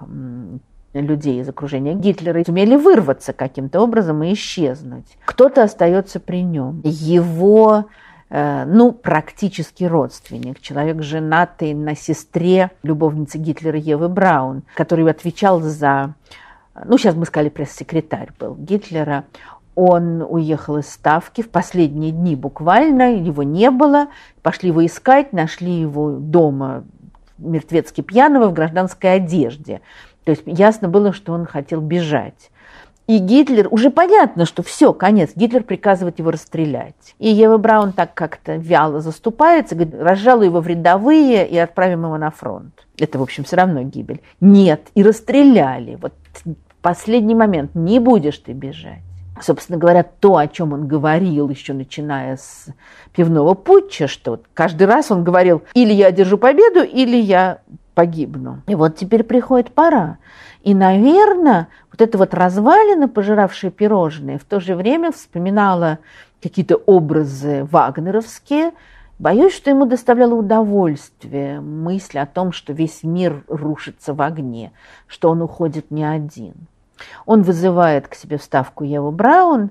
людей из окружения Гитлера сумели вырваться каким-то образом и исчезнуть. Кто-то остается при нем. Его практически родственник, человек, женатый на сестре любовницы Гитлера Евы Браун, который отвечал за, сейчас мы сказали, пресс-секретарь был Гитлера. Он уехал из Ставки в последние дни буквально, его не было, пошли его искать, нашли его дома мертвецки пьяного в гражданской одежде. То есть ясно было, что он хотел бежать. И Гитлер, уже понятно, что все, конец, Гитлер приказывает его расстрелять. И Ева Браун так как-то вяло заступается, говорит: разжалуй его в рядовые и отправим его на фронт. Это, в общем, все равно гибель. Нет, и расстреляли. Вот в последний момент: не будешь ты бежать. Собственно говоря, то, о чем он говорил, еще начиная с пивного путча, что каждый раз он говорил: или я одержу победу, или я погибну. И вот теперь приходит пора. И, наверное, вот эта вот развалина, пожиравшая пирожные, в то же время вспоминала какие-то образы вагнеровские. Боюсь, что ему доставляло удовольствие мысль о том, что весь мир рушится в огне, что он уходит не один. Он вызывает к себе в Ставку Еву Браун,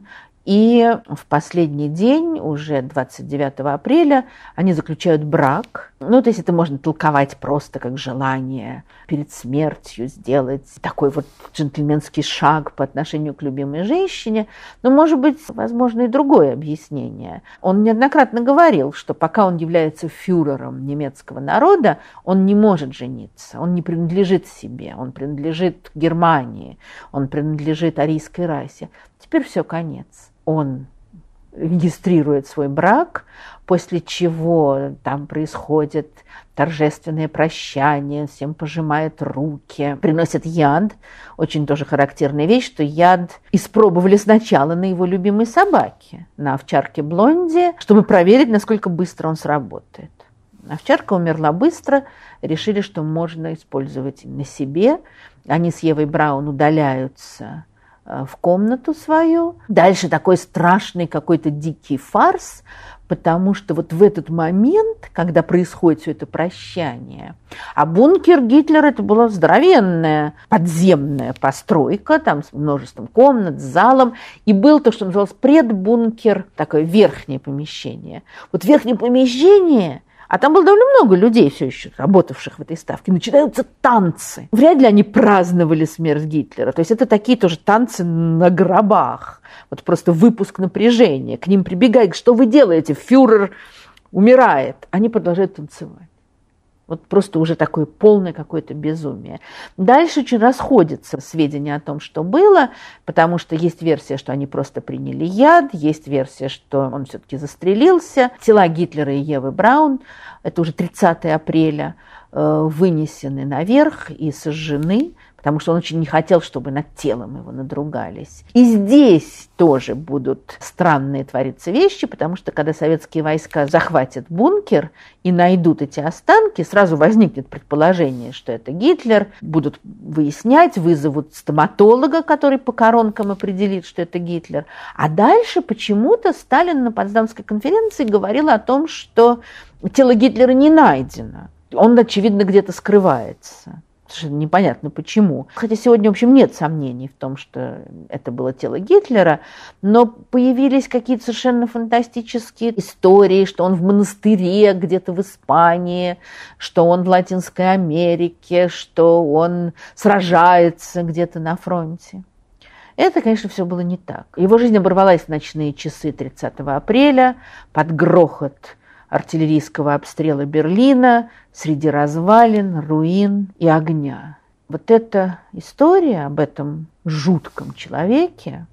и в последний день, уже 29 апреля, они заключают брак. Ну, то есть это можно толковать просто как желание перед смертью сделать такой вот джентльменский шаг по отношению к любимой женщине. Но, может быть, возможно, и другое объяснение. Он неоднократно говорил, что пока он является фюрером немецкого народа, он не может жениться, он не принадлежит себе, он принадлежит Германии, он принадлежит арийской расе. Теперь все, конец. Он регистрирует свой брак, после чего там происходит торжественное прощание, всем пожимает руки, приносят яд. Очень тоже характерная вещь, что яд испробовали сначала на его любимой собаке, на овчарке Блонди, чтобы проверить, насколько быстро он сработает. Овчарка умерла быстро, решили, что можно использовать на себе. Они с Евой Браун удаляются в комнату свою. Дальше такой страшный какой-то дикий фарс, потому что вот в этот момент, когда происходит все это прощание, а бункер Гитлера это была здоровенная подземная постройка, там с множеством комнат, с залом, и был то, что называлось предбункер, такое верхнее помещение. Вот верхнее помещение, а там было довольно много людей, все еще работавших в этой Ставке. Начинаются танцы. Вряд ли они праздновали смерть Гитлера. То есть это такие тоже танцы на гробах. Вот просто выпуск напряжения. К ним прибегает, что вы делаете? Фюрер умирает. Они продолжают танцевать. Вот просто уже такое полное какое-то безумие. Дальше очень расходятся сведения о том, что было, потому что есть версия, что они просто приняли яд, есть версия, что он все-таки застрелился. Тела Гитлера и Евы Браун, это уже 30 апреля, вынесены наверх и сожжены, потому что он очень не хотел, чтобы над телом его надругались. И здесь тоже будут странные твориться вещи, потому что когда советские войска захватят бункер и найдут эти останки, сразу возникнет предположение, что это Гитлер. Будут выяснять, вызовут стоматолога, который по коронкам определит, что это Гитлер. А дальше почему-то Сталин на Потсдамской конференции говорил о том, что тело Гитлера не найдено. Он, очевидно, где-то скрывается. Совершенно непонятно почему. Хотя сегодня, в общем, нет сомнений в том, что это было тело Гитлера, но появились какие-то совершенно фантастические истории, что он в монастыре где-то в Испании, что он в Латинской Америке, что он сражается где-то на фронте. Это, конечно, все было не так. Его жизнь оборвалась в ночные часы 30 апреля под грохот артиллерийского обстрела Берлина среди развалин, руин и огня. Вот эта история об этом жутком человеке,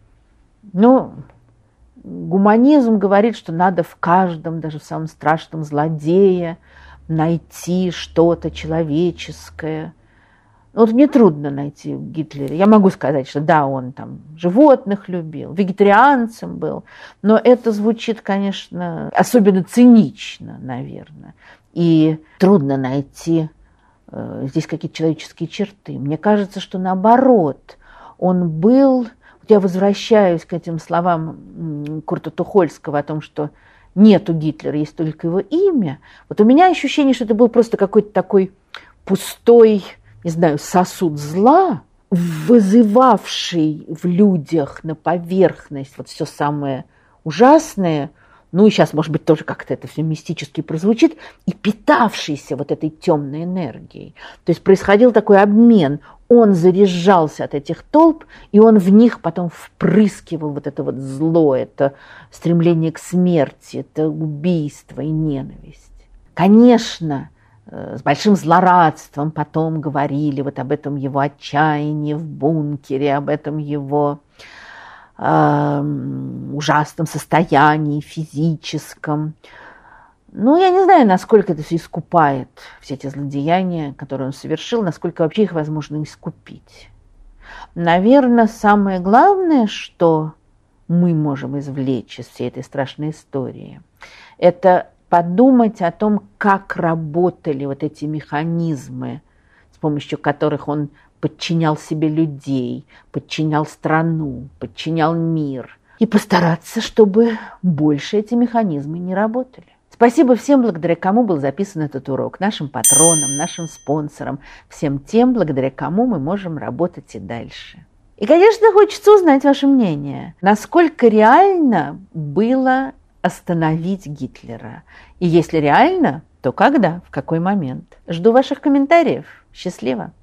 гуманизм говорит, что надо в каждом, даже в самом страшном злодее найти что-то человеческое. Вот мне трудно найти в Гитлере. Я могу сказать, что да, он там животных любил, вегетарианцем был, но это звучит, конечно, особенно цинично, наверное. И трудно найти здесь какие-то человеческие черты. Мне кажется, что наоборот, он был... Я возвращаюсь к этим словам Курта Тухольского о том, что нет у Гитлера, есть только его имя. Вот у меня ощущение, что это был просто какой-то такой пустой, не знаю, сосуд зла, вызывавший в людях на поверхность вот все самое ужасное, и сейчас, может быть, тоже как-то это все мистически прозвучит, и питавшийся вот этой темной энергией. То есть происходил такой обмен. Он заряжался от этих толп, и он в них потом впрыскивал вот это вот зло, это стремление к смерти, это убийство и ненависть. Конечно, с большим злорадством потом говорили вот об этом его отчаянии в бункере, об этом его ужасном состоянии физическом. Я не знаю, насколько это все искупает, все эти злодеяния, которые он совершил, насколько вообще их возможно искупить. Наверное, самое главное, что мы можем извлечь из всей этой страшной истории, это подумать о том, как работали вот эти механизмы, с помощью которых он подчинял себе людей, подчинял страну, подчинял мир. И постараться, чтобы больше эти механизмы не работали. Спасибо всем, благодаря кому был записан этот урок, нашим патронам, нашим спонсорам, всем тем, благодаря кому мы можем работать и дальше. И, конечно, хочется узнать ваше мнение. Насколько реально было остановить Гитлера? И если реально, то когда, в какой момент? Жду ваших комментариев. Счастливо!